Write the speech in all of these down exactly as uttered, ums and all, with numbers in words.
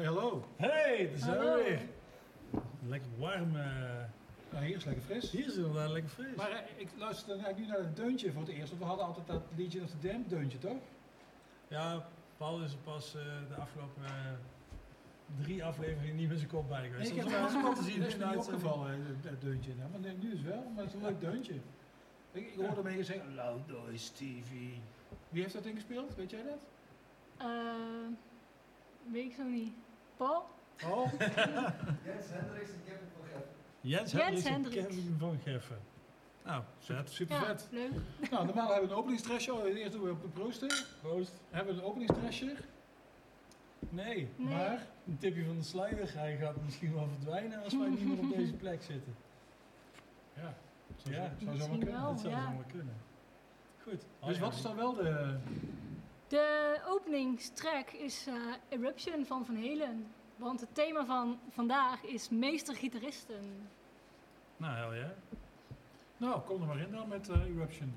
Hoi, hallo. Hey, daar zijn Hallo. we weer. Lekker warm. Uh... Nou, hier is lekker fris. Hier is het inderdaad lekker fris. Maar uh, ik luister dan eigenlijk nu naar het deuntje voor het eerst. Want we hadden altijd dat Legion of the Damned deuntje, toch? Ja, Paul is er pas uh, de afgelopen uh, drie afleveringen niet met zijn kop bij geweest. Nee, ik heb wel het wel te zien. Dat is me niet opgevallen, het deuntje. Nou, maar nee, nu is het wel, maar het is een leuk deuntje. Ik, ik hoorde mee zeggen, Loud Noise T V. Wie heeft dat ingespeeld? Weet jij dat? Uh, weet ik zo niet. Paul? Oh? Jens Hendricks en Kevin van Geffen. Jens, Jens Hendricks en Hendricks. Kevin van Geffen. Nou, Super, vet. super Ja, vet. leuk. Nou, normaal hebben we een openingstrashje. Eerst doen we op de proosten. Proost. Hebben we een openingstrashje. Nee, Nee. Maar, een tipje van de sluier. Hij gaat misschien wel verdwijnen als wij niet meer op deze plek zitten. ja, zou, Ja, zou zomaar misschien kunnen. wel. Dat zou ja. zomaar kunnen. Goed. Dus wat is dan wel de... De openingstrack is uh, Eruption van Van Halen. Want het thema van vandaag is meestergitaristen. Nou, hel ja. Nou, kom er maar in dan met uh, Eruption.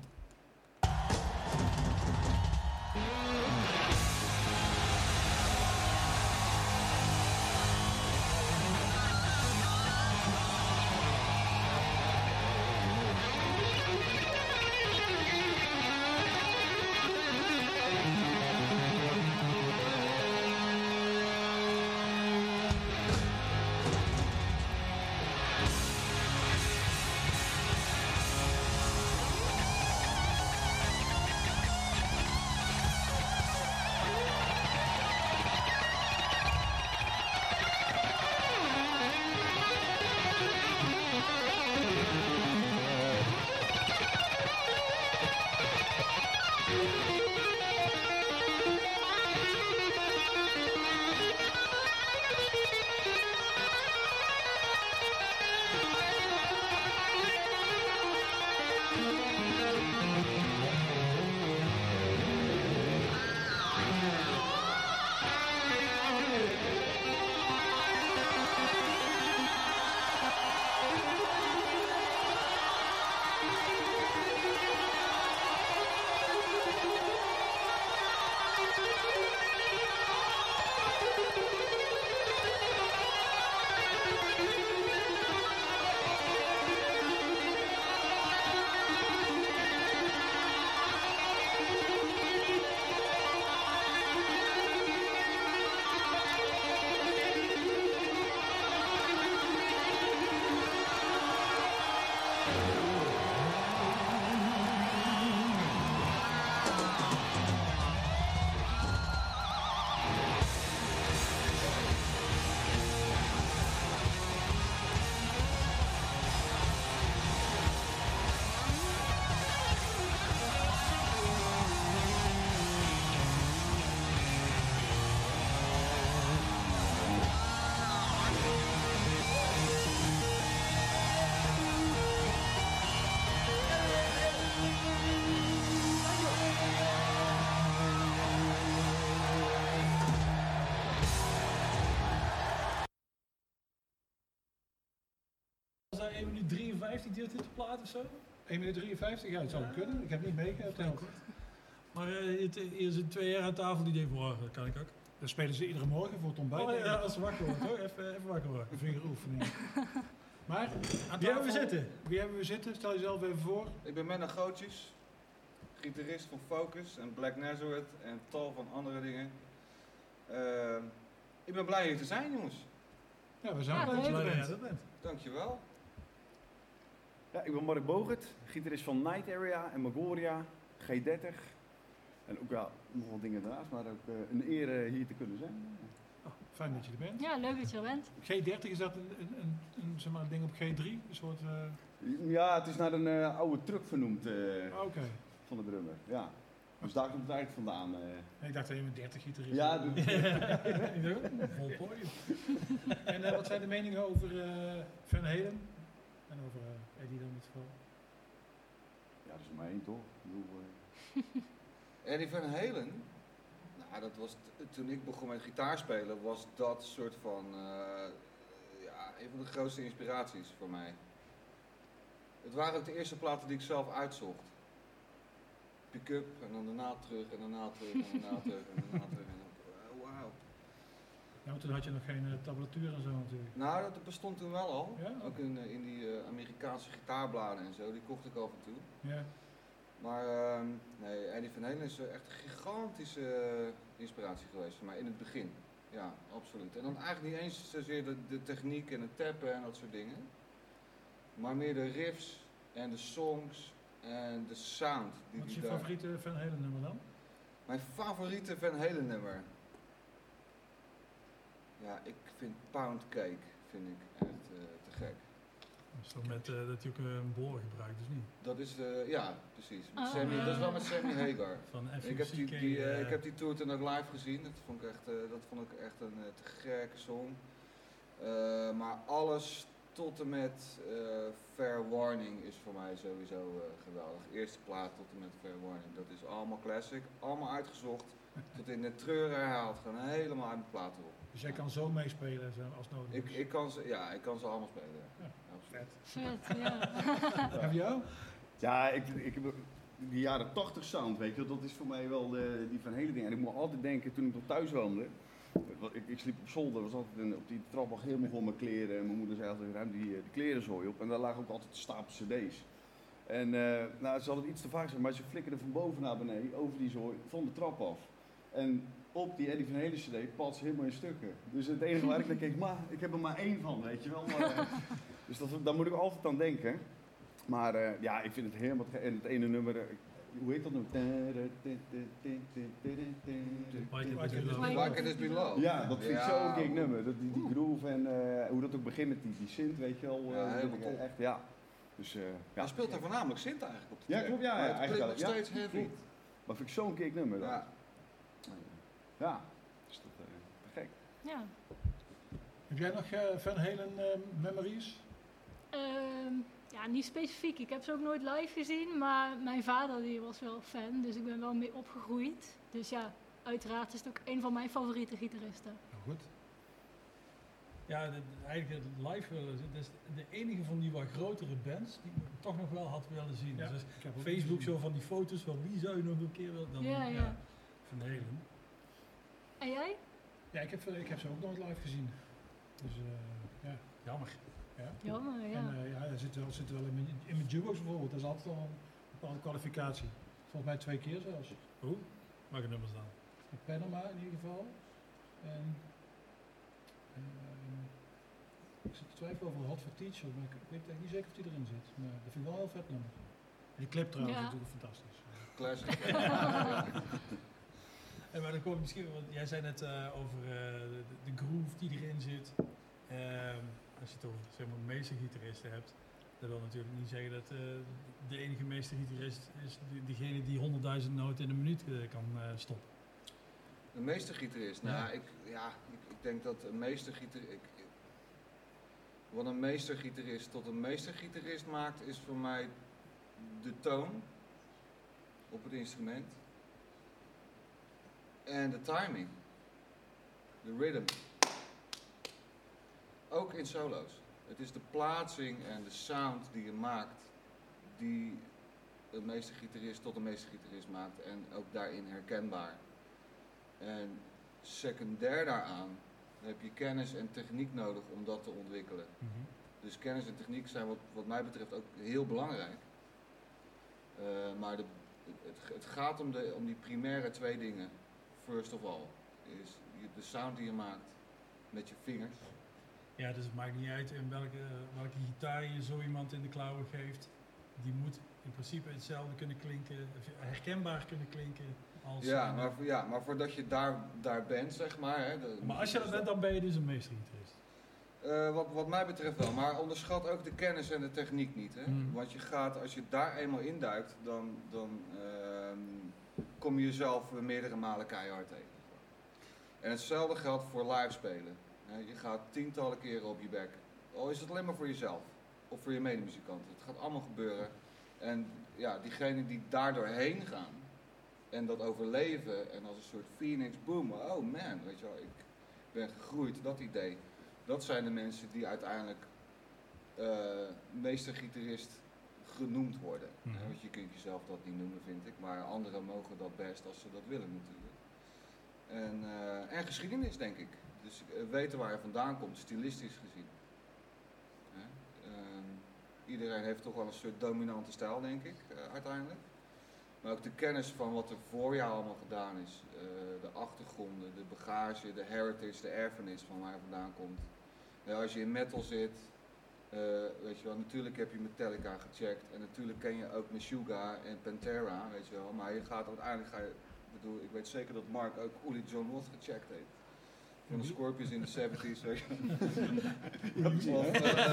Was dat één minuut drieënvijftig duurt dit de plaat of zo? één minuut drieënvijftig, ja, het zou Ja. kunnen. Ik heb niet meegeteld. Maar uh, het, hier zitten twee jaar aan tafel die denken, oh, dat kan ik ook. Dan spelen ze iedere morgen voor het ontbijt. Oh denk ja, ik. als ze wakker wordt hoor, even, even wakker worden. Vingeroefening. Maar, aan Wie tafel, hebben we zitten? Wie hebben we zitten? Stel jezelf even voor. Ik ben Menno Gootjes, gitarist van Focus en Black Nazareth en tal van andere dingen. Uh, ik ben blij hier te zijn, jongens. Ja, we zijn Ja, blij dat je leuk. er Ja, bent. dat bent. Dankjewel. Ja, ik ben Mark Bogert, gitarist van Night Area en Magoria, G dertig. En ook ja, nog wat dingen daarnaast, maar ook uh, een eer uh, hier te kunnen zijn. Oh, fijn dat je er bent. Ja, leuk dat je er bent. G dertig, is dat een, een, een, een, zeg maar, een ding op G drie? Een soort... Uh... Ja, het is naar een uh, oude truck vernoemd uh, Oh, oké. Okay. van de drummer. Ja. Dus daar komt het eigenlijk vandaan. Uh. Nee, ik dacht dat je met dertig gitarist. Ja, doe Ik dacht ook, vol podium. En uh, wat zijn de meningen over uh, Van Halen? En over uh, Eddie dan in het geval? Ja, dat is maar één toch? Ik bedoel, uh... Eddie Van Halen, nou, dat was t- toen ik begon met gitaarspelen, was dat soort van, uh, ja, een van de grootste inspiraties voor mij. Het waren ook de eerste platen die ik zelf uitzocht. Pick-up en dan daarna terug en daarna terug en daarna terug en daarna terug en dan, oh, wauw. Ja, maar toen had je nog geen uh, tablatuur en zo natuurlijk. Nou, dat bestond toen wel al. Ja? Ook in, uh, in die uh, Amerikaanse gitaarbladen en zo, die kocht ik af en toe. Ja. Maar uh, nee, Eddie Van Halen is uh, echt een gigantische uh, inspiratie geweest voor mij in het begin. Ja, absoluut. En dan eigenlijk niet eens zozeer de, de techniek en het tappen en dat soort dingen. Maar meer de riffs en de songs en de sound. Die Wat is je die daar... favoriete Van Halen nummer dan? Mijn favoriete Van Halen nummer? Ja, ik vind Pound Cake vind ik echt uh, te gek. Dat is toch met uh, dat hij ook een boor gebruikt, dus niet? Dat is, uh, ja, precies. Met Oh, Sammy, ja. dat is wel met Sammy Hagar. Van F Ik U heb die, C K, die, uh, uh, ik heb die tour toen ook live gezien. Dat vond ik echt, uh, dat vond ik echt een uh, te gekke song. Uh, maar alles tot en met uh, Fair Warning is voor mij sowieso uh, geweldig. Eerste plaat tot en met Fair Warning. Dat is allemaal classic, allemaal uitgezocht. Tot in de treur herhaald. Gewoon helemaal uit mijn platen op. Dus jij kan zo meespelen zo, als nodig Ik, is. ik, kan ze, ja, ik kan ze allemaal spelen. Ja. Ja. Absoluut. Vet, ja. Heb je jou? Ja, ik, ik heb die jaren tachtig sound, weet je wel, dat is voor mij wel de, die Van Halen dingen. En ik moet altijd denken, toen ik nog thuis woonde, want ik, ik sliep op zolder, was altijd een, op die trap lag helemaal vol mijn kleren. En mijn moeder zei altijd, ruim die, die klerenzooi op. En daar lagen ook altijd stapels cd's. En uh, nou, ze had het iets te vaak gezegd, maar ze flikkerden van boven naar beneden, over die zooi, van de trap af. En op die Eddie Van Halen cd palt ze helemaal in stukken. Dus het enige waar ik naar keek, maar ik heb er maar één van, weet je wel. Maar, uh, dus dat, daar moet ik altijd aan denken. Maar uh, ja, ik vind het helemaal te gek. En het ene nummer, uh, hoe heet dat nu? Why Can This Be Love? Ja, dat vind ik Ja. zo'n gek nummer. Dat, die, die groove en uh, hoe dat ook begint met die, die synth, weet je wel. Uh, Ja, dat helemaal vind ik top. echt, ja. Dus, uh, ja. Hij speelt daar voornamelijk synth eigenlijk op de Ja, track. klopt, ja, ja, Maar het eigenlijk klinkt nog wel, ja. steeds heavy. Klopt. Maar vind ik zo'n gek nummer. Dat. Ja. Ja, dus dat uh, te gek. Ja. Heb jij nog uh, Van Halen uh, memories? Um, ja, niet specifiek. Ik heb ze ook nooit live gezien, maar mijn vader die was wel fan, dus ik ben wel mee opgegroeid. Dus ja, uiteraard is het ook een van mijn favoriete gitaristen. Nou goed. Ja, de, de- eigenlijk het live willen zien. Dat is de enige van die wat grotere bands die ik toch nog wel had willen zien. Ja, Dus ik heb ook Facebook gezien. zo van die foto's van wie zou je nog een keer willen dan Ja, ja. Van Halen. En jij? Ja, ik heb, ik heb ze ook nooit live gezien. Dus uh, ja. Jammer. ja. Jammer, ja. En uh, ja, er zit wel, zit wel in mijn, in mijn duo's bijvoorbeeld. Dat is altijd al een bepaalde kwalificatie. Volgens mij twee keer zelfs. Hoe? Welke nummers dan? Met Panama in ieder geval. En uh, ik zit te twijfelen over Hot for Teacher, maar ik weet eigenlijk niet zeker of die erin zit. Maar dat vind ik wel een heel vet nummer. En die clip trouwens Ja. is natuurlijk fantastisch. Classic. En maar dan kom ik misschien, want jij zei net uh, over uh, de, de groove die erin zit. Um, als je het over zeg maar, meestergitaristen hebt, dat wil natuurlijk niet zeggen dat uh, de enige meestergitarist is die, diegene die honderdduizend noten in een minuut uh, kan uh, stoppen. Een meestergitarist. Nou, Ja. ik, ja, ik, ik denk dat een meestergitarist... Ik, ik- wat een meestergitarist tot een meestergitarist maakt, is voor mij de toon op het instrument. En de timing. De rhythm. Ook in solo's. Het is de plaatsing en de sound die je maakt, die een meestergitarist tot een meestergitarist maakt en ook daarin herkenbaar. En secundair daaraan heb je kennis en techniek nodig om dat te ontwikkelen. Dus kennis en techniek zijn wat, wat mij betreft ook heel belangrijk. Uh, maar de, het, het gaat om, de, om die primaire twee dingen. First of all, is je- de sound die je maakt met je vingers. Ja, dus het maakt niet uit in welke, welke gitaar je zo iemand in de klauwen geeft. Die moet in principe hetzelfde kunnen klinken, of herkenbaar kunnen klinken als... Ja, uh, maar, voor- ja, maar voordat je daar, daar bent, zeg maar. Hè, de- maar als je dat bent, dan ben je dus een meestergitarist. Uh, wat, wat mij betreft wel, maar onderschat ook de kennis en de techniek niet. Hè? Hmm. Want je gaat, als je daar eenmaal induikt, dan, dan ehm, kom je jezelf meerdere malen keihard tegen. En hetzelfde geldt voor live spelen. Hè, je gaat tientallen keren op je bek. Al is het alleen maar voor jezelf of voor je medemuzikanten. Het gaat allemaal gebeuren. En ja, diegenen die daar doorheen gaan en dat overleven en als een soort phoenix, boom, oh man, weet je wel, ik ben gegroeid, dat idee. Dat zijn de mensen die uiteindelijk uh, meestergitarist genoemd worden. Mhm. Uh, want je kunt jezelf dat niet noemen, vind ik, maar anderen mogen dat best als ze dat willen natuurlijk. En, uh, en geschiedenis, denk ik. Dus uh, weten waar je vandaan komt, stilistisch gezien. Hè? Uh, iedereen heeft toch wel een soort dominante stijl, denk ik, uh, uiteindelijk. Maar ook de kennis van wat er voor jou allemaal gedaan is. Uh, de achtergronden, de bagage, de heritage, de erfenis van waar je vandaan komt. Ja, als je in metal zit, uh, weet je wel, natuurlijk heb je Metallica gecheckt. En natuurlijk ken je ook Meshuggah en Pantera, weet je wel. Maar je gaat uiteindelijk, ga je, ik bedoel, ik weet zeker dat Mark ook Uli John Roth gecheckt heeft. Van de Scorpions in de zeventig, weet je wel. Of, uh,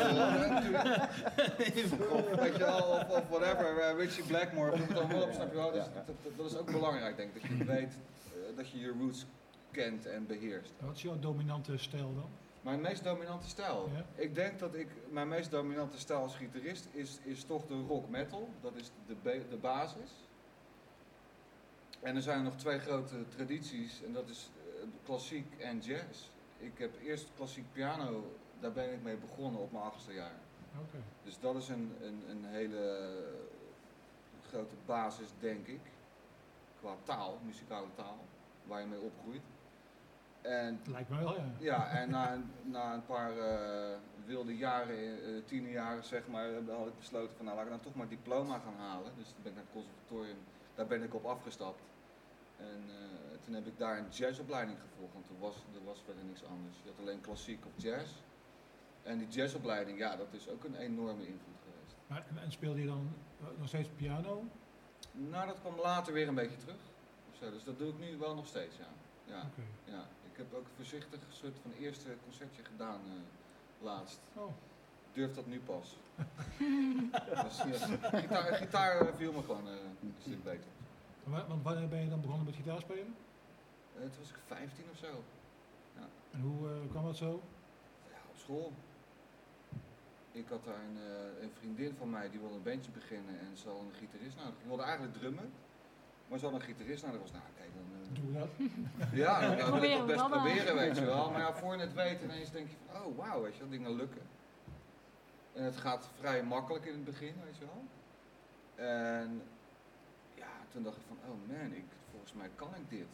of, weet je wel, of, of whatever, uh, Richie Blackmore, of noem het allemaal op, snap je wel. Dus dat, dat, dat is ook belangrijk, denk ik, dat je weet, uh, dat je je roots kent en beheerst. Wat is jouw dominante stijl dan? Mijn meest dominante stijl? Ja. Ik denk dat ik, mijn meest dominante stijl als gitarist is, is toch de rock metal. Dat is de, be- de basis. En er zijn nog twee grote tradities en dat is uh, klassiek en jazz. Ik heb eerst klassiek piano, daar ben ik mee begonnen op mijn achtste jaar. Okay. Dus dat is een, een, een hele grote basis, denk ik. Qua taal, muzikale taal, waar je mee opgroeit. En, lijkt me wel, ja. Ja, en na, een, na een paar uh, wilde jaren, uh, tienerjaren zeg maar, had ik besloten van nou laat ik dan toch maar diploma gaan halen. Dus toen ben ik naar het conservatorium, daar ben ik op afgestapt. En uh, toen heb ik daar een jazzopleiding gevolgd, want er was, er was verder niks anders. Je had alleen klassiek of jazz. En die jazzopleiding, ja, dat is ook een enorme invloed geweest. Maar, en, en speelde je dan uh, nog steeds piano? Nou, dat kwam later weer een beetje terug. Zo, dus dat doe ik nu wel nog steeds, ja. Ja, Okay. ja. Ik heb ook voorzichtig een soort van eerste concertje gedaan uh, laatst. Oh. Durf dat nu pas. Dus, ja, gitaar, gitaar viel me gewoon uh, een stuk beter. Want wanneer ben je dan begonnen met gitaarspelen? Uh, toen was ik vijftien of zo. Ja. En hoe uh, kwam dat zo? Ja, op school. Ik had daar een, uh, een vriendin van mij die wilde een bandje beginnen en ze had een gitarist nodig. Ik wilde eigenlijk drummen, maar ze had een gitarist nodig. Ik was nou, kijk dan. Uh, Doe dat. Ja, dan, dan wil ik toch best Probeer, proberen, weet je wel. Maar ja, voor je het weet ineens denk je van, oh wauw, weet je wel, dingen lukken. En het gaat vrij makkelijk in het begin, weet je wel. En ja, toen dacht ik van, oh man, ik, volgens mij kan ik dit.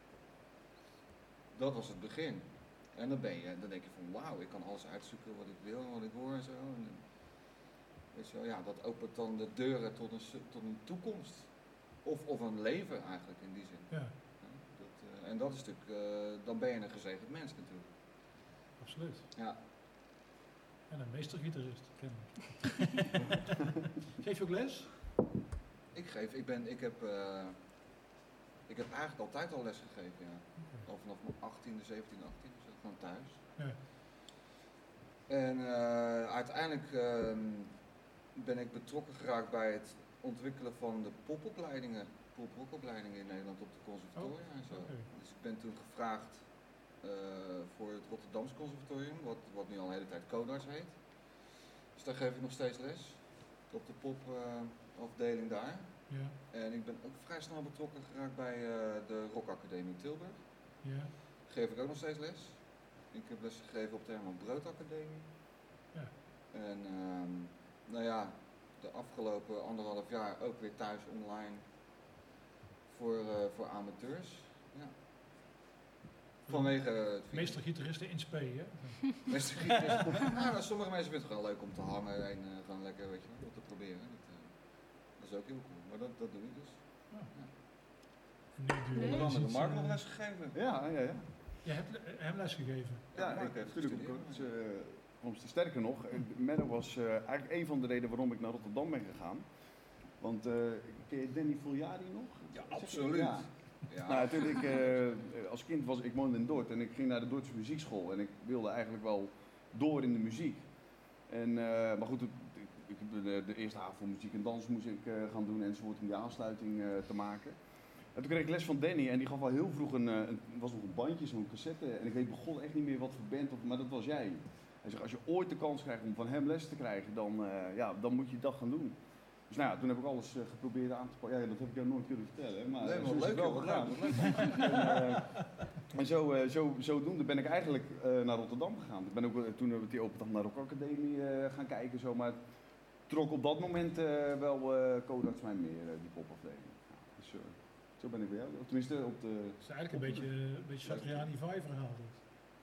Dat was het begin. En dan ben je, dan denk je van, wauw, ik kan alles uitzoeken wat ik wil en wat ik hoor en zo. En, weet je wel, ja, dat opent dan de deuren tot een, tot een toekomst. Of, of een leven eigenlijk in die zin. Ja. Dat, uh, en dat is natuurlijk, uh, dan ben je een gezegend mens natuurlijk. Absoluut. Ja. En een meestergitarist, kennelijk. Geef je ook les? Ik geef, ik ben, ik heb, uh, ik heb eigenlijk altijd al les gegeven, ja. Okay. Al vanaf mijn achttiende, zeventiende, achttiende, zo, gewoon thuis. Ja. En uh, uiteindelijk uh, ben ik betrokken geraakt bij het ontwikkelen van de popopleidingen, poprockopleidingen in Nederland op de conservatoria oh, en zo. Okay. Dus ik ben toen gevraagd uh, voor het Rotterdamse conservatorium, wat, wat nu al een hele tijd Codarts heet. Dus daar geef ik nog steeds les, op de popafdeling uh, daar. Ja. En ik ben ook vrij snel betrokken geraakt bij uh, de Rock Academie Tilburg. Ja. Geef ik ook nog steeds les. Ik heb les gegeven op de Herman Brood Academie. Ja. En um, nou ja, de afgelopen anderhalf jaar ook weer thuis online voor, uh, voor amateurs. Ja. Vanwege het meestergitaristen in spe, hè? Meestergitaristen. Nou, sommige mensen vinden het gewoon leuk om te hangen en uh, gewoon lekker, weet je, wat te proberen. Dat, uh, dat is ook heel cool, maar dat, dat doe ik dus. Oh. Ja. Nu Onder andere de Mark nog les gegeven. Ja, ja, ja. Je hebt hem les gegeven? Ja, ja ik heb natuurlijk ook gestudeerd. uh, sterker nog, Menno was uh, eigenlijk een van de redenen waarom ik naar Rotterdam ben gegaan. Want uh, ken je Danny Fogliari nog? Ja, absoluut. Ja. Ja. Nou, toen ik uh, als kind was, ik woonde in Dordt en ik ging naar de Dordtse muziekschool en ik wilde eigenlijk wel door in de muziek. En, uh, maar goed, ik, ik, de, de eerste avond voor muziek en dans moest ik uh, gaan doen enzovoort om die aansluiting uh, te maken. En toen kreeg ik les van Danny en die gaf al heel vroeg een, een was nog een bandje, zo'n cassette. En ik weet begon echt niet meer wat voor band, of, maar dat was jij. Hij zegt, als je ooit de kans krijgt om van hem les te krijgen, dan, uh, ja, dan moet je dat gaan doen. Dus nou ja, toen heb ik alles uh, geprobeerd aan te pakken. Ja, dat heb ik jou nooit kunnen vertellen. Maar nee, maar zo is leuk, het wel joh, gegaan. leuk, leuk. En, uh, en zo, uh, zo, zodoende ben ik eigenlijk uh, naar Rotterdam gegaan. Ik ben ook uh, toen uh, die open dag naar Rock Academie uh, gaan kijken. Zo, maar trok op dat moment uh, wel uh, Codarts mij meer, uh, die popafdeling. Ja, dus, uh, zo ben ik bij jou. Tenminste, op de... Het is eigenlijk een beetje, een beetje Satriani Vai verhaal.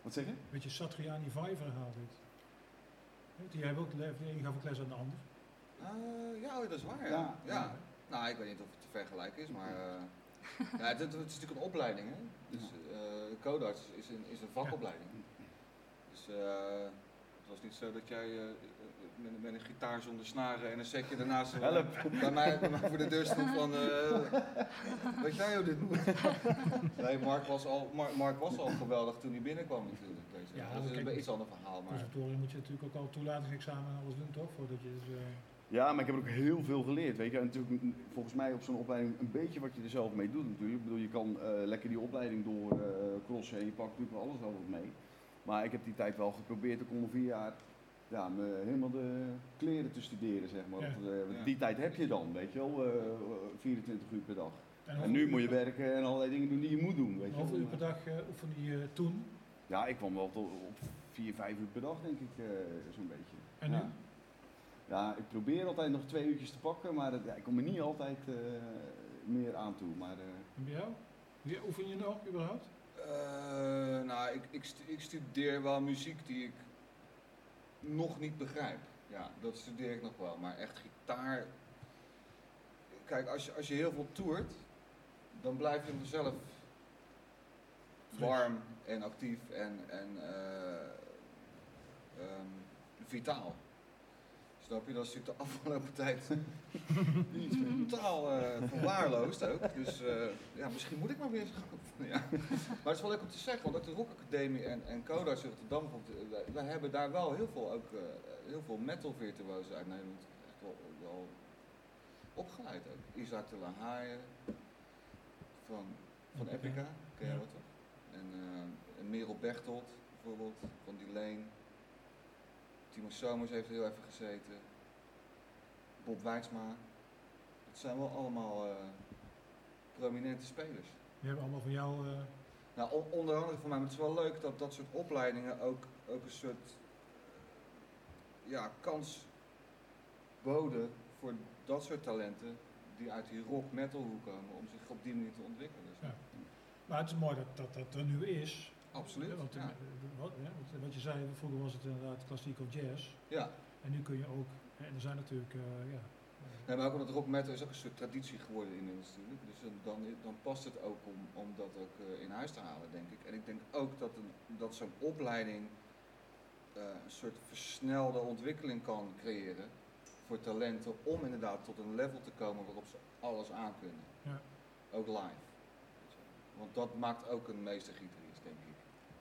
Wat zeg je? Weet je, Satriani Vai verhaal dit. Weet je, jij hebt ook de ene gaf ook les aan de ander. Uh, ja, dat is waar. Ja. Ja. Ja. Ja. Nou, ik weet niet of het te vergelijken is, maar uh, ja, het, het is natuurlijk een opleiding. Hè? Dus uh, codarts is een, is een vakopleiding. Dus uh, het was niet zo dat jij uh, met, met een gitaar zonder snaren en een setje daarnaast uh, bij, mij, bij mij voor de deur stond van, uh, weet jij hoe dit moet? Nee, Mark was, al, Mark, Mark was al geweldig toen hij binnenkwam natuurlijk. Deze. Ja, dat is kijk, een iets ander verhaal. Maar conservatorium moet je natuurlijk ook al toelatingsexamen en alles doen, toch? Voordat je dus, uh... Ja, maar ik heb er ook heel veel geleerd. Weet je, en natuurlijk volgens mij op zo'n opleiding een beetje wat je er zelf mee doet natuurlijk. Ik bedoel, je kan uh, lekker die opleiding door uh, crossen en je pakt natuurlijk alles wel wat mee. Maar ik heb die tijd wel geprobeerd ook om vier jaar ja, me, helemaal de kleren te studeren, zeg maar. Ja. Want, uh, Ja. die tijd heb je dan, weet je wel, uh, vierentwintig uur per dag. En, En nu moet je werken en allerlei dingen doen die je moet doen, weet je Hoeveel wel. uur per dag uh, oefende je toen? Ja, ik kwam wel tot op vier, vijf uur per dag, denk ik, uh, zo'n beetje. En nu? Ja. Ja, ik probeer altijd nog twee uurtjes te pakken, maar het, ja, ik kom er niet altijd uh, meer aan toe. Maar, uh, En bij jou? Wie oefen je nog überhaupt? Uh, nou, ik, ik, stu- ik studeer wel muziek die ik nog niet begrijp. Ja, dat studeer ik nog wel. Maar echt gitaar... Kijk, als je, als je heel veel toert, dan blijf je vanzelf warm en actief en, en uh, um, vitaal. Snap je? Dat is natuurlijk de afgelopen tijd totaal uh, verwaarloosd ook. Dus uh, ja, misschien moet ik maar weer eens gaan oefenen. Ja. Maar het is wel leuk om te zeggen, want ook de Rock Academie en, en Codarts in Rotterdam, wij, wij hebben daar wel heel veel, ook, uh, heel veel metal virtuosen uit Nederland echt wel, wel opgeleid ook. Isaac de la Haye van, van Epica, ken je Ja. wat toch? En, uh, en Merel Bechtold bijvoorbeeld, van Delane. Timo Somers heeft er heel even gezeten. Bob Wijksma. Dat zijn wel allemaal uh, prominente spelers. Die hebben allemaal van jou... Uh... Nou, on- onder andere voor mij, maar het is wel leuk dat dat soort opleidingen ook, ook een soort uh, ja, kans boden voor dat soort talenten die uit die rock metal hoek komen om zich op die manier te ontwikkelen. Dus, Ja. Maar het is mooi dat dat, dat er nu is. absoluut. Ja, want, Ja. uh, wat, ja, want wat je zei, vroeger was het inderdaad klassiek of jazz. Ja. En nu kun je ook... En er zijn natuurlijk... Uh, ja, Nee, maar ook omdat rock metal is ook een soort traditie geworden in de natuurlijk. Dus dan, dan past het ook om, om dat ook uh, in huis te halen, denk ik. En ik denk ook dat, een, dat zo'n opleiding uh, een soort versnelde ontwikkeling kan creëren voor talenten om inderdaad tot een level te komen waarop ze alles aan kunnen. Ja. Ook live. Want dat maakt ook een meestergitarist, denk ik.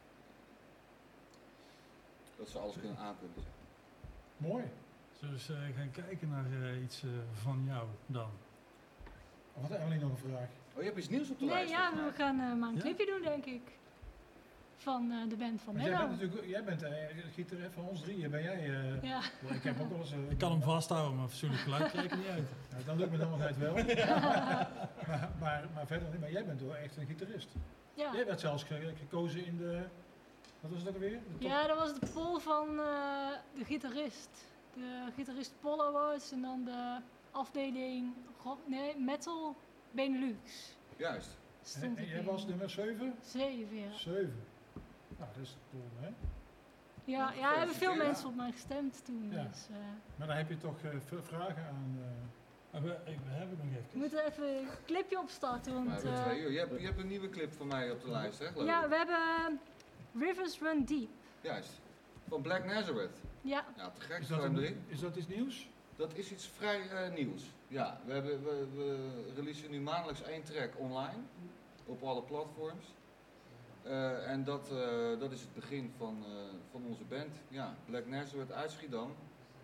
Dat ze alles kunnen aankunnen. Zeg. Mooi. Zullen we eens uh, gaan kijken naar uh, iets uh, van jou dan? Of had Emily nog een vraag? Oh, je hebt iets nieuws op de Nee, lijst? ja, volgens we mij. gaan uh, maar een Ja? clipje doen, denk ik. Van uh, de band van Want jij Menno. bent natuurlijk... Jij bent uh, gitarist van ons drieën. Ben jij... Uh, Ja. Ik heb ook wel eens... Uh, Ik kan hem vasthouden, maar fatsoenlijk geluid krijg ik er niet uit. Nou, dan lukt me dan altijd wel. maar, maar, maar verder niet. Maar jij bent wel echt een gitarist. Ja. Jij werd zelfs ge- gekozen in de... Wat was het ook alweer? De top- Ja, dat was de poll van uh, de gitarist. De gitarist Poll Awards en dan de afdeling rock, nee, Metal Benelux. Juist. En, Stond en ik jij in. was nummer zeven? Zeven, ja. Zeven. Nou, dat is cool, hè? Ja, Nou, ja, er hebben veel gefeliciteerd. mensen op mij gestemd toen. Ja. Dus, uh, Maar dan heb je toch uh, veel vragen aan... Uh, Maar we, we hebben nog even. we moeten even een clipje opstarten. Maar we Want, hebben uh, twee uur. Je hebt, je hebt een nieuwe clip van mij op de lijst, hè? geloof ja, ik? we hebben Rivers Run Deep. Juist. Van Black Nazareth. Ja, Ja, te gek. is, dat Schuim een- erin. is dat iets nieuws? Dat is iets vrij uh, nieuws. Ja, we, hebben, we, we releasen nu maandelijks één track online. Op alle platforms. Uh, en dat, uh, dat is het begin van, uh, van onze band. Ja, Black Nazareth uit Schiedam.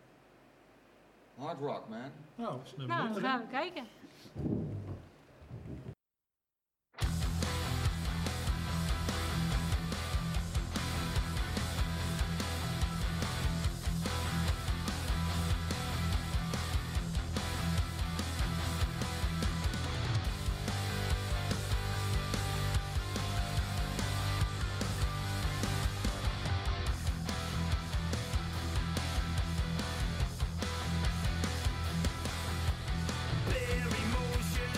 Hard rock, man. Nou, nou, dan gaan we kijken. Very motionless.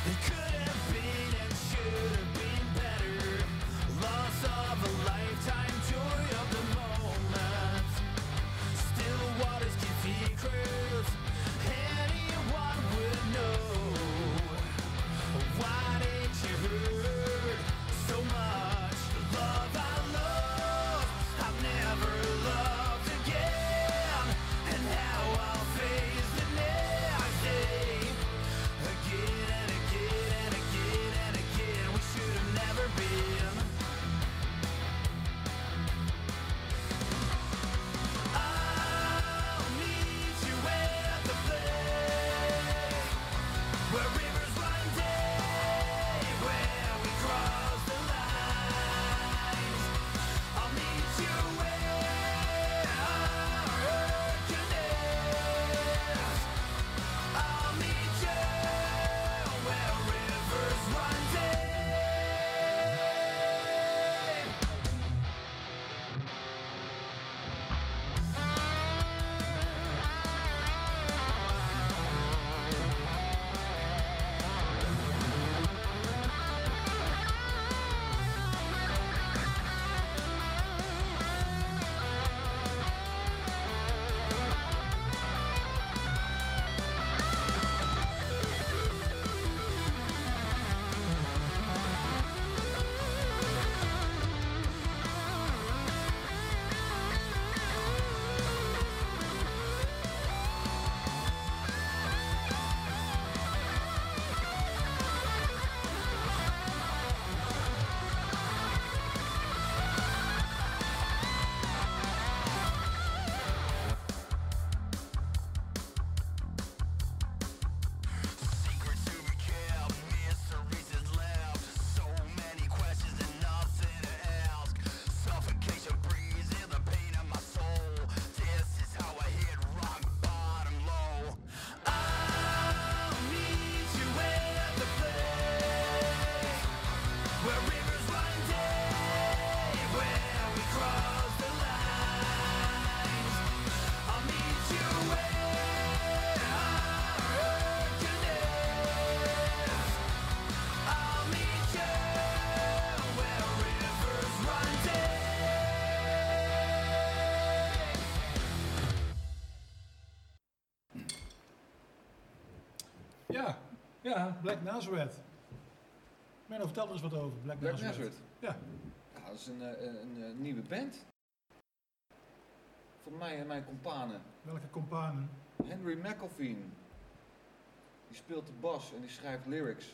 Ja, ja, Black Nazareth. Menno, vertel er eens wat over, Black, Black Nazareth. Nazareth? Ja. Ja, dat is een, eh, een, een, een nieuwe band. Van mij en mijn companen. Welke companen? Henry McElveen. Die speelt de bas en die schrijft lyrics.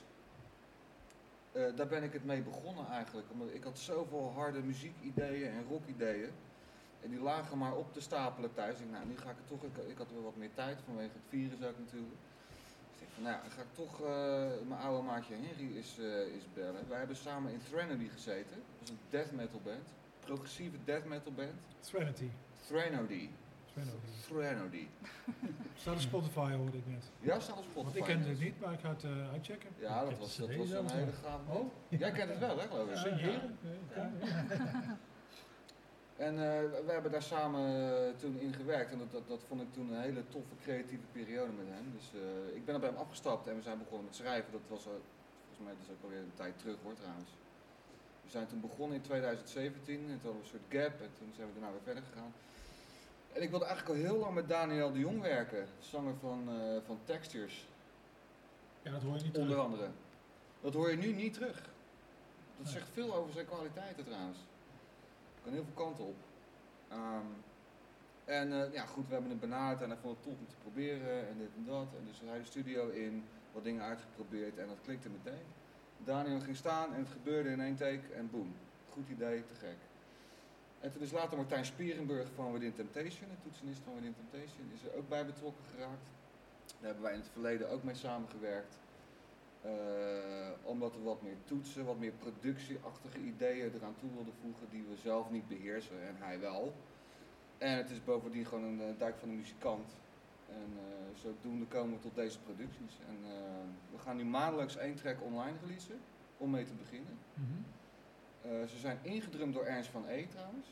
Eh, daar ben ik het mee begonnen eigenlijk. Omdat ik had zoveel harde muziekideeën en rockideeën. En die lagen maar op te stapelen thuis. Ik dacht, nou, nu ga ik het toch... Ik, ik had wel wat meer tijd vanwege het virus ook natuurlijk. Dus ik dacht van, nou ja, dan ga ik toch uh, mijn oude maatje Henry is, uh, is bellen. Wij hebben samen in Threnody gezeten. Dat was een death metal band. Progressieve death metal band. Threnody. Threnody. Threnody. Threnody. Staat op Spotify, hoorde ik net. Ja, staat op Spotify. Want ik kende het niet, maar ik ga het uh, uitchecken. Ja, dat was, dat was een hele gaaf. Oh? Jij kent het wel, hè, geloof ik? Signeren? Ja. Ja. En uh, we hebben daar samen uh, toen in gewerkt en dat, dat, dat vond ik toen een hele toffe creatieve periode met hem. Dus uh, ik ben er bij hem afgestapt en we zijn begonnen met schrijven. Dat was, uh, volgens mij, dat is ook alweer een tijd terug hoor trouwens. We zijn toen begonnen in twintig zeventien en toen hadden we een soort gap en toen zijn we daarna weer verder gegaan. En ik wilde eigenlijk al heel lang met Daniel de Jong werken, zanger van, uh, van Textures. Ja, dat hoor je niet Onder terug. andere. Dat hoor je nu niet terug. Dat Nee. zegt veel over zijn kwaliteiten trouwens. Kan heel veel kanten op. Um, en uh, ja goed, we hebben het benaderd en hij vond het tof om te proberen en dit en dat. En dus hij de studio in, wat dingen uitgeprobeerd en dat klikte meteen. Daniel ging staan en het gebeurde in één take en boom. Goed idee, te gek. En toen is later Martijn Spierenburg van Within Temptation, de toetsenist van Within Temptation, is er ook bij betrokken geraakt. Daar hebben wij in het verleden ook mee samengewerkt. Uh, omdat we wat meer toetsen, wat meer productieachtige ideeën eraan toe wilden voegen die we zelf niet beheersen en hij wel. En het is bovendien gewoon een uh, duik van een muzikant. En uh, zodoende komen we tot deze producties. En uh, we gaan nu maandelijks één track online releasen, om mee te beginnen. Mm-hmm. Uh, ze zijn ingedrumd door Ernst van E trouwens.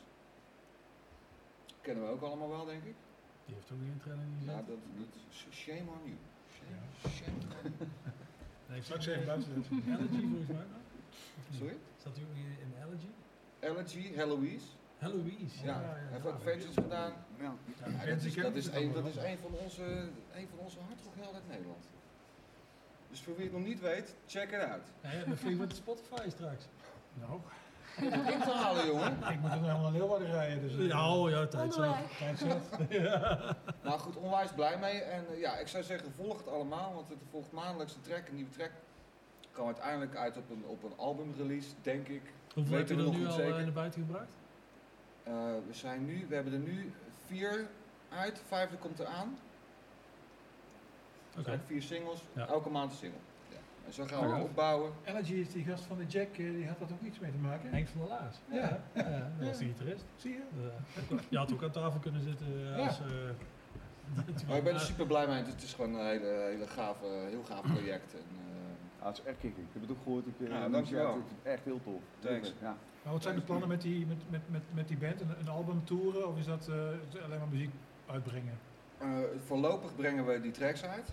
Kennen we ook allemaal wel, denk ik. Die heeft ook een intro in die Ja, zet. dat, dat is shame on you. Shame, Ja. shame on you. Nee, ik Zou ik zeg zeggen, buiten zetten. Allergy volgens mij. nog? Of niet? Sorry? Staat u ook in, in Allergy? Allergy, Heloise. Heloise. Ja, hij heeft ook Vengeance gedaan. Ja. Ja, Ja, Mensen dat, is, kennen dat, is het een, allemaal dat is wel. een van onze, een van onze hardrockhelden uit Nederland. Dus voor wie het nog niet weet, check it out. Ja, ja, dat vliegen we op Spotify straks. Nou, In te halen, jongen. ik moet er nog helemaal naar Leeuwarden rijden. Dus, eh, Ja, oh ja, tijd zat. Onderweg. tijd zat. Nou goed, onwijs blij mee. En eh, ja, ik zou zeggen, volg het allemaal, want het volgt maandelijks een track, een nieuwe track. Kwam uiteindelijk uit op een, op een albumrelease, denk ik. Hoeveel heb je Weten we er nog nu niet al zeker? eh, naar buiten gebracht? Uh, we zijn nu, we hebben er nu vier uit, de vijfde komt eraan. Oké. Dus vier singles, Ja. elke maand een single. Ja. En zo gaan we Oh. het opbouwen. Allergy is die gast van de Jack, eh, die had dat ook iets mee te maken. Henk van der Laars. Ja. ja, ja, dat was Ja. de gitarist. Zie je? Eh, je had ook aan tafel kunnen zitten eh, Ja. als... eh, Maar ik ben er super blij mee. Het is gewoon een hele, hele gave, heel gaaf project. En, uh, Ah, het is echt kicken. Ik heb het ook gehoord. Ik, eh, Ja, mensen dankjewel. zeggen, Ik vind het echt heel tof. Thanks. Ja. Maar wat zijn de plannen met die, met, met, met, met die band? Een, een album touren of is dat eh, alleen maar muziek uitbrengen? uh, voorlopig brengen we die tracks uit.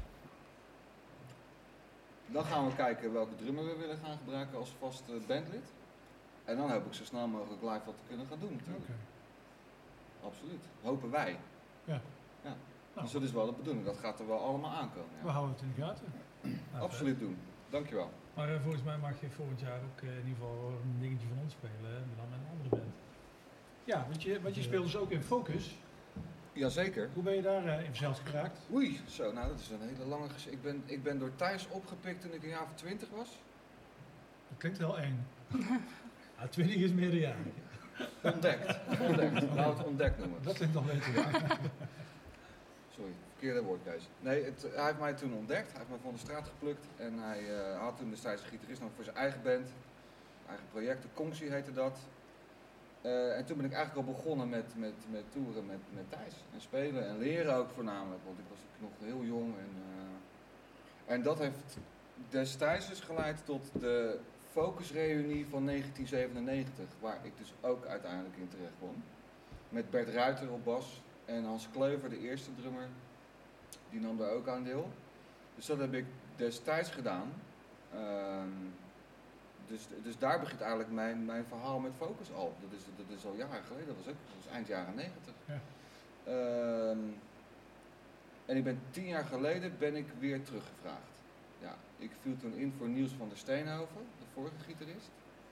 Dan gaan we kijken welke drummer we willen gaan gebruiken als vast uh, bandlid. En dan hoop ik zo snel mogelijk live wat te kunnen gaan doen Oké. natuurlijk. Absoluut. Hopen wij. Ja. Ja. Nou, Dus dat is wel de bedoeling. Dat gaat er wel allemaal aankomen. we Ja. houden het in de gaten. nou, Absoluut doen. Dankjewel. Maar eh, volgens mij mag je volgend jaar ook eh, in ieder geval een dingetje van ons spelen, hè, maar dan met een andere band. Ja, want je, want je speelt dus ook in Focus. Jazeker. Hoe ben je daar uh, in verzeld geraakt? Oei, zo, nou dat is een hele lange ges- ik ben, ik ben door Thijs opgepikt toen ik een jaar of twintig was. Dat klinkt heel eng. Ja, twintig is meerderjarig. Ontdekt. Ontdekt. Laten we het ontdekt noemen. Dat klinkt al beter. Ja. Sorry, verkeerde woordkeuze. Nee, het, hij heeft mij toen ontdekt. Hij heeft me van de straat geplukt. En hij eh, had toen destijds een gitarist nog voor zijn eigen band. Eigen project, de Kongsi heette dat. Eh, en toen ben ik eigenlijk al begonnen met, met, met toeren met, met Thijs. En spelen en leren ook voornamelijk. Want ik was ook nog heel jong. En, eh, en dat heeft destijds dus geleid tot de Focus-reunie van negentien zevenennegentig. Waar ik dus ook uiteindelijk in terecht kwam. Met Bert Ruiter op bas. En Hans Kleuver, de eerste drummer, die nam daar ook aan deel. Dus dat heb ik destijds gedaan. Ehm, dus, dus daar begint eigenlijk mijn, mijn verhaal met Focus al. Dat is, dat is al jaren geleden, dat was ook dat was eind jaren negentig. Ja. Ehm, en ik ben tien jaar geleden ben ik weer teruggevraagd. Ja, ik viel toen in voor Niels van der Steenhoven, de vorige gitarist.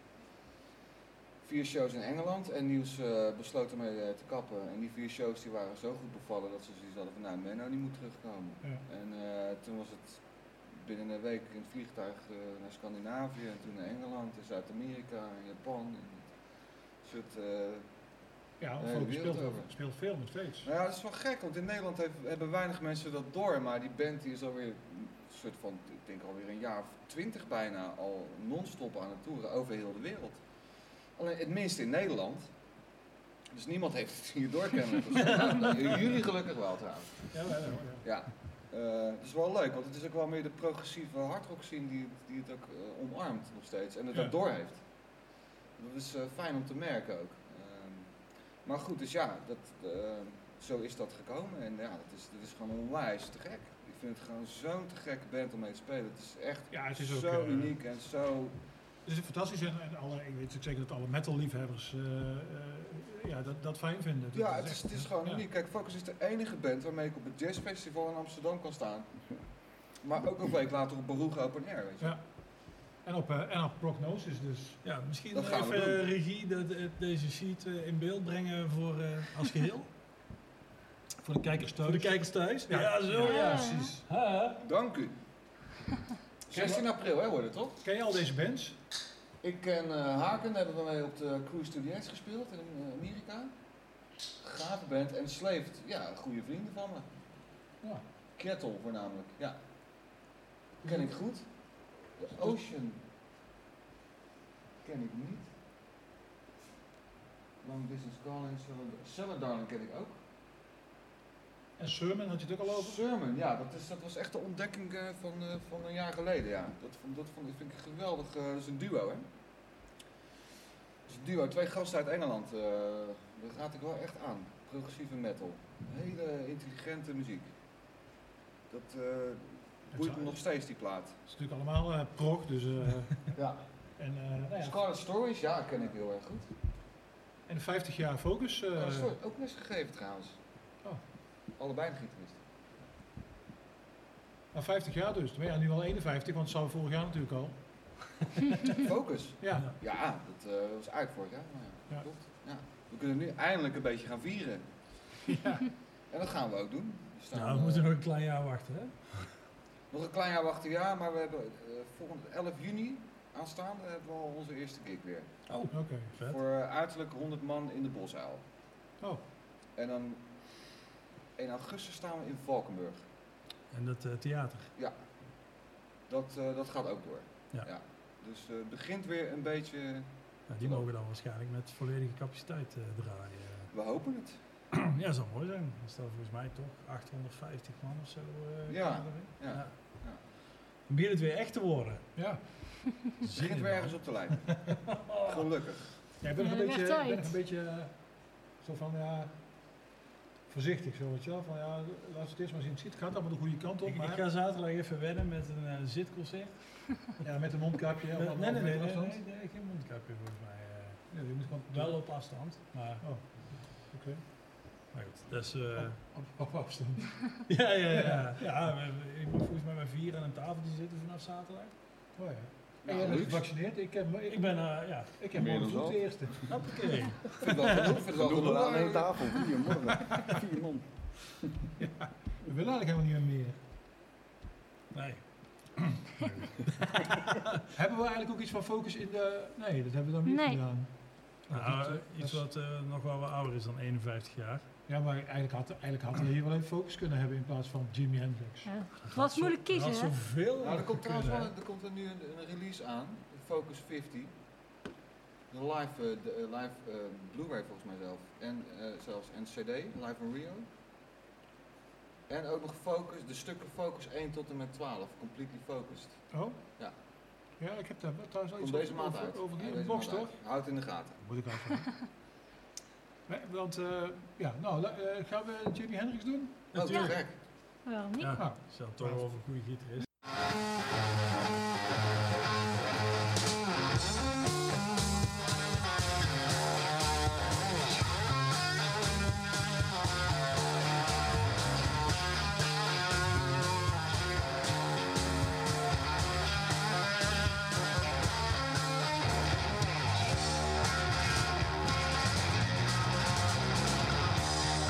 Vier shows in Engeland en Niels uh, besloot ermee uh, te kappen. En die vier shows die waren zo goed bevallen dat ze zoiets hadden van nou, Menno die moet terugkomen. Ja. En uh, toen was het binnen een week in het vliegtuig uh, naar Scandinavië en toen naar Engeland en Zuid-Amerika en Japan. En een soort, uh, Ja, Nee, Focus de speelt, wereld over. speelt veel nog steeds. nou ja, dat is wel gek, want in Nederland heeft, hebben weinig mensen dat door, maar die band die is alweer een soort van, ik denk alweer een jaar of twintig bijna al non-stop aan het toeren over heel de wereld. Alleen het minste in Nederland. Dus niemand heeft het hier doorkennelijk. Jullie gelukkig wel trouwens. Ja, ja, ja, ja. Ja. Uh, het is wel leuk, want het is ook wel meer de progressieve hardrock scene die, het- die het ook uh, omarmt nog steeds en het Ja. ook door heeft. Dat is uh, fijn om te merken ook. Um, maar goed, dus ja, dat, uh, zo is dat gekomen en ja, dat is, dat is gewoon onwijs te gek. Ik vind het gewoon zo'n te gekke band om mee te spelen. Het is echt Ja, het is ook, zo uh, uniek en zo... Het is fantastisch en, en alle, ik weet ook zeker dat alle metal-liefhebbers uh, uh, ja, dat, dat fijn vinden. Dat Ja, het is, echt, het is gewoon ja. uniek. Kijk, Focus is de enige band waarmee ik op het jazzfestival in Amsterdam kan staan. Maar ook een week later op Baruch Open Air, weet je. Ja. En op, uh, en op Prognosis dus. Ja, misschien Dat gaan we even doen. uh, regie dat, uh, deze sheet uh, in beeld brengen voor, uh, als geheel. Voor de kijkers thuis. Voor de kijkers thuis. Ja. Ja, zo ja. Ja. Precies. Ha. Dank u. zestien april, hè, wordt het toch? Ken je al deze bands? Ik en uh, Haken hebben we mee op de Cruise to the Edge gespeeld in uh, Amerika. Gave band. En Slaved, ja, goede vrienden van me. Ja. Kettle voornamelijk, ja. Ken ik goed. The Ocean ken ik niet. Long Distance Calling, Cellar Darling ken ik ook. En Sermon had je het ook al over? Sermon, ja, dat, is, dat was echt de ontdekking uh, van, uh, van een jaar geleden, ja. Dat, vond- dat, vond, dat vind ik geweldig. Uh, dat is een duo, hè. Dat is een duo, twee gasten uit Engeland. Uh, dat raad ik wel echt aan. Progressieve metal. Hele intelligente muziek. Dat, uh, boeit me nog steeds die plaat. Het is natuurlijk allemaal uh, prog, dus... Uh, Ja. En, uh, nou ja. Scarlet Stories, ja, ken ik heel erg goed. En vijftig jaar Focus. Uh, Scarlet Stories, ook les gegeven trouwens. Oh. Allebei de gitarist. Nou, vijftig jaar dus. Maar ja, nu al eenenvijftig, want het zou vorig jaar natuurlijk al. Focus? Ja. Ja, dat uh, was eigenlijk vorig jaar. Maar ja, Ja. klopt. Ja. We kunnen nu eindelijk een beetje gaan vieren. Ja. En dat gaan we ook doen. We staan, Nou, we uh, moeten nog een klein jaar wachten, hè? nog een klein jaar wachten, ja, maar we hebben uh, volgende elf juni aanstaande hebben we al onze eerste gig weer. Oh, Oké. Okay. vet. Voor uh, uiterlijk honderd man in de Bosuil. Oh. En dan in augustus staan we in Valkenburg. En dat uh, theater. Ja, dat, uh, dat gaat ook door. Ja. Ja. Dus uh, het begint weer een beetje, Nou, die mogen dan waarschijnlijk met volledige capaciteit uh, draaien. we hopen het. Ja, dat zou mooi zijn. Dan staat volgens mij toch achthonderdvijftig man of zo. Uh, Ja, kan erin. ja, ja. ja. Dan begint het weer echt te worden. Ja. Het begint weer ergens op te lijken. Gelukkig. Ja, ik ben nog Ja, een beetje, werd ik ben tijd. nog een beetje uh, zo van, ja, voorzichtig zo, weet je wel. Van ja, laat het eerst maar zien. Het schiet- het gaat allemaal de goede kant op, Ik, ik maar ga zaterdag even wedden met een uh, zitconcert. ja, met een mondkapje. Nee, op nee, anderhalve nee, nee, meter nee, afstand. nee, geen mondkapje volgens mij. uh, Ja, je moet gewoon wel op afstand, maar, Oh, oké. maar goed. Dus, uh, Op, op afstand. ja, ja, ja. ja we, we- ik mag volgens mij met vier aan een tafeltje zitten vanaf zaterdag. Oh ja. Ja, En jij bent luxe. gevaccineerd. Ik heb, ik, Ik ben, uh, ja, ik heb Inmiddels morgen vroeg al. de eerste. hoppakee. Ik vind het wel genoeg. Ik vind het wel Doen we genoeg. aan één tafel. Vier morgen. Vier man. We willen eigenlijk helemaal niet meer. Nee. Hebben we eigenlijk ook iets van focus in de... Nee, dat hebben we dan niet Nee. gedaan. Nou, Dat, eh, iets dat is- wat uh, nog wel wat ouder is dan eenenvijftig jaar. Ja, maar eigenlijk, had, eigenlijk hadden we hier wel even focus kunnen hebben in plaats van Jimi Hendrix. Ja. Het was moeilijk kiezen, Er hè? had zoveel Nou, er komt trouwens wel, kunnen. er komt er nu een, een release aan, de Focus vijftig. Een live, uh, de, uh, live uh, Blu-ray volgens mij zelf. En uh, zelfs een C D, Live on Rio. En ook nog Focus, de stukken Focus één tot en met twaalf, completely focused. Oh? Ja. Ja, ik heb daar trouwens al iets Komt deze over, maand over, uit. over die Ja, in de deze box, maand toch? uit. Houd in de gaten. Moet ik uitvallen. Nee, want, uh, ja, nou, la- uh, gaan we Jimi Hendrix doen? Oh, Natuurlijk. gek. Waarom niet? Ja, Nou, stel toch over een goede gitarist.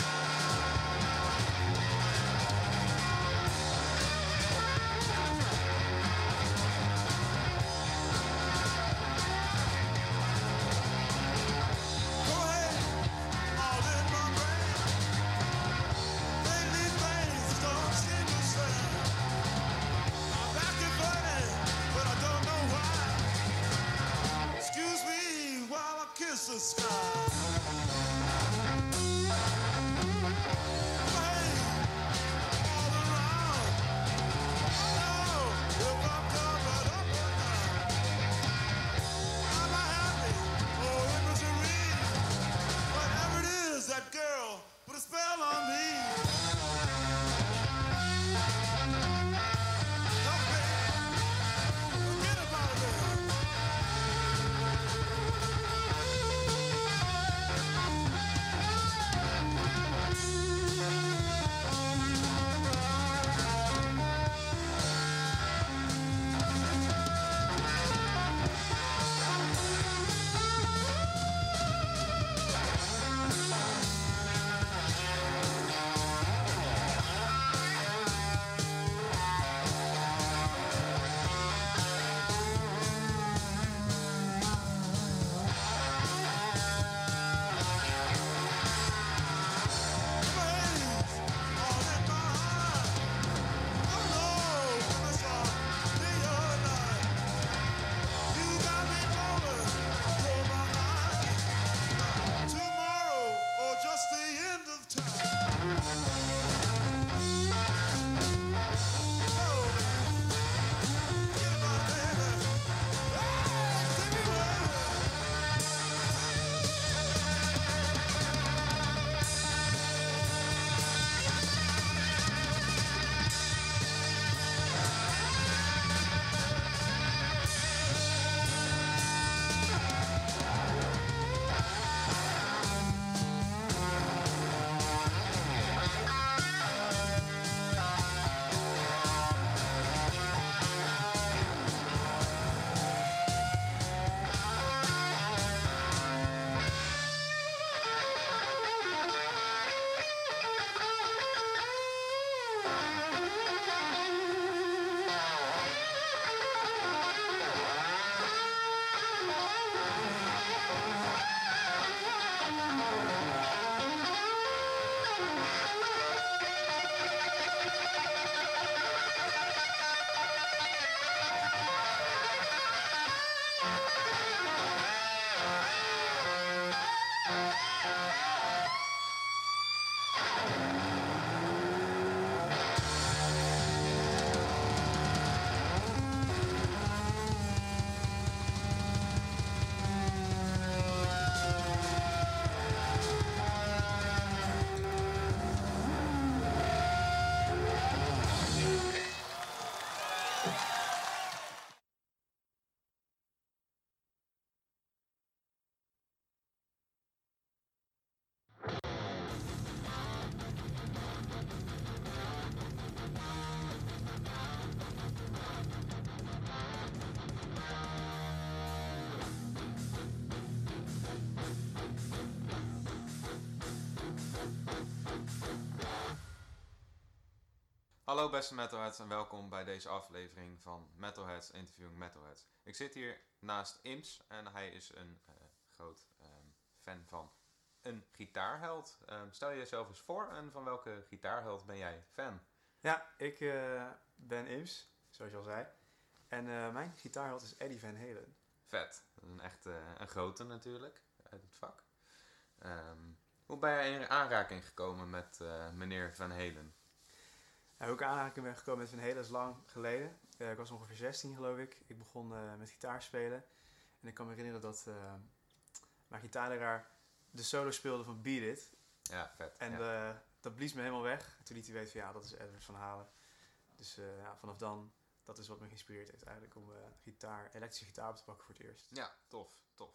Thank Hallo beste Metalheads en welkom bij deze aflevering van Metalheads Interviewing Metalheads. Ik zit hier naast Ims en hij is een uh, groot um, fan van een gitaarheld. Um, stel je jezelf eens voor en van welke gitaarheld ben jij fan? Ja, ik uh, ben Ims, zoals je al zei. En uh, mijn gitaarheld is Eddie Van Halen. Vet, dat is een echt uh, een grote natuurlijk uit het vak. Um, hoe ben jij in aanraking gekomen met uh, meneer Van Halen? Ja, hoe ik aanraking ben gekomen met Van Halen is lang geleden. Uh, ik was ongeveer zestien geloof ik. Ik begon uh, met gitaar spelen. En ik kan me herinneren dat uh, mijn gitaarleraar de solo speelde van Beat It. Ja, vet. En ja. Uh, dat blies me helemaal weg. Toen liet hij weten van ja, dat is Edward Van Halen. Dus uh, ja, vanaf dan, dat is wat me geïnspireerd heeft eigenlijk om uh, gitaar, elektrische gitaar op te pakken voor het eerst. Ja, tof, tof.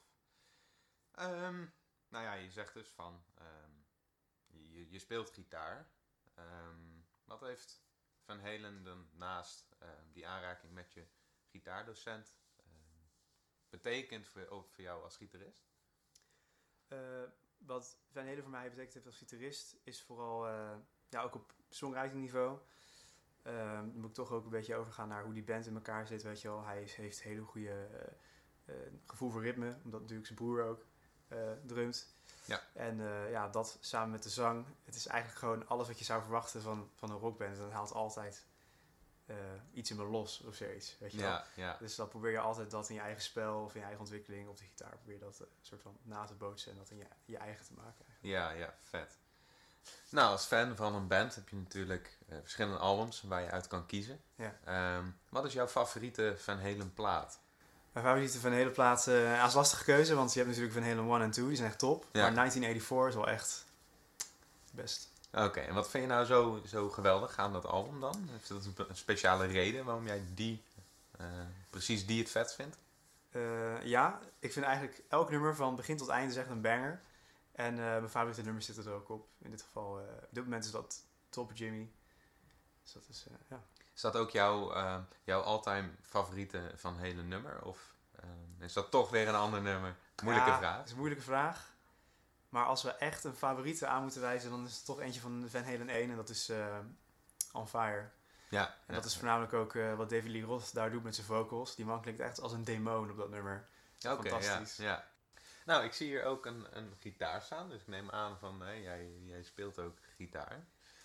Um, nou ja, je zegt dus van, um, je, je speelt gitaar. Um, wat heeft Van Halen dan naast um, die aanraking met je gitaardocent um, betekend voor, ook voor jou als gitarist? Uh, wat Van Halen voor mij betekent heeft als gitarist is vooral, uh, ja, ook op songwriting niveau. Uh, dan moet ik toch ook een beetje overgaan naar hoe die band in elkaar zit, weet je wel. Hij is, heeft een hele goede uh, uh, gevoel voor ritme, omdat natuurlijk zijn broer ook uh, drumt. Ja. En uh, ja, dat samen met de zang, het is eigenlijk gewoon alles wat je zou verwachten van, van een rockband. Dat haalt altijd uh, iets in me los of zoiets, weet je wel. Ja, ja. Dus dan probeer je altijd dat in je eigen spel of in je eigen ontwikkeling op de gitaar, probeer je dat uh, soort van na te bootsen en dat in je, je eigen te maken. Eigenlijk. Ja, ja, vet. Nou, als fan van een band heb je natuurlijk uh, verschillende albums waar je uit kan kiezen. Ja. Um, wat is jouw favoriete Van Halen plaat? Mijn favoriete Van Halen plaat uh, ja, is een lastige keuze, want je hebt natuurlijk Van Halen one en two, die zijn echt top. Ja. Maar negentien eighty-four is wel echt best. Oké, okay, en wat vind je nou zo, zo geweldig aan dat album dan? Heeft dat een, een speciale reden waarom jij die, uh, precies die het vet vindt? Uh, ja, ik vind eigenlijk elk nummer van begin tot eind is echt een banger. En uh, mijn favoriete nummers zitten er ook op. In dit geval, uh, op dit moment is dat Top Jimmy. Dus dat is, uh, ja. Is dat ook jouw, uh, jouw all-time favoriete Van Halen nummer? Of uh, is dat toch weer een ander nummer? Moeilijke ja, vraag. Dat is een moeilijke vraag. Maar als we echt een favoriete aan moeten wijzen, dan is het toch eentje van Van Halen one. En dat is uh, On Fire. Ja. En ja, dat is ja. voornamelijk ook uh, wat David Lee Roth daar doet met zijn vocals. Die man klinkt echt als een demon op dat nummer. Oké, okay, fantastisch. Ja, ja. Nou, ik zie hier ook een, een gitaar staan. Dus ik neem aan van, hey, jij, jij speelt ook gitaar.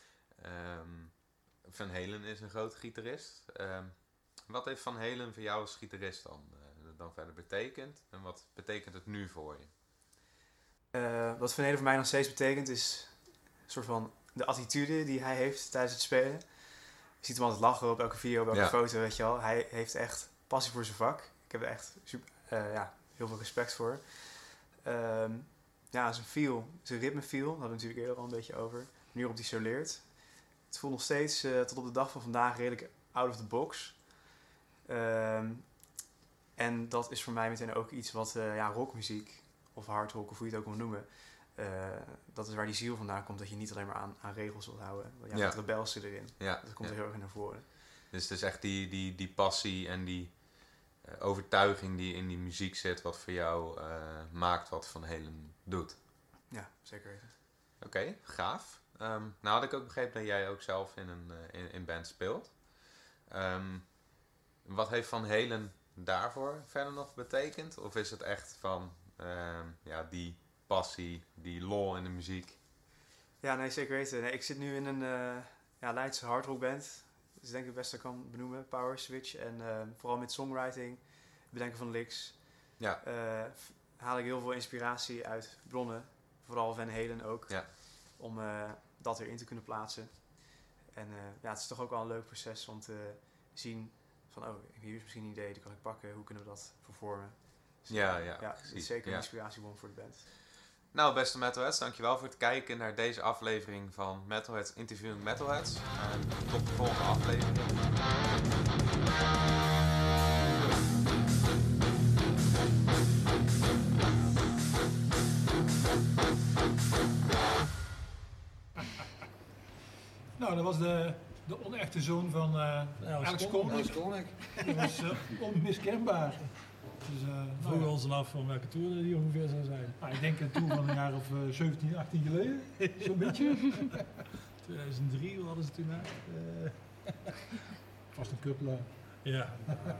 Um, Van Halen is een grote gitarist. Um, wat heeft Van Halen voor jou als gitarist dan, uh, dan verder betekend? En wat betekent het nu voor je? Uh, wat Van Halen voor mij nog steeds betekent is een soort van de attitude die hij heeft tijdens het spelen. Je ziet hem altijd lachen op elke video, op elke ja. foto, weet je wel. Hij heeft echt passie voor zijn vak. Ik heb er echt super, uh, ja, heel veel respect voor. Um, ja, zijn feel, zijn ritme feel, daar hadden we natuurlijk eerder al een beetje over. De manier waarop hij soleert. Het voelt nog steeds uh, tot op de dag van vandaag redelijk out of the box. Um, en dat is voor mij meteen ook iets wat uh, ja, rockmuziek of hard rock of hoe je het ook wil noemen. Uh, dat is waar die ziel vandaan komt, dat je niet alleen maar aan, aan regels wilt houden. Ja, ja. Het rebelse erin. Ja. Dat komt ja. er heel erg naar voren. Dus het is echt die, die, die passie en die uh, overtuiging die in die muziek zit, wat voor jou uh, maakt wat Van Halen doet. Ja, zeker weten. Oké, okay, gaaf. Um, nou had ik ook begrepen dat jij ook zelf in een uh, in, in band speelt. Um, wat heeft Van Halen daarvoor verder nog betekend? Of is het echt van um, ja, die passie, die lol in de muziek? Ja, nee, zeker weten. Nee, ik zit nu in een uh, ja, Leidse hardrockband. Dat is denk ik het beste kan benoemen. Power Switch. En uh, vooral met songwriting, bedenken van licks. Ja. Uh, f- haal ik heel veel inspiratie uit bronnen. Vooral Van Halen ook. Ja. Om uh, dat erin te kunnen plaatsen. En uh, ja, het is toch ook wel een leuk proces om te zien van, oh, hier is misschien een idee, die kan ik pakken. Hoe kunnen we dat vervormen? Dus, ja, ja, ja, precies. het is zeker een ja. inspiratiebron voor de band. Nou, beste Metalheads, dankjewel voor het kijken naar deze aflevering van Metalheads Interviewing Metalheads. En tot de volgende aflevering. Nou, dat was de, de onechte zoon van uh, Alex Alex Kolnick. Kolnick. Dat kon ik. Dat was uh, onmiskenbaar. Dus, uh, nou, Vroegen ja. ons dan af van welke tour die ongeveer zou zijn. Nou, ik denk een tour van een jaar of uh, zeventien, achttien geleden. Zo'n beetje. tweeduizend drie, hoe hadden ze toen uit? Uh, Vast een kuppelen. Ja.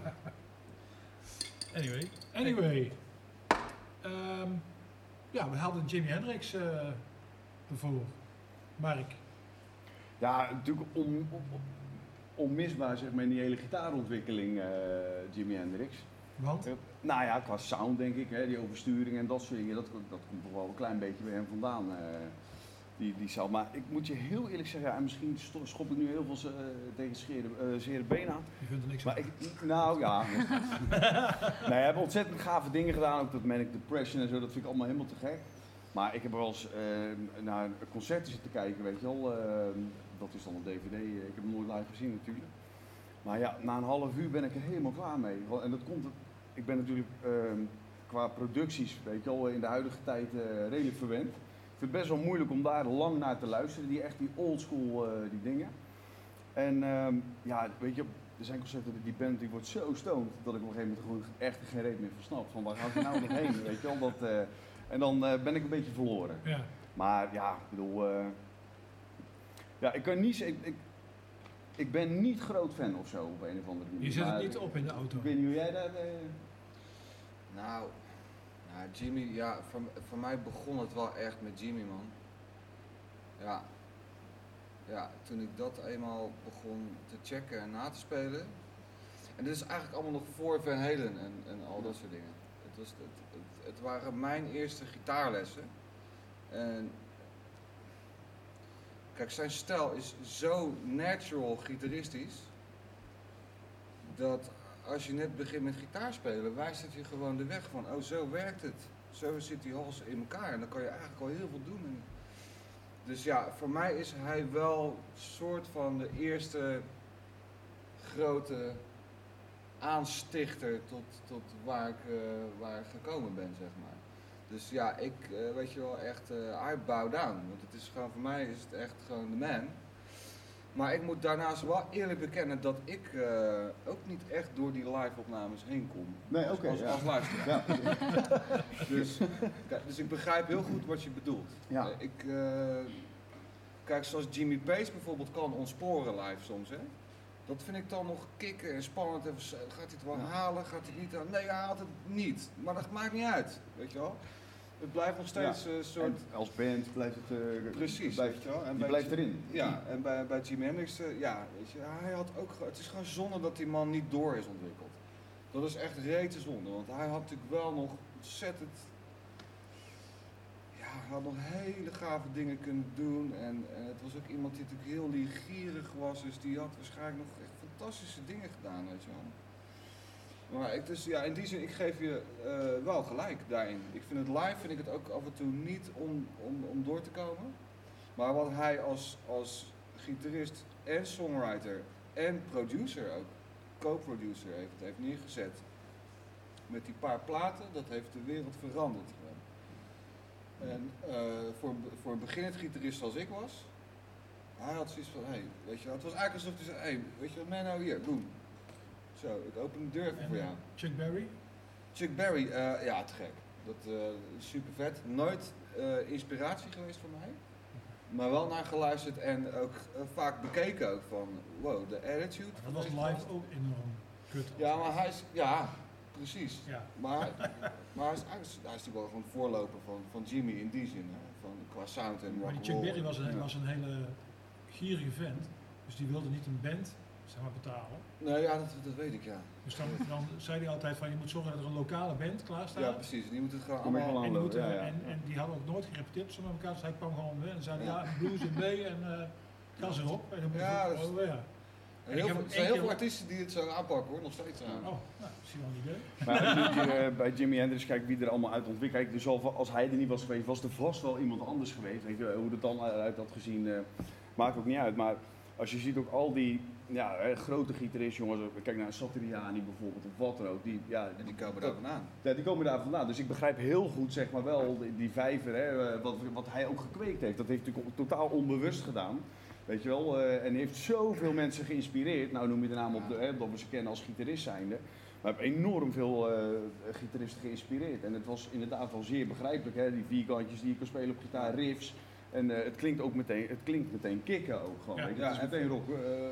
Anyway. Anyway. Ehm, ja, we hadden Jimi Hendrix uh, ervoor. Mark. Ja, natuurlijk on, on, onmisbaar zeg maar in die hele gitaarontwikkeling, uh, Jimi Hendrix. Want? Uh, nou ja, qua sound denk ik, hè, die oversturing en dat soort dingen, dat, dat komt toch wel een klein beetje bij hem vandaan. Uh, die, die sound. Maar ik moet je heel eerlijk zeggen, ja, en misschien schop ik nu heel veel uh, tegen zere, uh, zere benen aan. Je vindt er niks maar aan. Ik, nou ja. Nee, hij heeft ontzettend gave dingen gedaan, ook dat Manic Depression en zo, dat vind ik allemaal helemaal te gek. Maar ik heb wel eens uh, naar concerten zitten kijken, weet je wel. Uh, dat is dan een D V D, ik heb hem nooit live gezien natuurlijk. Maar ja, na een half uur ben ik er helemaal klaar mee. En dat komt, ik ben natuurlijk uh, qua producties, weet je wel, in de huidige tijd uh, redelijk verwend. Ik vind het best wel moeilijk om daar lang naar te luisteren, die echt die oldschool uh, die dingen. En um, ja, weet je, er zijn concerten, die band die wordt zo stoned dat ik op een gegeven moment gewoon echt geen reet meer van snap. Van waar gaat hij nou nog heen, weet je wel. Dat, uh, en dan uh, ben ik een beetje verloren. Ja. Maar ja, ik bedoel, uh, ja, ik kan niet zeggen, ik, ik, ik ben niet groot fan of zo op een of andere manier. Je zet het maar, niet op in de auto. Ik weet niet hoe jij daar... Uh... Nou, nou, Jimi, ja, voor, voor mij begon het wel echt met Jimi, man. Ja. Ja, toen ik dat eenmaal begon te checken en na te spelen. En dit is eigenlijk allemaal nog voor Van Halen en, en al dat soort dingen. Het, was, het, het, het waren mijn eerste gitaarlessen. En kijk, zijn stijl is zo natural gitaristisch, dat als je net begint met gitaarspelen, wijst het je gewoon de weg van, oh zo werkt het. Zo zit die hals in elkaar en dan kan je eigenlijk al heel veel doen. En dus ja, voor mij is hij wel een soort van de eerste grote aanstichter tot, tot waar, ik, uh, waar ik gekomen ben, zeg maar. Dus ja, ik, uh, weet je wel, echt, uh, I bow down. Want het is gewoon, voor mij is het echt gewoon de man. Maar ik moet daarnaast wel eerlijk bekennen dat ik uh, ook niet echt door die live-opnames heen kom. Nee, oké. Okay, als, ja. als luisteraar. Ja. dus, kijk, dus ik begrijp heel goed wat je bedoelt. Ja. Uh, ik, uh, kijk, zoals Jimmy Page bijvoorbeeld kan ontsporen live soms, hè. Dat vind ik dan nog kicken en spannend. En gaat hij het wel Ja. halen? Gaat hij het niet halen? Nee, hij haalt het niet. Maar dat maakt niet uit, weet je wel. Het blijft nog steeds een ja. uh, soort... En als band blijft het... Uh, Precies, blijft, weet je wel. En je bij blijft erin. Ja, en bij, bij Jimi Hendrix, uh, ja, weet je, hij had ook... Het is gewoon zonde dat die man niet door is ontwikkeld. Dat is echt rete zonde, want hij had natuurlijk wel nog ontzettend... Ja, hij had nog hele gave dingen kunnen doen. En, en het was ook iemand die natuurlijk heel leergierig was, dus die had waarschijnlijk nog echt fantastische dingen gedaan, weet je wel. Maar ik, dus, ja, in die zin, ik geef je uh, wel gelijk daarin. Ik vind het live, vind ik het ook af en toe niet om, om, om door te komen. Maar wat hij als, als gitarist en songwriter en producer ook, co-producer heeft, heeft neergezet met die paar platen, dat heeft de wereld veranderd. En uh, voor, voor een beginnend gitarist zoals ik was, hij had zoiets van, hé, hey, weet je wel, het was eigenlijk alsof hij zei, hé, hey, weet je wat, man, nou hier, boem. Zo, ik open de deur even en, voor jou. Chuck Berry? Chuck Berry, uh, ja, te gek. Dat is uh, super vet. Nooit uh, inspiratie geweest voor mij. Maar wel naar geluisterd en ook uh, vaak bekeken ook van, wow, de attitude. Dat was live ook enorm kut. Ja, maar hij is, ja, precies. Ja. Maar, maar hij is, hij is, hij is natuurlijk wel gewoon voorloper van, van Jimmy in die zin, hè, van, qua sound en Maar die Chuck Berry was een, was een hele gierige vent. Dus die wilde niet een band, zeg maar, betalen. Nee, ja, dat, dat weet ik, ja. Dus dan, dan zei hij altijd van, je moet zorgen dat er een lokale band klaar staat. Ja, precies. Die moet het gewoon Kom ik allemaal... wel En die, moeten, Ja, ja. En, en die hadden ook nooit gerepeteerd zonder elkaar, dus hij kwam gewoon mee en zei ja, blues en B en uh, gas erop. En dan moet Ja, je, dat is- oh, ja. Heel Ik heb veel, hem er zijn één heel keer- veel artiesten die het zo aanpakken, hoor, nog steeds aan. Oh, nou, misschien wel een idee. Maar als je uh, bij Jimi Hendrix kijkt wie er allemaal uit ontwikkelt, kijk, dus al, als hij er niet was geweest, was er vast wel iemand anders geweest. Weet je, hoe het dan uit had gezien, uh, maakt ook niet uit. Maar als je ziet ook al die ja, eh, grote gitaristen, jongens, kijk naar Satriani bijvoorbeeld, of wat dan ook. Die, ja, En die komen daar vandaan. Ja, die komen daar vandaan. Dus ik begrijp heel goed, zeg maar wel, die, die vijver, hè, wat, wat hij ook gekweekt heeft. Dat heeft hij natuurlijk totaal onbewust gedaan. Weet je wel, uh, en heeft zoveel mensen geïnspireerd. Nou noem je de naam op de, hè, dat we ze kennen als gitarist zijnde. Maar heeft enorm veel uh, gitaristen geïnspireerd. En het was inderdaad wel zeer begrijpelijk, hè, die vierkantjes die je kan spelen op gitaar, riffs. En uh, het klinkt ook meteen, het klinkt meteen kicken ook gewoon. Ja. weet je. Ja, het is en- meteen rock, uh,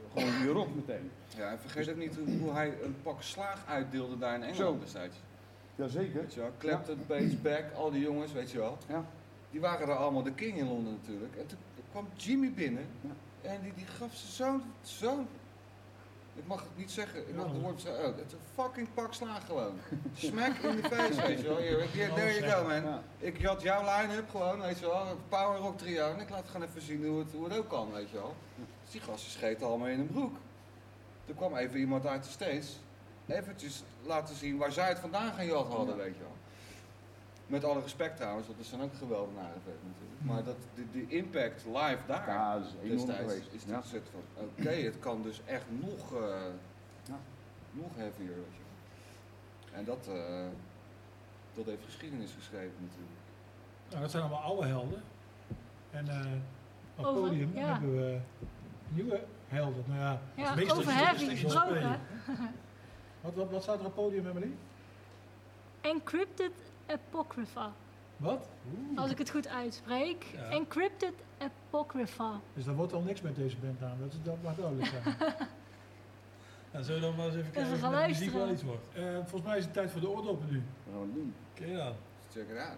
gewoon hierop meteen. Ja, en vergeet ook niet hoe, hoe hij een pak slaag uitdeelde daar in Engeland Zo. destijds. Jazeker. Weet je wel, Clapton, Bates, Beck, al die jongens, weet je wel. Ja. Die waren er allemaal de king in Londen natuurlijk. En toen kwam Jimmy binnen Ja. en die, die gaf ze zo'n, zo'n, ik mag het niet zeggen, ik mag het woord zeggen, oh, het is een fucking pak slaag gewoon. Smack in de face, weet je wel. Hier, hier, there you go man. Ja. Ik had jouw line-up gewoon, weet je wel, een power rock trio en ik laat gewoon even zien hoe het, hoe het ook kan, weet je wel. Dus die gasten scheten allemaal in een broek. Toen kwam even iemand uit de States, eventjes laten zien waar zij het vandaan gaan jat hadden, Ja. weet je wel. Met alle respect trouwens, want er zijn ook geweldenaren natuurlijk. Maar dat, de, de impact live daar Ja, dat is enorm destijds geweest. is Ja. het soort van, oké, het kan dus echt nog, uh, Ja. nog heavier, weet je. En dat, uh, dat heeft geschiedenis geschreven natuurlijk. Nou, dat zijn allemaal oude helden. En uh, op het Over- podium ja. hebben we nieuwe helden. Nou ja, Ja, meestal over is het heavy steeds gesproken. spelen. Wat, wat, wat staat er op het podium, Emily? Encrypted Apocrypha. Wat? Als ik het goed uitspreek. Ja. Encrypted Apocrypha. Dus dat wordt al niks met deze band aan. Dat, is- dat mag duidelijk zijn. Nou, zullen we dan maar eens even kijken Even of gaan met de muziek luisteren. wel iets wordt. Eh, volgens mij is het tijd voor de oordoppen nu. Dat gaan we doen. Oké dan. Check it out.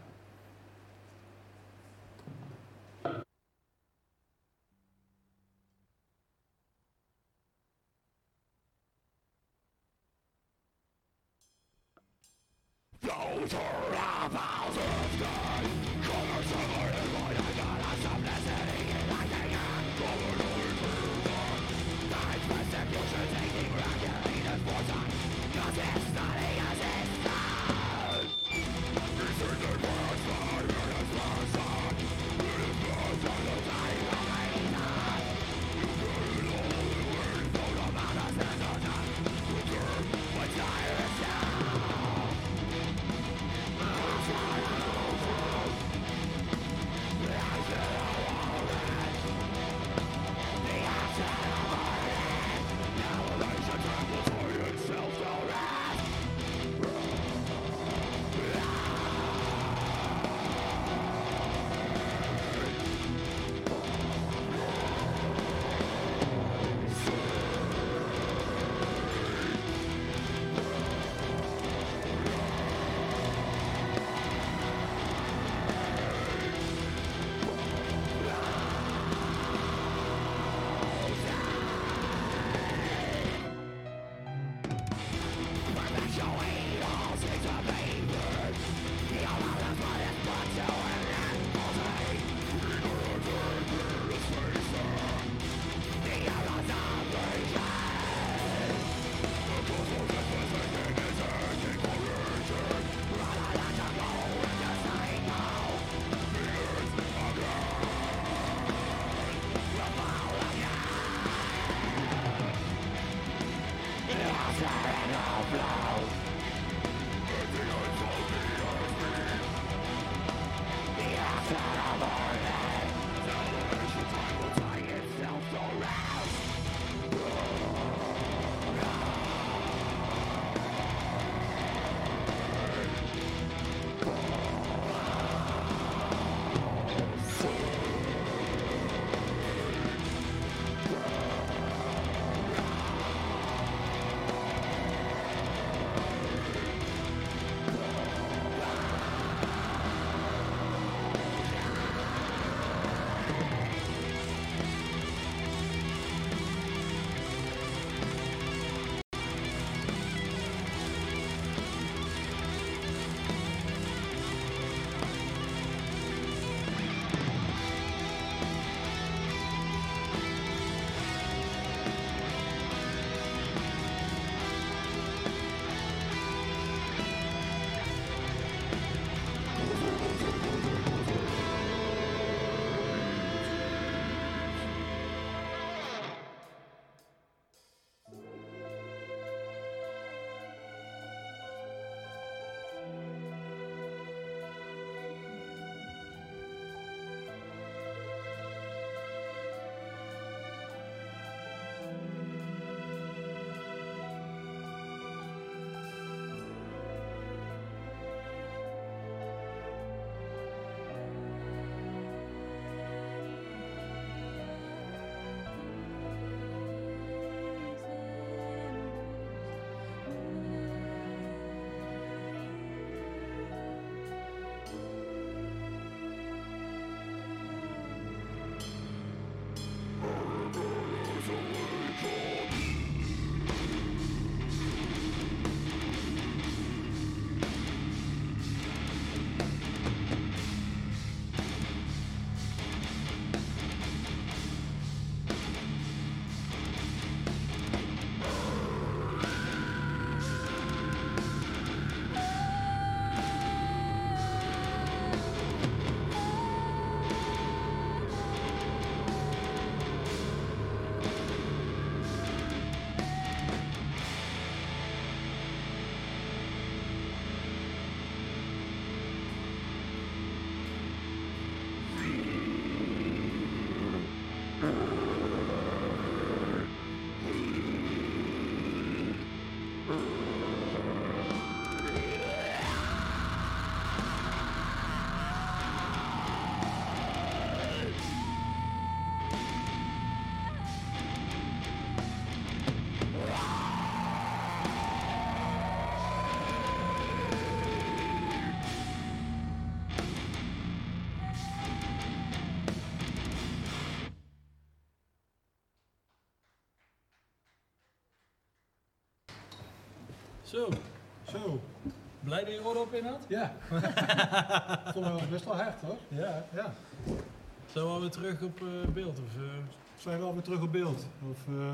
Zo, Zo, blij dat je oordop in had? ja. Vond ik best wel hard, hoor. Ja. Ja. Zijn we alweer terug op uh, beeld? Of, uh... Zijn we alweer terug op beeld? Of, uh...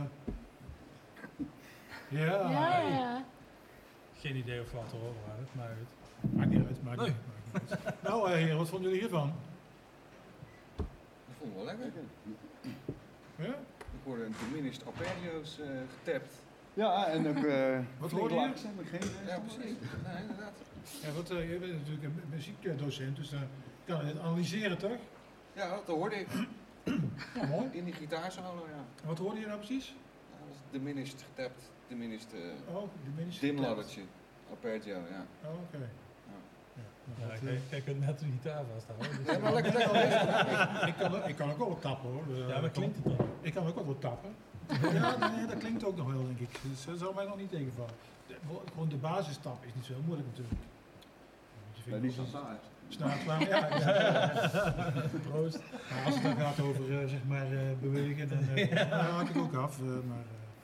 ja. Ja, ja, ja. Geen idee of wat te horen waren, maar goed. Maakt niet uit, maakt Nee. niet uit, maakt niet uit. Nou, uh, heren, wat vonden jullie hiervan? Dat vond ik wel lekker. Ja? Ik hoorde een diminished arpeggios uh, getapt. Ja, en ook... Uh, Wat flink hoorde je? laag zijn, maar geen idee. Ja, precies. Ja, inderdaad. Ja, wat, uh, je bent natuurlijk een muziekdocent, dus dan kan je het analyseren, toch? Ja, dat hoorde ik. Ja, mooi. In die gitaarsolo, ja. Wat hoorde je nou precies? Ja, dat is diminished getapt. Diminished uh, Oh, de minister. dimladdertje. Arpeggio, ja. Oh, oké. Ja. Ja, Ja, nou, wat, kijk, uh, kijk, het net de gitaar vasthouden. Dus Ja, maar lekker lekker bezig. ik, kan, ook- ik kan ook wel wat tappen, hoor. Uh, ja, maar klinkt het dan? Ik kan ook wel wat tappen. Ja, nee, dat klinkt ook nog wel, denk ik. Dus dat zou mij nog niet tegenvallen. De, gewoon de basistap is niet zo heel moeilijk natuurlijk. Ja, die is al saai. Snaar slaan, ja. ja. Proost. Maar als het dan gaat over uh, zeg maar uh, bewegen, dan, uh, dan haak ik ook af. Uh, maar,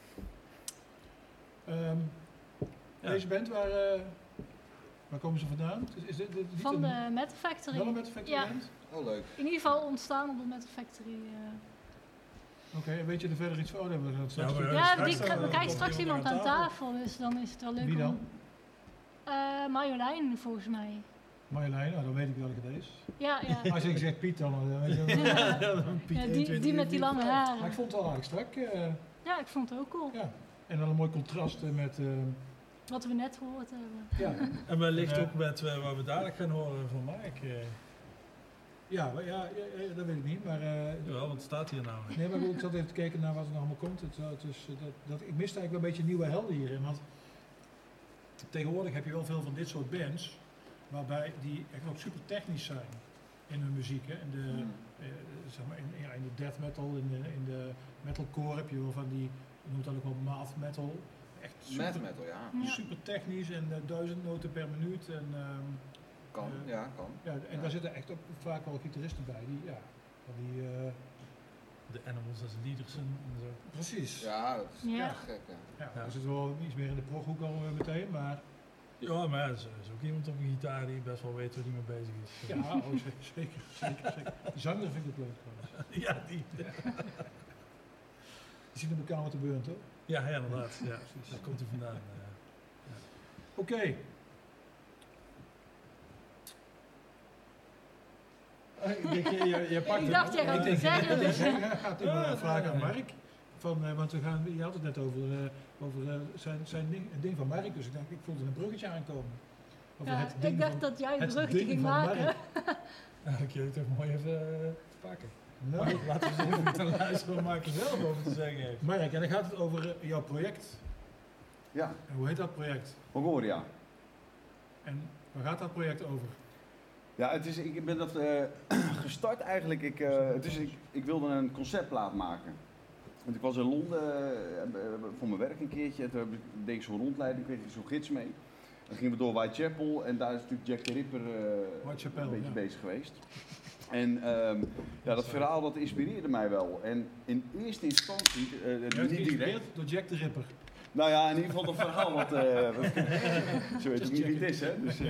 uh, um, Ja. Deze band, waar, uh, waar komen ze vandaan? Is, is dit, dit niet Van een, de Metal Factory. wel een Metal Factory Ja. band? Oh, leuk. In ieder geval ontstaan op de Metal Factory. uh. Oké, en weet je er verder iets van? Oh, nee, we gaan straks Ja, maar, doen. uh, Ja, straks die, dan, kri- uh, we krijgen komt straks iemand iemand aan aan tafel. tafel, dus dan is het wel leuk Wie dan? om... Uh, Marjolein, volgens mij. Marjolein, nou, dan weet ik welke het is. Ja, ja. Als ik zeg Piet, dan uh, weet je wel. Ja, Piet, ja, één, die, twee, die drie, met die vier, lange vijf. Maar ik haren. vond het wel aardig strak. uh, Ja, ik vond het ook cool. ja. En dan een mooi contrast uh, met... Uh, Wat we net gehoord hebben. ja, En wellicht Ja. ook met uh, wat we dadelijk gaan horen van Mark. Uh, ja, maar ja, ja, ja, dat weet ik niet, maar... Uh, jawel, want het staat hier namelijk. Nee, maar ik zat even te kijken naar wat er nog allemaal komt. Het, uh, het is, uh, dat, dat, ik miste eigenlijk wel een beetje nieuwe helden hierin. Want tegenwoordig heb je wel veel van dit soort bands, waarbij die echt ook super technisch zijn in hun muziek. Hè. In, de, Mm. uh, zeg maar in, ja, in de death metal, in de, in de metalcore heb je wel van die, je noemt dat ook wel math metal. Echt super, Math metal, ja. Ja. super technisch en uh, duizend noten per minuut. En, um, Kan, Uh, ja, kan. ja, en Ja. daar zitten echt ook vaak wel gitaristen bij. Die, ja, van die, uh, De Animals as Leadersen en zo. precies. Ja, dat is Ja. echt gek, hè. Ja, Ja. er zit wel iets meer in de proghoek al uh, meteen, maar Ja, maar er is, er is ook iemand op een gitaar die best wel weet waar hij mee bezig is. ja, oh, zeker, zeker, zeker, zeker. Die zanger vind ik ook leuk trouwens. ja, die. Die zit in elkaar met de beurt, toch? Ja, ja, inderdaad. Ja, daar komt hij vandaan. Uh. Oké. Okay. Ik denk, je, je, je pakt Ik hem. dacht, jij gaat Ik het denk, zeggen, ik dus- denk, ja, gaat hem Ja, uh, vragen aan nee, nee. Mark. Van, uh, want we gaan, je had het net over, uh, over uh, zijn, zijn ding, het ding van Mark, dus ik denk, ik voelde een bruggetje aankomen. Over Ja, het ding ik dacht van, dat jij het het bruggetje ding ging van maken. Mark. Nou, ik jullie toch mooi even uh, pakken. Nou, Maar laten we eens even te luisteren wat Mark er zelf over te zeggen heeft. Mark, en dan gaat het over uh, jouw project. Ja, En hoe heet dat project? Mongolia. En waar gaat dat project over? Ja, het is, ik ben dat eh, gestart eigenlijk. Ik, eh, het is, ik, ik wilde een conceptplaat maken. Want ik was in Londen eh, eh, voor mijn werk een keertje. En toen heb ik- deed ik zo'n rondleiding, kreeg ik zo'n gids mee. Dan gingen we door Whitechapel en daar is natuurlijk Jack the Ripper eh, Whitechapel, een beetje ja. bezig geweest. En ehm, ja, dat verhaal dat inspireerde mij wel. En in eerste instantie, eh, Je werd niet direct. geïnspireerd door Jack the Ripper. Nou ja, in ieder geval dat verhaal wat... eh wat zo weet ik niet wie het is, hè. Dus, eh,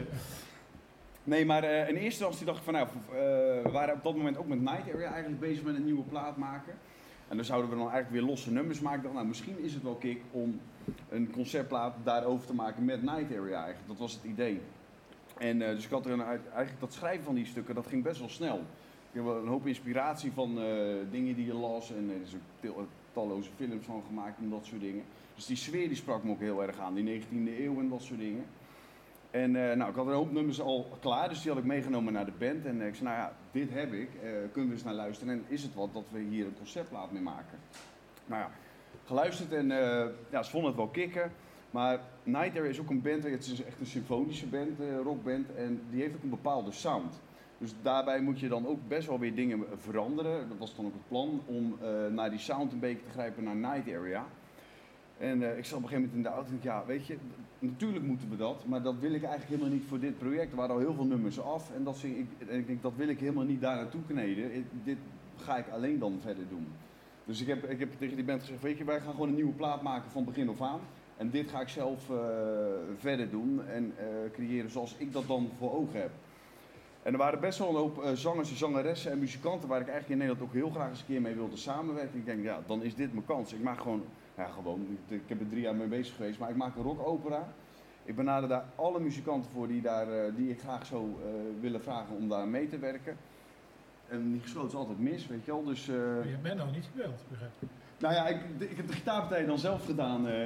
nee, maar eh, in eerste instantie dacht ik van, nou, eh, we waren op dat moment ook met Night Area eigenlijk bezig met een nieuwe plaat maken. En dan zouden we dan eigenlijk weer losse nummers maken. Ik dacht, nou, misschien is het wel kick om een conceptplaat daarover te maken met Night Area eigenlijk. Dat was het idee. En eh, dus ik had er een, eigenlijk dat schrijven van die stukken, dat ging best wel snel. Ik heb wel een hoop inspiratie van eh, dingen die je las en er is ook til- talloze films van gemaakt en dat soort dingen. Dus die sfeer die sprak me ook heel erg aan, die negentiende eeuw en dat soort dingen. En eh, nou, ik had een hoop nummers al klaar, dus die had ik meegenomen naar de band. En eh, ik zei, nou ja, dit heb ik, eh, kunnen we eens naar luisteren en is het wat dat we hier een conceptplaat mee maken. Nou ja, geluisterd en eh, ja, ze vonden het wel kicken. Maar Night Area is ook een band, het is echt een symfonische band, eh, rockband, en die heeft ook een bepaalde sound. Dus daarbij moet je dan ook best wel weer dingen veranderen. Dat was dan ook het plan, om uh, naar die sound een beetje te grijpen naar Night Area. En uh, ik zat op een gegeven moment in de auto en dacht, ja, weet je, natuurlijk moeten we dat, maar dat wil ik eigenlijk helemaal niet voor dit project. Er waren al heel veel nummers af en dat, ik, en ik denk, dat wil ik helemaal niet daar naartoe kneden. Ik, dit ga ik alleen dan verder doen. Dus ik heb, ik heb tegen die band gezegd, weet je, wij gaan gewoon een nieuwe plaat maken van begin af aan. En dit ga ik zelf uh, verder doen en uh, creëren zoals ik dat dan voor ogen heb. En er waren best wel een hoop uh, zangers en zangeressen en muzikanten waar ik eigenlijk in Nederland ook heel graag eens een keer mee wilde samenwerken. Ik denk, ja, dan is dit mijn kans. Ik maak gewoon, ja gewoon, ik, ik heb er drie jaar mee bezig geweest, maar ik maak een rockopera. Ik benader daar alle muzikanten voor die, daar, uh, die ik graag zou uh, willen vragen om daar mee te werken. En die gesloten is altijd mis, weet je wel. Dus, uh... je hebt mij nou niet gebeld, begrijp ik. Nou ja, ik, ik heb de gitaarpartij dan zelf gedaan. Uh.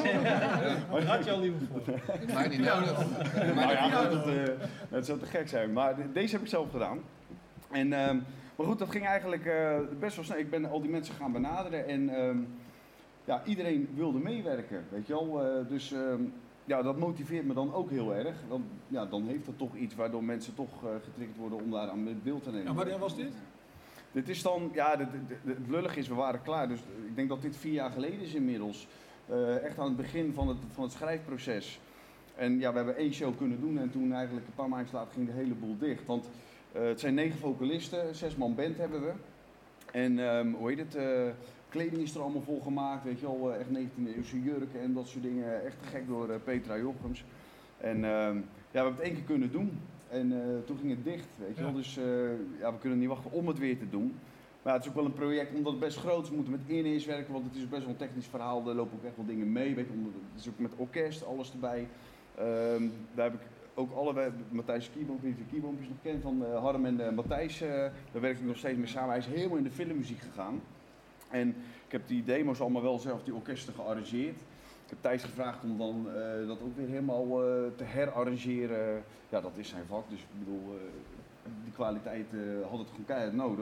Maar had je al liever voor? Maakt niet nodig. Nou ja, dat, uh, dat zou te gek zijn. Maar de, deze heb ik zelf gedaan. En, um, maar goed, dat ging eigenlijk uh, best wel snel. Ik ben al die mensen gaan benaderen en um, ja, iedereen wilde meewerken, weet je wel. Uh, dus um, ja, dat motiveert me dan ook heel erg. Dan, ja, dan heeft dat toch iets waardoor mensen toch uh, getriggerd worden om daar aan het beeld te nemen. En wanneer was dit? Dit is dan, ja, de, de, de, het lullig is, we waren klaar. Dus ik denk dat dit vier jaar geleden is inmiddels. Uh, echt aan het begin van het, van het schrijfproces. En ja, we hebben één show kunnen doen en toen eigenlijk een paar maanden later ging de hele boel dicht. Want uh, het zijn negen vocalisten, zes man band hebben we. En um, hoe heet het, uh, kleding is er allemaal vol gemaakt, weet je wel, uh, echt negentiende eeuwse jurken en dat soort dingen. Echt te gek door uh, Petra Jochems. En um, ja, we hebben het één keer kunnen doen. En uh, toen ging het dicht, weet je wel. Ja. Dus uh, ja, we kunnen niet wachten om het weer te doen. Maar ja, het is ook wel een project, omdat het best groot is. We moeten met in-ears werken, want het is best wel een technisch verhaal. Er lopen ook echt wel dingen mee. Weet je, het is ook met orkest, alles erbij. Um, daar heb ik ook alle, Matthijs Kieboom, wie de Kieboompjes nog kent, van uh, Harm en uh, Matthijs. Uh, daar werk ik nog steeds mee samen. Hij is helemaal in de filmmuziek gegaan. En ik heb die demo's allemaal wel zelf, die orkesten, gearrangeerd. Ik heb Thijs gevraagd om dan uh, dat ook weer helemaal uh, te herarrangeren. Ja, dat is zijn vak, dus ik bedoel, uh, die kwaliteit uh, had het gewoon keihard nodig.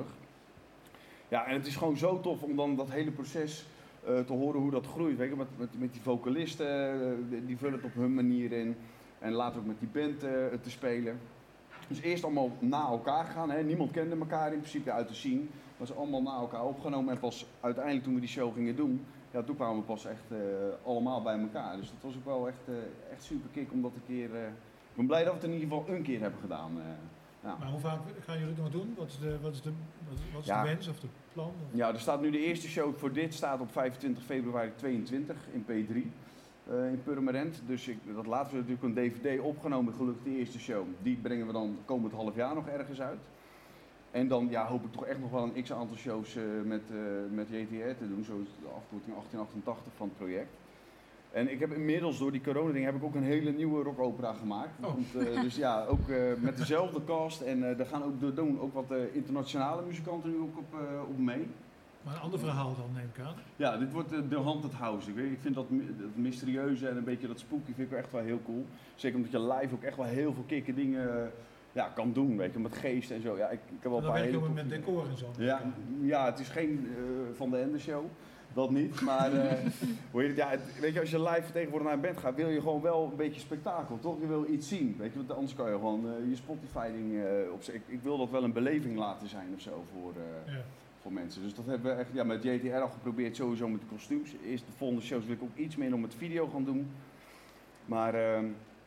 Ja, en het is gewoon zo tof om dan dat hele proces uh, te horen hoe dat groeit. Weet je, met, met, met die vocalisten, uh, die vullen het op hun manier in. En later ook met die band uh, te spelen. Dus eerst allemaal na elkaar gegaan. Hè. Niemand kende elkaar in principe uit te zien. Maar ze allemaal na elkaar opgenomen. En pas uiteindelijk toen we die show gingen doen, ja, toen kwamen we pas echt uh, allemaal bij elkaar. Dus dat was ook wel echt, uh, echt super kick om dat een keer... Uh, ik ben blij dat we het in ieder geval een keer hebben gedaan. Uh, ja. Maar hoe vaak gaan jullie het nog doen? Wat is de, wat is de, wat, wat is ja. de wens of de plan? Of? Ja, er staat nu de eerste show voor dit staat op vijfentwintig februari tweeëntwintig in P drie. Uh, in Purmerend. Dus ik, dat laten we natuurlijk een D V D opgenomen, gelukkig de eerste show. Die brengen we dan komend half jaar nog ergens uit. En dan ja, hoop ik toch echt nog wel een x-aantal shows uh, met, uh, met J T R te doen. Zo is de afkorting achttien achtentachtig van het project. En ik heb inmiddels door die corona-ding heb ik ook een hele nieuwe rockopera gemaakt. Oh. Want, uh, dus ja, ook uh, met dezelfde cast. En uh, daar gaan ook, er doen ook wat uh, internationale muzikanten nu ook op, uh, op mee. Maar een ander verhaal dan, neem ik aan. Ja, dit wordt uh, de Haunted House. Ik, weet, ik vind dat, dat mysterieuze en een beetje dat spooky vind ik wel echt wel heel cool. Zeker omdat je live ook echt wel heel veel kikke dingen uh, ja, kan doen, weet je, met geest en zo. Ja, ik, ik heb wel En een dan paar werk je hele met toffe decor en zo. Ja, ja, het is geen uh, Van de Ende show. Dat niet, maar uh, hoe heet het, ja, het, weet je, als je live tegenwoordig naar een band gaat, wil je gewoon wel een beetje spektakel, toch? Je wil iets zien, weet je, want anders kan je gewoon uh, je Spotify-ding uh, op ik, ik wil dat wel een beleving laten zijn of zo voor, uh, ja. voor mensen. Dus dat hebben we echt ja, met J T R al geprobeerd, sowieso met de kostuums. Eerst de volgende shows wil ik ook iets meer om met video gaan doen. Maar uh,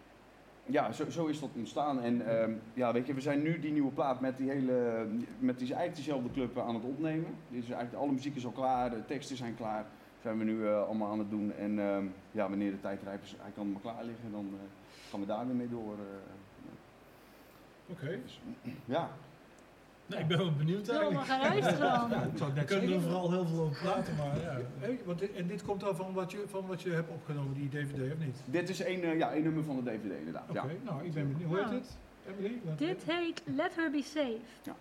ja, zo, zo is dat ontstaan. En uh, ja, weet je, we zijn nu die nieuwe plaat met die hele, met die, eigenlijk diezelfde club aan het opnemen. Dus eigenlijk alle muziek is al klaar, de teksten zijn klaar. Zijn we nu uh, allemaal aan het doen. En uh, ja, wanneer de tijd rijp is, hij kan maar klaar liggen, dan uh, gaan we daar weer mee door. Uh, Oké. Okay. Dus, ja. Nee, ik ben wel benieuwd eigenlijk. Ja, we gaan luisteren dan. Ja, ik zou We net kunnen er zeggen. vooral heel veel over praten, maar ja. Hey, want dit, en dit komt dan van wat, je, van wat je hebt opgenomen, die D V D, of niet? Dit is één, uh, ja, één nummer van de D V D inderdaad. Oké, okay, ja. nou ik ben benieuwd. Hoe heet Nou, dit? Emily? Wat- Dit heet Let Her Be Safe. Ja.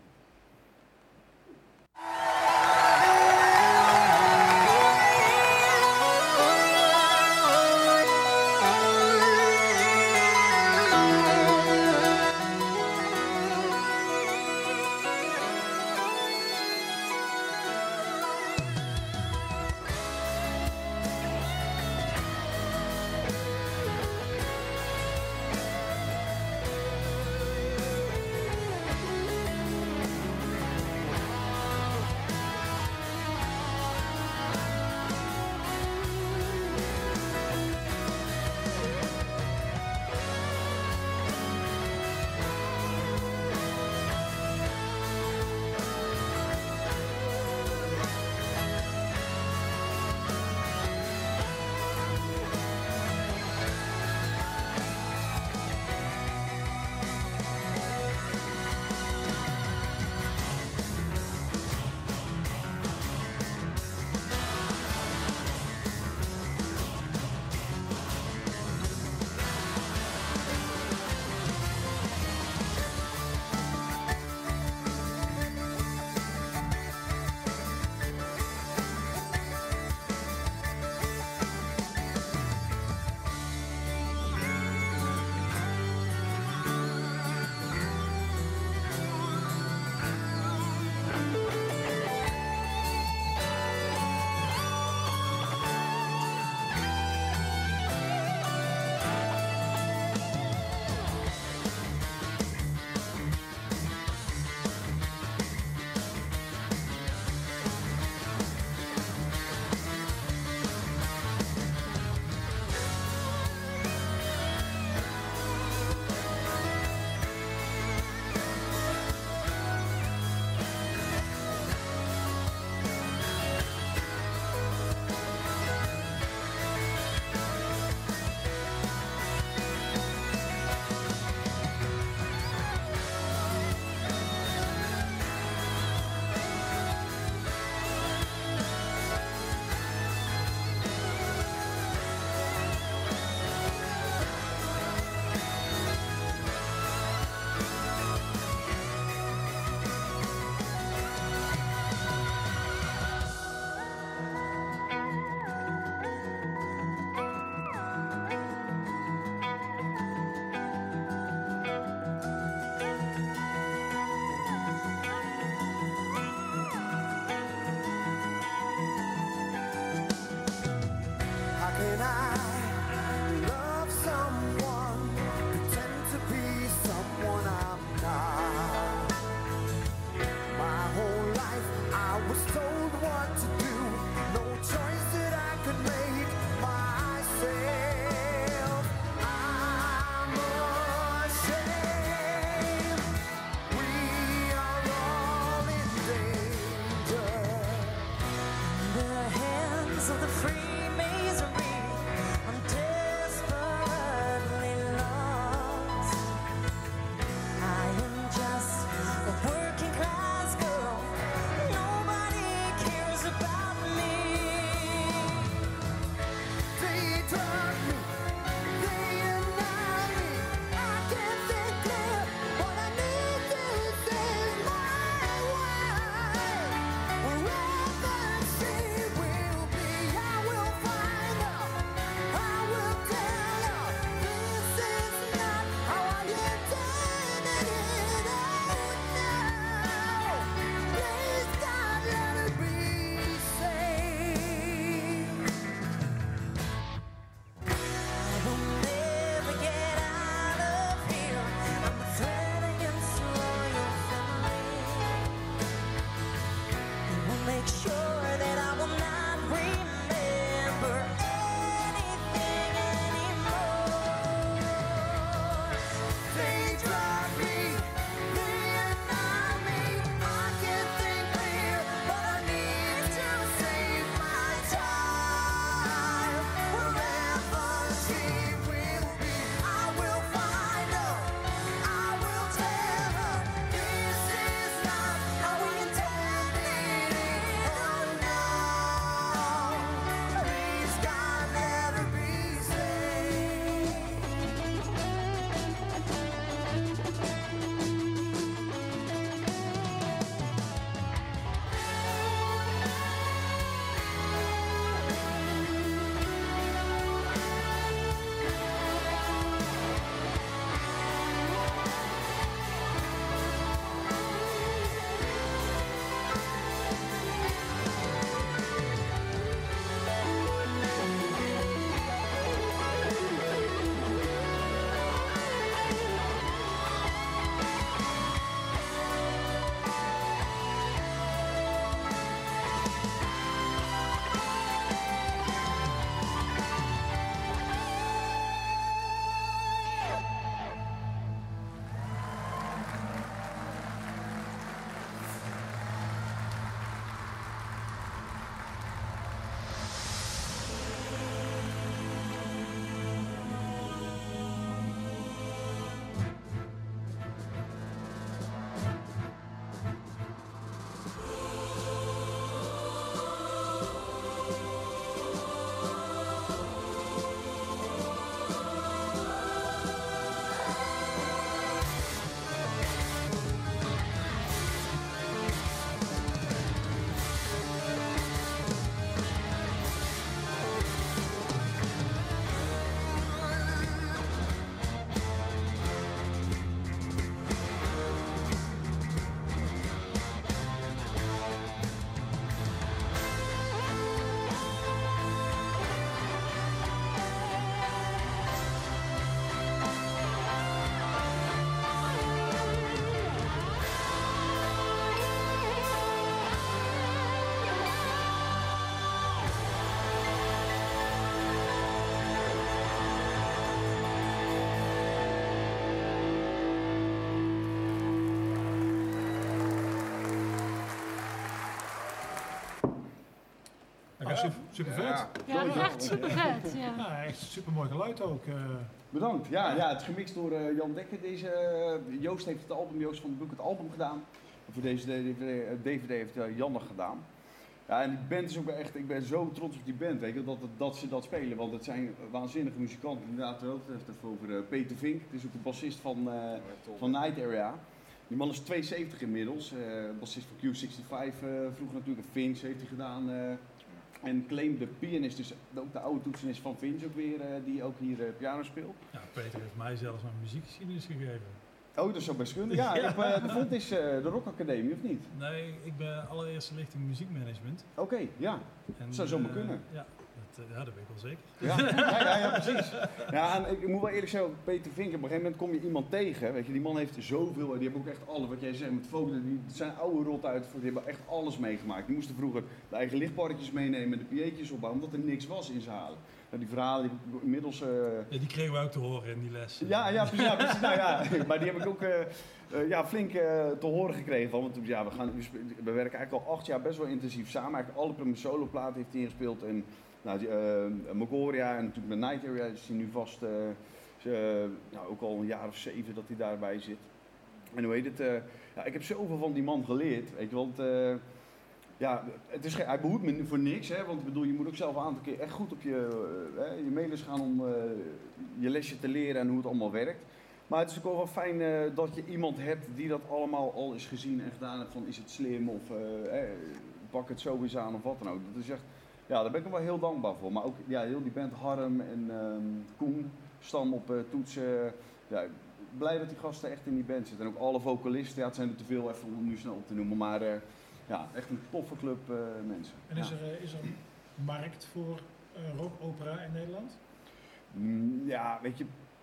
Ja, super, super vet. Ja. Ja, echt super vet. Ja. Ja, echt super mooi geluid ook. Uh. Bedankt. Ja, ja, het is gemixt door uh, Jan Dekker. Deze, uh, Joost heeft het album, Joost van het Boek het album gedaan. En voor deze D V D heeft uh, Jan nog gedaan. Ja, en die band is ook echt, ik ben zo trots op die band, weet je, dat, dat ze dat spelen. Want het zijn waanzinnige muzikanten. Inderdaad, het heeft het over uh, Peter Vink. Het is ook de bassist van, uh, van Night Area. Die man is tweeënzeventig inmiddels. Uh, bassist van Q zesenzestig uh, vroeger natuurlijk. Vince heeft hij gedaan. Uh, En Claim, de pianist, dus ook de oude toetsenist van Vince ook weer, uh, die ook hier uh, piano speelt. Ja, Peter heeft mij zelfs mijn muziekgeschiedenis gegeven. Oh, dat zou best kunnen. Ja, ja. Op, uh, de Vond is uh, de Rock Academie, of niet? Nee, ik ben allereerste richting muziekmanagement. Oké, okay, ja. En, dat zou zomaar uh, kunnen. Ja dat, uh, ja, dat weet ik wel zeker. Ja, ja, ja, ja precies. Ja, en ik moet wel eerlijk zeggen, Peter Vink, op een gegeven moment kom je iemand tegen, weet je, die man heeft zoveel, die hebben ook echt alles, wat jij zegt, met foto's, die zijn oude rot uit, die hebben echt alles meegemaakt. Die moesten vroeger de eigen lichtparretjes meenemen, de pieetjes opbouwen, omdat er niks was in zalen. Nou, die verhalen, die inmiddels... Uh... Ja, die kregen we ook te horen in die les. Ja, ja, precies. Ja, precies nou, ja. Maar die heb ik ook uh, uh, ja, flink uh, te horen gekregen van. Want ja, we, gaan, we werken eigenlijk al acht jaar best wel intensief samen. Eigenlijk alle soloplaten heeft hij ingespeeld. En Nou, die, uh, Magoria en natuurlijk met Night Area is hij nu vast, uh, is, uh, nou, ook al een jaar of zeven dat hij daarbij zit. En hoe heet het, uh, ja, ik heb zoveel van die man geleerd, weet je, want uh, ja, het is geen, hij behoedt me voor niks, hè, want ik bedoel, je moet ook zelf een aantal keer echt goed op je, uh, je mailers gaan om uh, je lesje te leren en hoe het allemaal werkt. Maar het is ook wel wel fijn uh, dat je iemand hebt die dat allemaal al eens gezien en gedaan heeft van is het slim of uh, eh, pak het zo eens aan of wat dan ook. Dat is echt, ja, daar ben ik er wel heel dankbaar voor. Maar ook ja, heel die band Harm en um, Koen, Stam op uh, toetsen. Ja, blij dat die gasten echt in die band zitten. En ook alle vocalisten, ja, het zijn er te veel even om nu snel op te noemen, maar uh, ja, echt een toffe club uh, mensen. En is, ja. er, uh, is er markt voor uh, rockopera in Nederland? Mm, ja, weet je,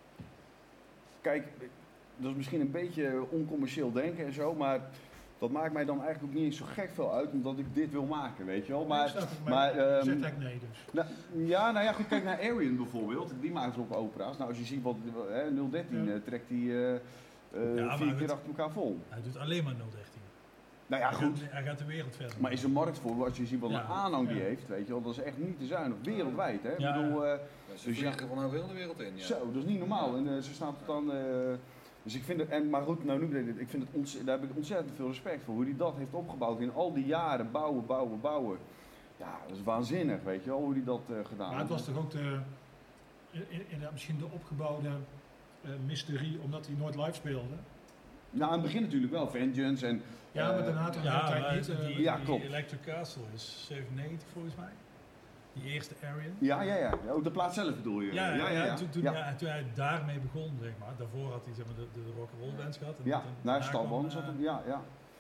kijk, dat is misschien een beetje oncommercieel denken en zo, maar dat maakt mij dan eigenlijk ook niet eens zo gek veel uit, omdat ik dit wil maken, weet je wel. Maar, snap het, maar, maar um, zeg eigenlijk nee dus. Nou, ja, nou ja, goed, kijk naar Arian bijvoorbeeld, die maakt ook opera's. Nou, als je ziet wat, hè, nul dertien Ja. uh, trekt die uh, uh, Ja, vier maar keer het- achter elkaar vol. Hij doet alleen maar nul dertien. Nou ja, Hij goed. gaat, hij gaat de wereld verder. Maar is er markt voor, als je ziet wat Ja. een aanhang die Ja. heeft, weet je wel, dat is echt niet te zuinig, wereldwijd, hè. Ja. Ik bedoel, uh, Ja, ze Dus ja. vliegen gewoon over heel de wereld in. Ja. zo, dat is niet normaal. En uh, ze staan tot aan, uh, dus ik vind het, en, maar goed, nou noem ik dit, ik vind het ontz- daar heb ik ontzettend veel respect voor, hoe hij dat heeft opgebouwd in al die jaren, bouwen, bouwen, bouwen. Ja, dat is waanzinnig, weet je wel, hoe hij dat uh, gedaan Maar het was heeft. toch ook de, in, in, misschien de opgebouwde uh, mysterie omdat hij nooit live speelde. Nou, aan het begin natuurlijk wel, Vengeance en... Ja, maar uh, daarna toch Ja, altijd maar niet. uh, die, Ja, die klopt. Electric Castle is zevenennegentig volgens mij. Die eerste Arian. Ja, ja, ja. Ook de plaats zelf bedoel je? Ja, ja, ja, Toen, toen, ja. ja, toen hij daarmee begon, zeg maar. Daarvoor had hij zeg maar, de, de rock'n'roll bands gehad. En Ja, toen- naar daarna Stalban kwam, zat eh, hem, ja, ja.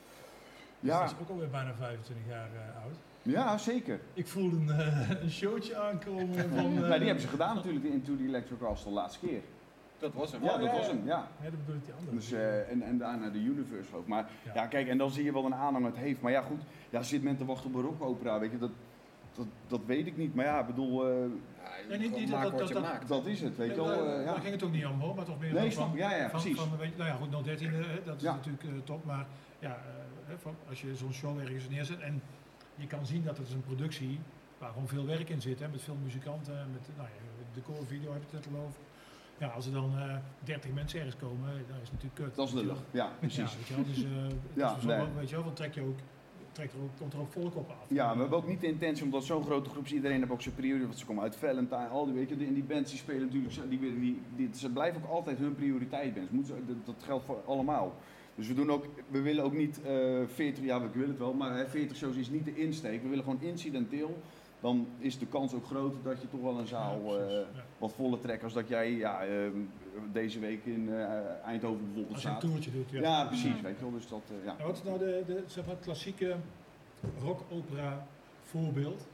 dus Ja, dat is ook alweer bijna vijfentwintig jaar eh, oud. ja, zeker. Ik voelde een, eh, een showtje aankomen van... eh, Nou, die hebben ze gedaan natuurlijk in Into the Electric Castle de laatste keer. Dat was hem. Ja, Oh, dat ja, was ja. hem, ja. Ja, dat bedoel ik die andere. Dus, uh, en, en daarna de Universe ook. Maar ja. Ja. kijk, en dan zie je wel een aanhang het heeft. Maar ja, goed, ja, zit men te wachten op een rockopera, weet je, dat, dat, dat weet ik niet. Maar ja, ik bedoel, uh, Ja, je Nee, moet niet- gewoon niet maken dat- wat je dat- maakt. dat is het, weet je Ja, wel. daar, Uh, ja. daar ging het ook niet om hoor, maar toch meer Nee, van, snap, ja, ja, van, precies. van, weet je, nou ja, goed, nul dertien, eh, dat is Ja. natuurlijk uh, top, maar ja, uh, van, als je zo'n show ergens neerzet en je kan zien dat het is een productie waar gewoon veel werk in zit, hè, met veel muzikanten, met nou ja, de core-video heb je het net al over. Ja, als er dan uh, dertig mensen ergens komen, dan is het natuurlijk kut. Dat is weet je lullig, wel. ja, precies. Ja, weet je wel, dus, uh, Ja, dus zo nee. ook, weet je wel, dan trek je ook, trekt er ook, komt er ook volk op af. Ja, we hebben ook niet de intentie, omdat zo'n grote groep is, iedereen heeft ook zijn periode, want ze komen uit Valentine, al die, weet je, die- en die bands die spelen natuurlijk, zo- die, die, die, die, ze blijven ook altijd hun prioriteit bands, Moet ze- dat, dat geldt voor allemaal. Dus we doen ook, we willen ook niet uh, veertig, ja we willen het wel, maar hè, veertig shows is niet de insteek, we willen gewoon incidenteel, dan is de kans ook groter dat je toch wel een zaal Ja, precies, uh, ja. wat voller trekt als dat jij ja, uh, deze week in uh, Eindhoven bijvoorbeeld Als je een staat. toertje doet, ja. Ja, precies, weet je wel, dus dat, uh, ja. Nou, wat is nou de, de zeg maar, het klassieke rockopera voorbeeld?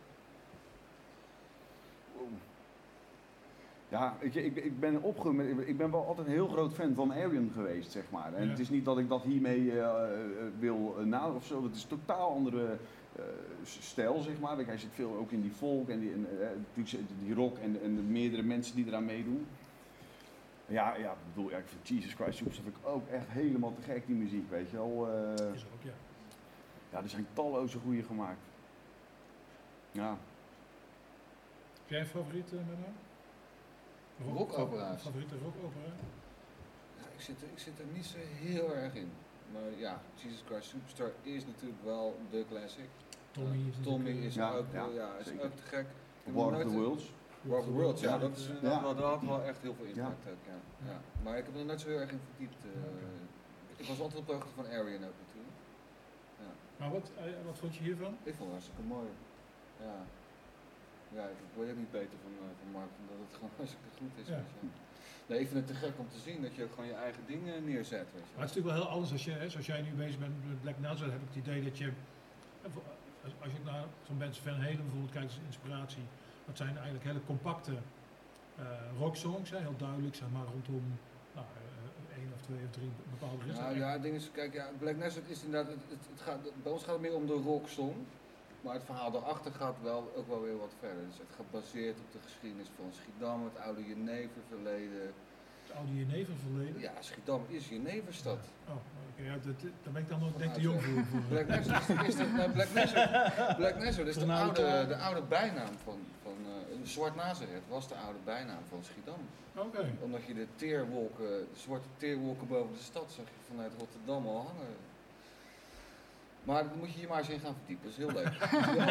Ja, ik, ik, ik ben opgegroeid, met- ik ben wel altijd een heel groot fan van Arian geweest, zeg maar. En Ja. het is niet dat ik dat hiermee uh, uh, wil uh, na of zo, het is een totaal andere uh, stijl, zeg maar. Hij zit veel ook in die folk en die, en, uh, natuurlijk die rock en, en de meerdere mensen die eraan meedoen. Ja, ja, ik bedoel, ja, ik vind Jesus Christ Superstar vind ik ook echt helemaal te gek, die muziek, weet je wel. Uh, Is er ook, ja. ja, er zijn talloze goede gemaakt. Ja. Heb jij een favoriet, uh, Menno? Rock- Rockopera's? Favoriete rockopera? Ja, ik, zit er, ik zit er niet zo heel erg in. Maar ja, Jesus Christ Superstar is natuurlijk wel de classic. Tommy is Tommy natuurlijk, is Ja, ook, ja, wel- ja, is zeker. ook te gek. Ik heb War nog of the nooit- Worlds. War of the Worlds, ja, Ja, dat, is, dat, dat, ja. wel- dat had wel echt heel veel impact Ja. ook, ja. Ja. Maar ik heb er nooit zo heel erg in verdiept. eh. Ik was altijd op de hoogte van Arian ook natuurlijk. Maar wat, eh, wat vond je hiervan? Ik vond het hartstikke mooi. Ja. Ja, ik ik weet ook niet beter van, eh, van Mark, omdat het gewoon hartstikke goed is. Ja. weet je. Nee, ik vind het te gek om te zien dat je ook gewoon je eigen dingen neerzet. Weet je. Maar het is natuurlijk wel heel anders als je, hè, zoals jij nu bezig bent met Black Nazareth, heb ik het idee dat je, eh, voor- als, als je naar zo'n band als Van Halen bijvoorbeeld kijkt als inspiratie, dat zijn eigenlijk hele compacte uh, rocksongs, hè, heel duidelijk, zeg maar rondom nou, uh, één of twee of drie bepaalde Ja, richtingen. ja, het ding is, kijk, ja, Black Nazareth is inderdaad, het, het, het gaat, bij ons gaat het meer om de rocksong. Maar het verhaal daarachter gaat wel, ook wel weer wat verder. Dus het gebaseerd op de geschiedenis van Schiedam, het oude Jeneververleden. Het oude Jeneververleden. Ja, Schiedam is Jeneverstad. Oh, oké, ja, dat, daar ben ik dan nog denk ik te jong voor. voor. Black Nazareth is, is de, nou, Black Nazareth, Black Nazareth is de Van oude oude, taal. de oude bijnaam van, van, uh, Zwart Nazareth was de oude bijnaam van Schiedam. Oké. Omdat je de teerwolken, de zwarte teerwolken boven de stad zag je vanuit Rotterdam al hangen. Maar dan moet je hier maar eens in gaan verdiepen, dat is heel leuk.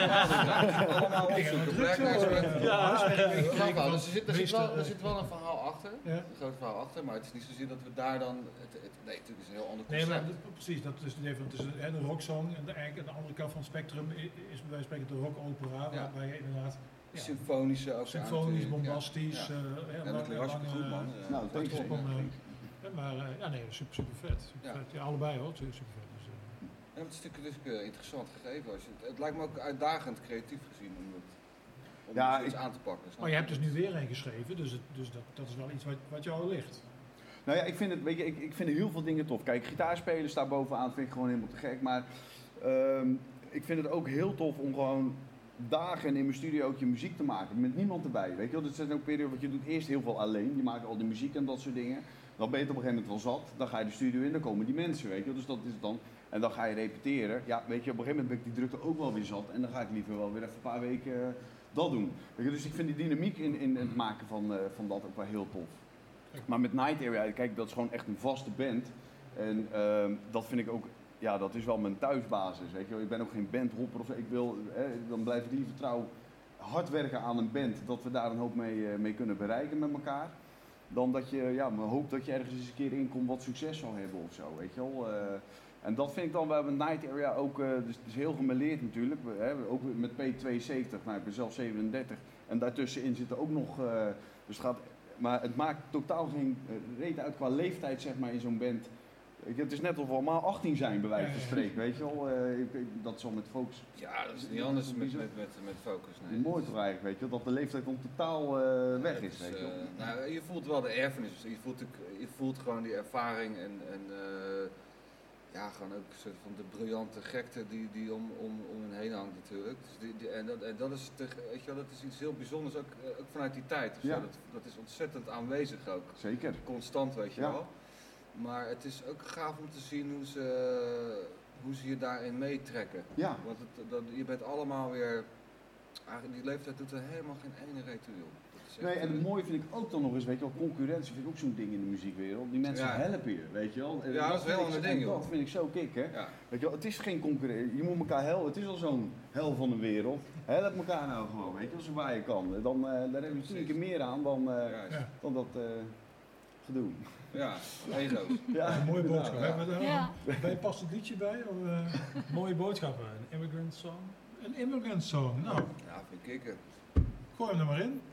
Allemaal opzoeken. Werkwijze. Ja, Dus er zit, er, zit wel, er zit wel een verhaal achter, Ja. een groot verhaal achter, maar het is niet zozeer dat we daar dan, het, het, nee, het is een heel ander Nee, concept. maar d- precies, dat is even tussen hè, de rocksong en de, eigenlijk aan de andere kant van het spectrum i- is bij wijze van spreken de rockopera, Ja. waarbij je inderdaad ja, Symfonische ook. symfonisch, aan, bombastisch, Ja. eh, Ja, ja, dat lang- klinkt hartstikke lange- goed, man. Ja. Nou, dat thanks. is op een, Ja, eh, thanks. ja, maar eh, ja, nee, super, super vet. Super Ja. vet. Ja, allebei hoor, super, super vet. Dus, eh, Ja, het is natuurlijk dus, uh, interessant gegeven. Als je, het, het lijkt me ook uitdagend creatief gezien om, het, om Ja, zoiets ik- aan te pakken. snap maar je hebt dus nu weer een geschreven, dus, het, dus dat, dat is wel iets wat, wat jou ligt. Nou ja, ik vind, het, weet je, ik, ik vind heel veel dingen tof. Kijk, gitaarspelen staat bovenaan, vind ik gewoon helemaal te gek. Maar ehm, ik vind het ook heel tof om gewoon dagen in mijn studio ook je muziek te maken. Met niemand erbij, weet je wel. Dat is ook periode, want je doet eerst heel veel alleen. Je maakt al de muziek en dat soort dingen. Dan ben je het op een gegeven moment wel zat. Dan ga je de studio in, dan komen die mensen, weet je wel. Dus dat is het dan. En dan ga je repeteren. Ja, weet je, op een gegeven moment ben ik die drukte ook wel weer zat. En dan ga ik liever wel weer even een paar weken eh, dat doen. Weet je, dus ik vind die dynamiek in, in het maken van, uh, van dat ook wel heel tof. Maar met Night Area, kijk, dat is gewoon echt een vaste band. En uh, dat vind ik ook, ja, dat is wel mijn thuisbasis, weet je wel. Ik ben ook geen bandhopper of zo. Ik wil, eh, dan blijf ik liever trouw hard werken aan een band, dat we daar een hoop mee, uh, mee kunnen bereiken met elkaar. Dan dat je, ja, maar hoop dat je ergens eens een keer inkomt wat succes zal hebben of zo, weet je wel. Uh, en dat vind ik dan, we hebben Night Area ook, uh, dus het is heel gemêleerd natuurlijk. We, hè, ook met P tweeënzeventig, nou ik ben zelf zevenendertig. En daartussenin zitten ook nog, uh, dus het gaat... Maar het maakt totaal geen uh, reet uit qua leeftijd, zeg maar, in zo'n band. Ik, het is net of we allemaal achttien zijn, bij wijze van spreken, weet je wel. Uh, ik, ik, dat is al met Focus. Ja, dat is niet anders met, met, met, met Focus. Nee. Mooi toch eigenlijk, weet je wel, dat de leeftijd dan totaal uh, weg is, is, weet je wel. Uh, nou, je voelt wel de erfenis, je voelt, je voelt gewoon die ervaring en, en uh, ja, gewoon ook een soort van de briljante gekte die, die om, om, om hen heen hangt natuurlijk. Dus die, die, en, dat, en dat is, te, weet je wel, dat is iets heel bijzonders, ook, uh, ook vanuit die tijd. Dus Ja. ja, dat, dat is ontzettend aanwezig ook. Zeker. Constant, weet je Ja. wel. Maar het is ook gaaf om te zien hoe ze, hoe ze je daarin meetrekken. Ja. Want het, dat, je bent allemaal weer, eigenlijk die leeftijd doet er helemaal geen ene reet toe, joh. Dat is echt, Nee, en het uh, mooie vind ik ook dan nog eens, weet je wel, concurrentie vind ik ook zo'n ding in de muziekwereld. Die mensen Ja. helpen je, weet je wel. En Ja, dat is wel vind ik- een ding, en joh. Dat vind ik zo kick, hè. ja. Weet je wel, het is geen concurrentie. Je moet elkaar helpen. Het is al zo'n hel van de wereld. Help elkaar nou gewoon, weet je wel, zo waar je kan. Dan, uh, daar heb je tien keer meer aan dan, uh, Juist. Ja. dan dat uh, gedoe. Ja, ego's. Ja, Een mooie boodschap. inderdaad. Hebben we daar Ja. bij past het liedje bij? Of, uh, Mooie boodschappen, een immigrant song. een immigrant song. Nou, Ja, vind ik het. gooi hem er maar in.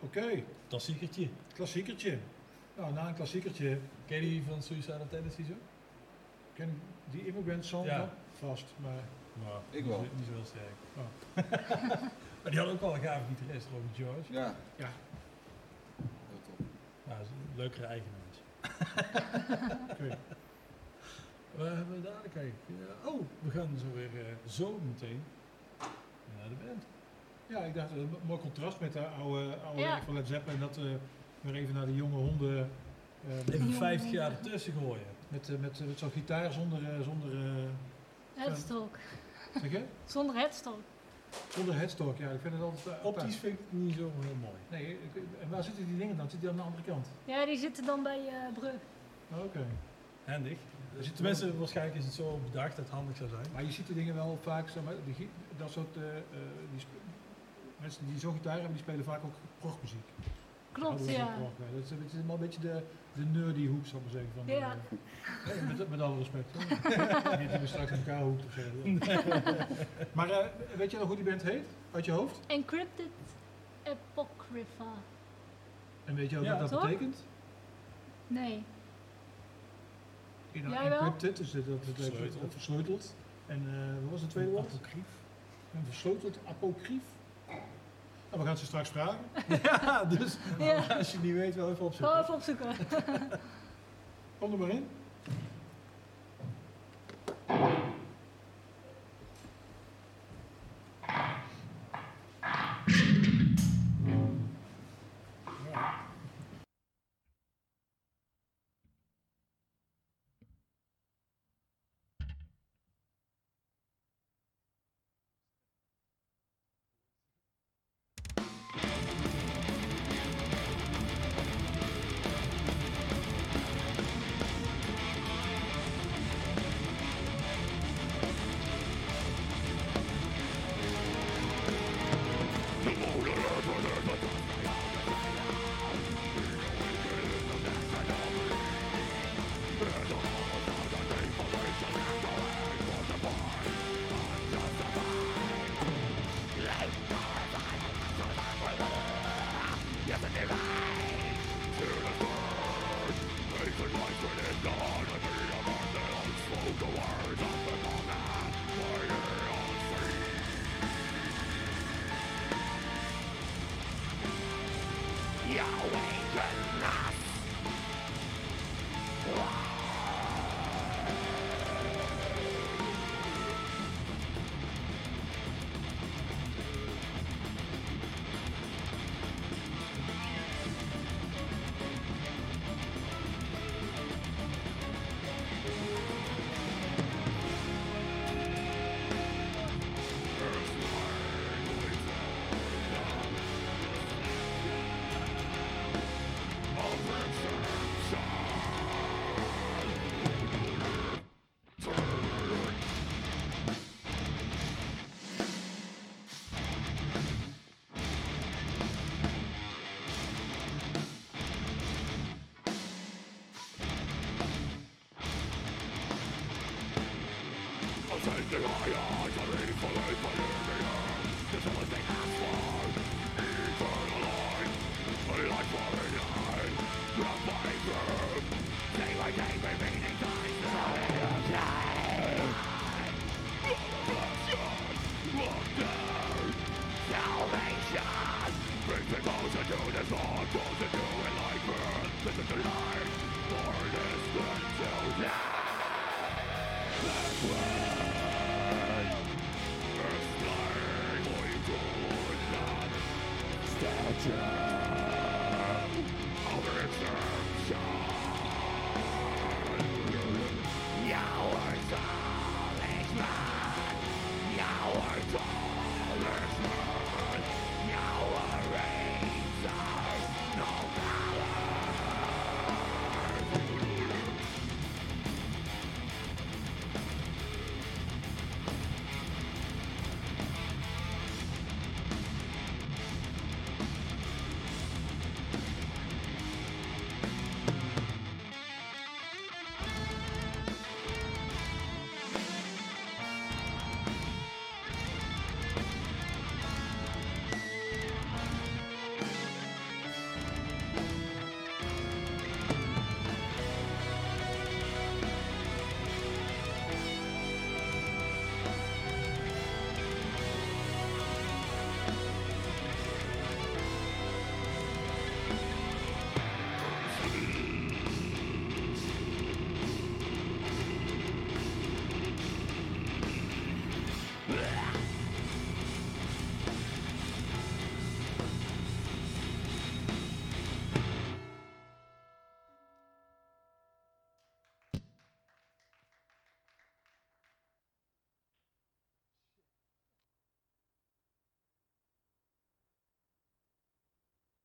Oké, Klassiekertje. klassiekertje. Nou, na een klassiekertje Ken je die van Suicidal Tendencies ook? ken ik die Immigrant Song Ja. wel vast, maar Nou, Ik niet wel. zo- Niet zo heel sterk. Oh. Maar die had ook wel een gave gitarist, Robert George. Ja. Ja. Heel tof. Nou, dat is een leukere eigen mens. oké. Waar hebben we daar? Kijk. Ja, oh, we gaan zo weer uh, zo meteen naar de band. Ja, ik dacht, een mooi contrast met de oude, oude Ja. werk van Led Zeppelin. Dat we weer even naar de jonge honden... eh, Even Jongen. vijftig jaar ertussen gooien. met, eh, met, met zo'n gitaar zonder... eh, zonder eh, Headstalk. zeg je? Zonder headstalk. Zonder headstock, ja. Ik vind het altijd... eh, Optisch apart. vind ik het niet zo heel mooi. Nee, ik- en waar zitten die dingen dan? Zitten die aan de andere kant? Ja, die zitten dan bij uh, Brug. Oh, oké. Handig. Er zit Tenminste, waarschijnlijk is het zo bedacht dat het handig zou zijn. Maar je ziet de dingen wel vaak, zeg maar, die, gi- dat soort... eh, eh, die sp- mensen die zo'n gitaar hebben, die spelen vaak ook progmuziek. Klopt, Houden ze ja. van prog, Dat is, het is helemaal een beetje de, de nerdy hoek, zou ik maar zeggen. Van, Ja. eh, eh, met, met alle respect. hè. Niet dat we straks in elkaar hoekt of zo. Maar eh, weet je nog hoe die band heet? Uit je hoofd? Encrypted Apocrypha. En weet je ook Ja, wat dat toch? betekent? Nee. In, nou, Jij wel? encrypted, dus dat, dat, dat, Versleuteld. dat versleuteld. En eh, wat was het tweede woord? Apokrief. Een versleuteld apokrief. Nou, we gaan ze straks vragen. Ja, dus Ja. als je niet weet, wel even Ga opzoeken. even opzoeken. Kom er maar in.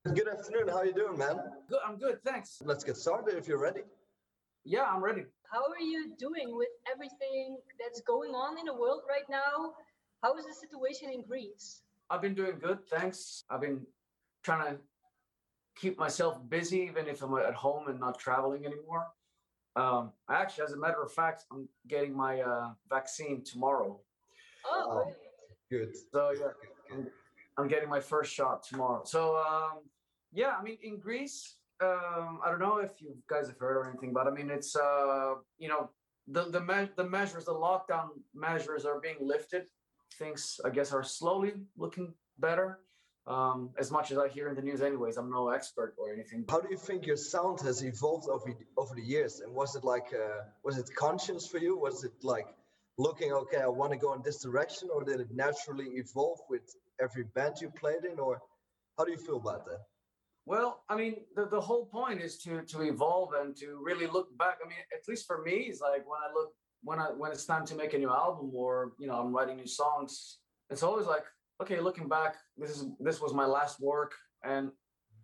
Good afternoon. How you doing, man? Good. I'm good. Thanks. Let's get started if you're ready. Yeah, I'm ready. How are you doing with everything that's going on in the world right now? How is the situation in Greece? I've been doing good. Thanks. I've been trying to keep myself busy, even if I'm at home and not traveling anymore. Um, actually, as a matter of fact, I'm getting my uh, vaccine tomorrow. Oh, Wow. great. Good. So yeah, I'm, I'm getting my first shot tomorrow. So um, yeah, I mean, in Greece, um, I don't know if you guys have heard or anything, but I mean, it's uh, you know, the the me- the measures, the lockdown measures are being lifted. Things, I guess, are slowly looking better. Um, as much as I hear in the news, anyways, I'm no expert or anything. How do you think your sound has evolved over over the years? And was it like, uh, was it conscious for you? Was it like looking, okay, I want to go in this direction, or did it naturally evolve with every band you played in, or how do you feel about that? Well, I mean, the, the whole point is to to evolve and to really look back. I mean, at least for me, it's like when I look when I when it's time to make a new album, or you know, I'm writing new songs. It's always like, okay, looking back, this is this was my last work, and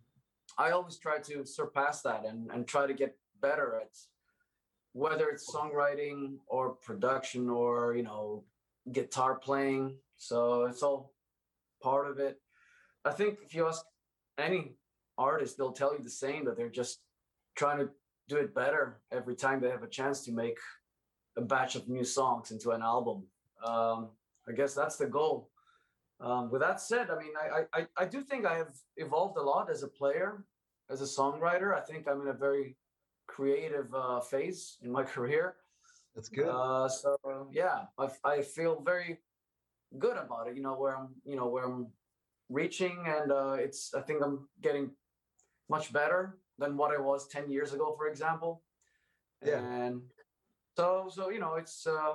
I always try to surpass that and and try to get better at whether it's songwriting or production or you know guitar playing. So it's all part of it. I think if you ask any artist, they'll tell you the same, that they're just trying to do it better every time they have a chance to make a batch of new songs into an album. Um, I guess that's the goal. Um, with that said, I mean, I, I I do think I have evolved a lot as a player, as a songwriter. I think I'm in a very creative uh, phase in my career. That's good. Uh, so yeah, I, I feel very good about it. You know where I'm, you know where I'm reaching, and uh, it's. I think I'm getting much better than what I was ten years ago, for example. Yeah. And so so you know it's. Uh,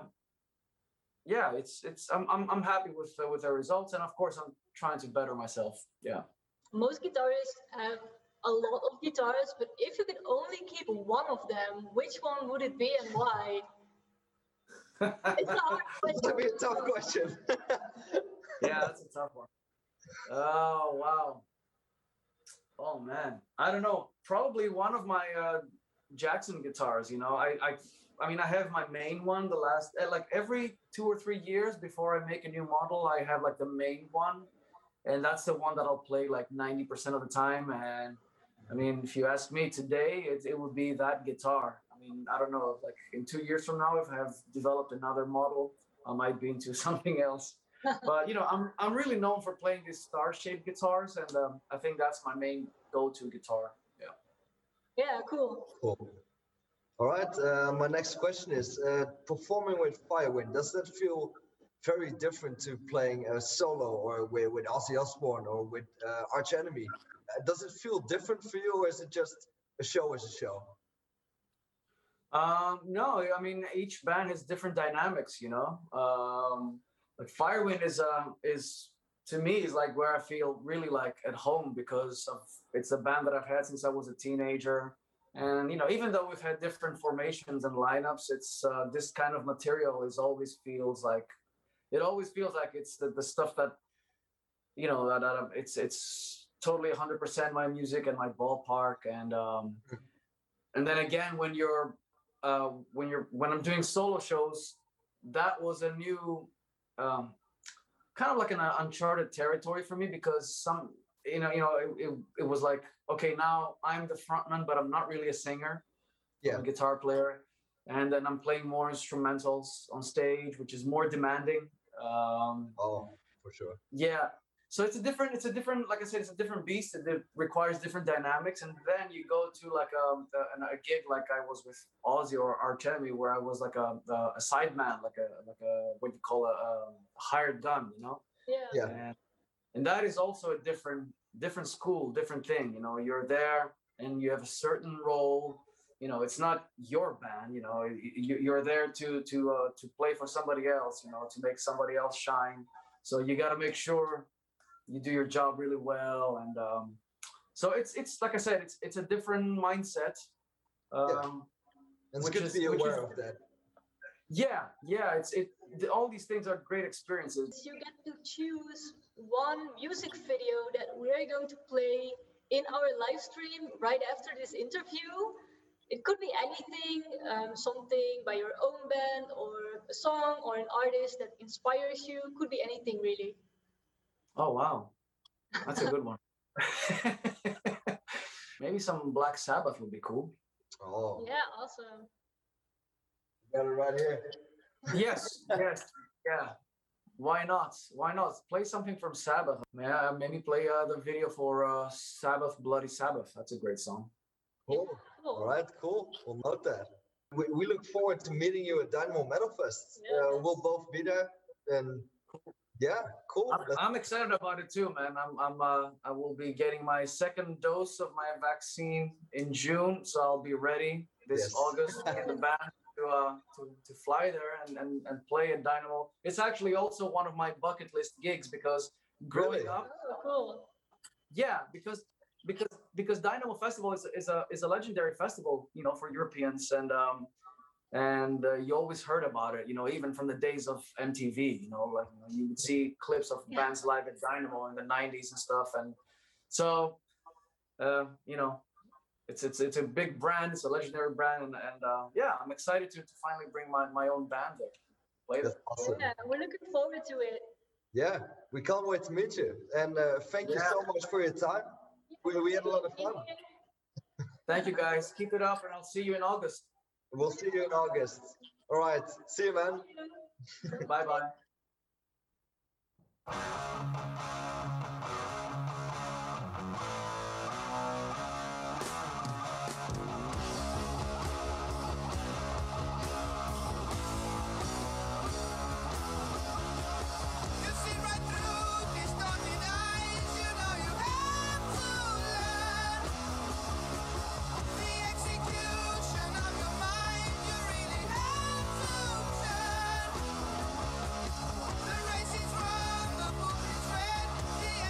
Yeah, it's it's. I'm I'm I'm happy with uh, with the results, and of course I'm trying to better myself. Yeah. Most guitarists have a lot of guitars, but if you could only keep one of them, which one would it be and why? It's a hard It's gonna be a tough question. Yeah, that's a tough one. Oh wow. Oh man, I don't know. Probably one of my uh, Jackson guitars. You know, I I I mean I have my main one. The last uh, like every two or three years before I make a new model, I have like the main one, and that's the one that I'll play like ninety percent of the time. And I mean, if you ask me today, it it would be that guitar. I mean, I don't know. Like in two years from now, if I have developed another model, I might be into something else. But you know, I'm I'm really known for playing these star-shaped guitars, and um, I think that's my main go-to guitar. Yeah. Yeah, cool. Cool. All right. Uh, my next question is: uh, performing with Firewind, does that feel very different to playing a solo or with, with Ozzy Osbourne or with uh, Arch Enemy? Uh, does it feel different for you, or is it just a show is a show? Um, no, I mean each band has different dynamics. You know, um, like Firewind is uh, is to me is like where I feel really like at home, because of it's a band that I've had since I was a teenager. And you know, even though we've had different formations and lineups, it's uh, this kind of material is always feels like it always feels like it's the, the stuff that you know that, that it's it's totally one hundred percent my music and my ballpark. And um, and then again, when you're uh, when you're when I'm doing solo shows, that was a new um, kind of like an uh, uncharted territory for me, because some you know you know it, it, it was like, okay, now I'm the frontman, but I'm not really a singer. Yeah. I'm a guitar player, and then I'm playing more instrumentals on stage, which is more demanding. Um, Oh, for sure. yeah, so it's a different, it's a different, like I said, it's a different beast. It requires different dynamics, and then you go to like a a, a gig like I was with Ozzy or Arch Enemy, where I was like a a sideman, like a like a what you call a, a hired gun, you know. Yeah. Yeah. And, and that is also a different different school, different thing. You know, you're there and you have a certain role. You know, it's not your band. You know, you, you're there to to uh, to play for somebody else. You know, to make somebody else shine. So you got to make sure you do your job really well. And um, so it's it's like I said, it's it's a different mindset. Um, yeah. And it's good is, to be aware is, of that. Yeah, yeah. It's it. All these things are great experiences. You get to choose one music video that we're going to play in our live stream right after this interview. It could be anything, um, something by your own band or a song or an artist that inspires you. Could be anything really. Oh, wow. That's a good one. Maybe some Black Sabbath would be cool. Oh. Yeah, awesome. Got it right here. Yes, yes, yeah. Why not? Why not? Play something from Sabbath. Yeah, maybe play uh, the video for uh, Sabbath, Bloody Sabbath. That's a great song. Cool. Cool. All right, cool. We'll note that. We, we look forward to meeting you at Dynamo Metal Fest. Yeah. Uh, we'll both be there. And yeah, cool. I'm, That's- I'm excited about it too, man. I'm, I'm, uh, I will be getting my second dose of my vaccine in June, so I'll be ready this Yes. August in the band to, uh, to to fly there and, and, and play at Dynamo. It's actually also one of my bucket list gigs because growing Really? up, Oh, cool. yeah, because because because Dynamo Festival is is a is a legendary festival, you know, for Europeans, and um and uh, you always heard about it, you know, even from the days of M T V, you know, like you, know, you would see clips of Yeah. bands live at Dynamo in the nineties and stuff, and so uh, you know, it's it's it's a big brand, it's a legendary brand, and, and uh, yeah, I'm excited to, to finally bring my, my own band there, play there. That's awesome. Yeah, we're looking forward to it. Yeah, we can't wait to meet you. And uh, thank you Yeah. so much for your time. We, we had a lot of fun. Thank you guys, keep it up, and I'll see you in August. We'll see you in August. All right. See you, man. Bye bye. You see right through these daunting eyes. You know you have to learn the execution of your mind. You really have to turn. The race is wrong, the book is red. The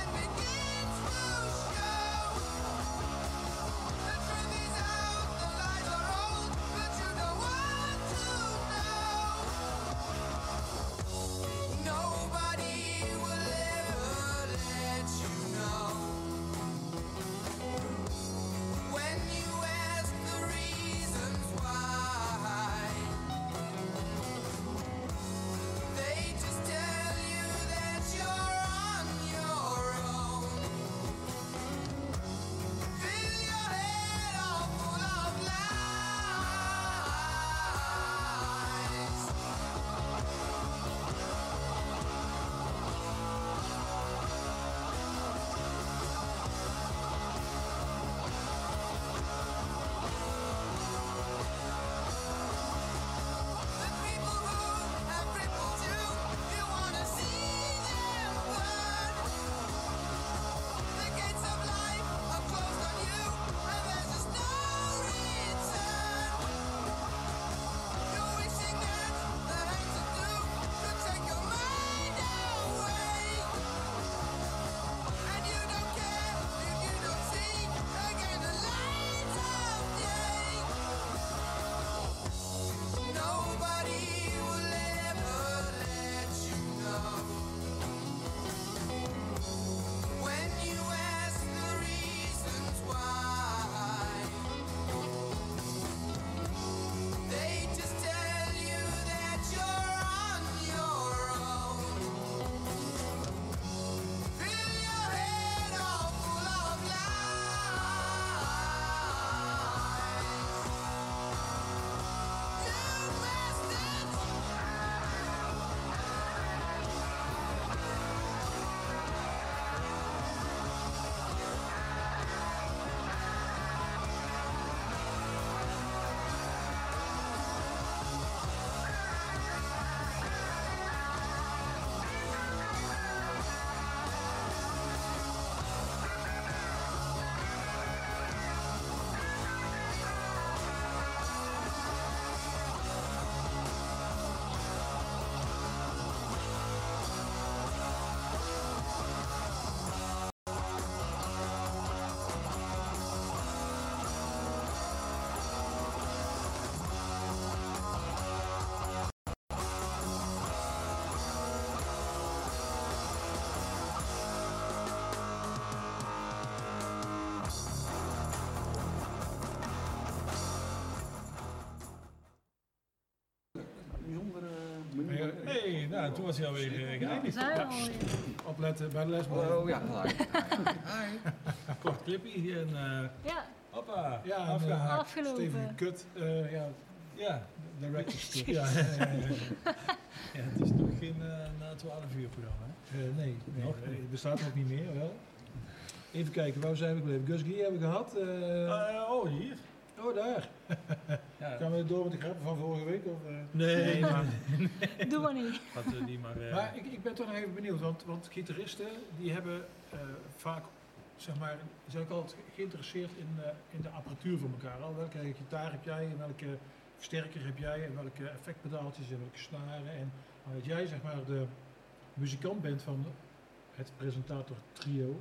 Ja, Hey, nou, toen was hij alweer uh, We geëindigd. zijn er alweer. opletten bij de les blijven. Oh ja, hi. Hi. Kort clipje en uh, Ja, hoppa, Ja, en, afgehaakt. eh, afgelopen. Steven Kut, eh ja, Ja. director's cut. Ja, ja, ja, ja. Ja, het is nog geen uh, na twaalf uur programma. Hè? Eh, nee, nee, Nog? nee, het bestaat ook niet meer, wel. Even kijken, waar zijn we gebleven? Gus Guy hebben we gehad. eh, Uh, oh, hier. oh, daar. Ja. Gaan we door met de grappen van vorige week? Of, eh? Nee, maar Doe maar niet. laten we die maar... Uh, Maar ik, ik ben toch nog even benieuwd, want, want gitaristen die hebben eh, vaak, zeg maar, zijn ook altijd geïnteresseerd in, eh, in de apparatuur van elkaar. Al welke gitaar heb jij en welke versterker heb jij en welke effectpedaaltjes en welke snaren. En maar dat jij zeg maar de muzikant bent van het presentator trio.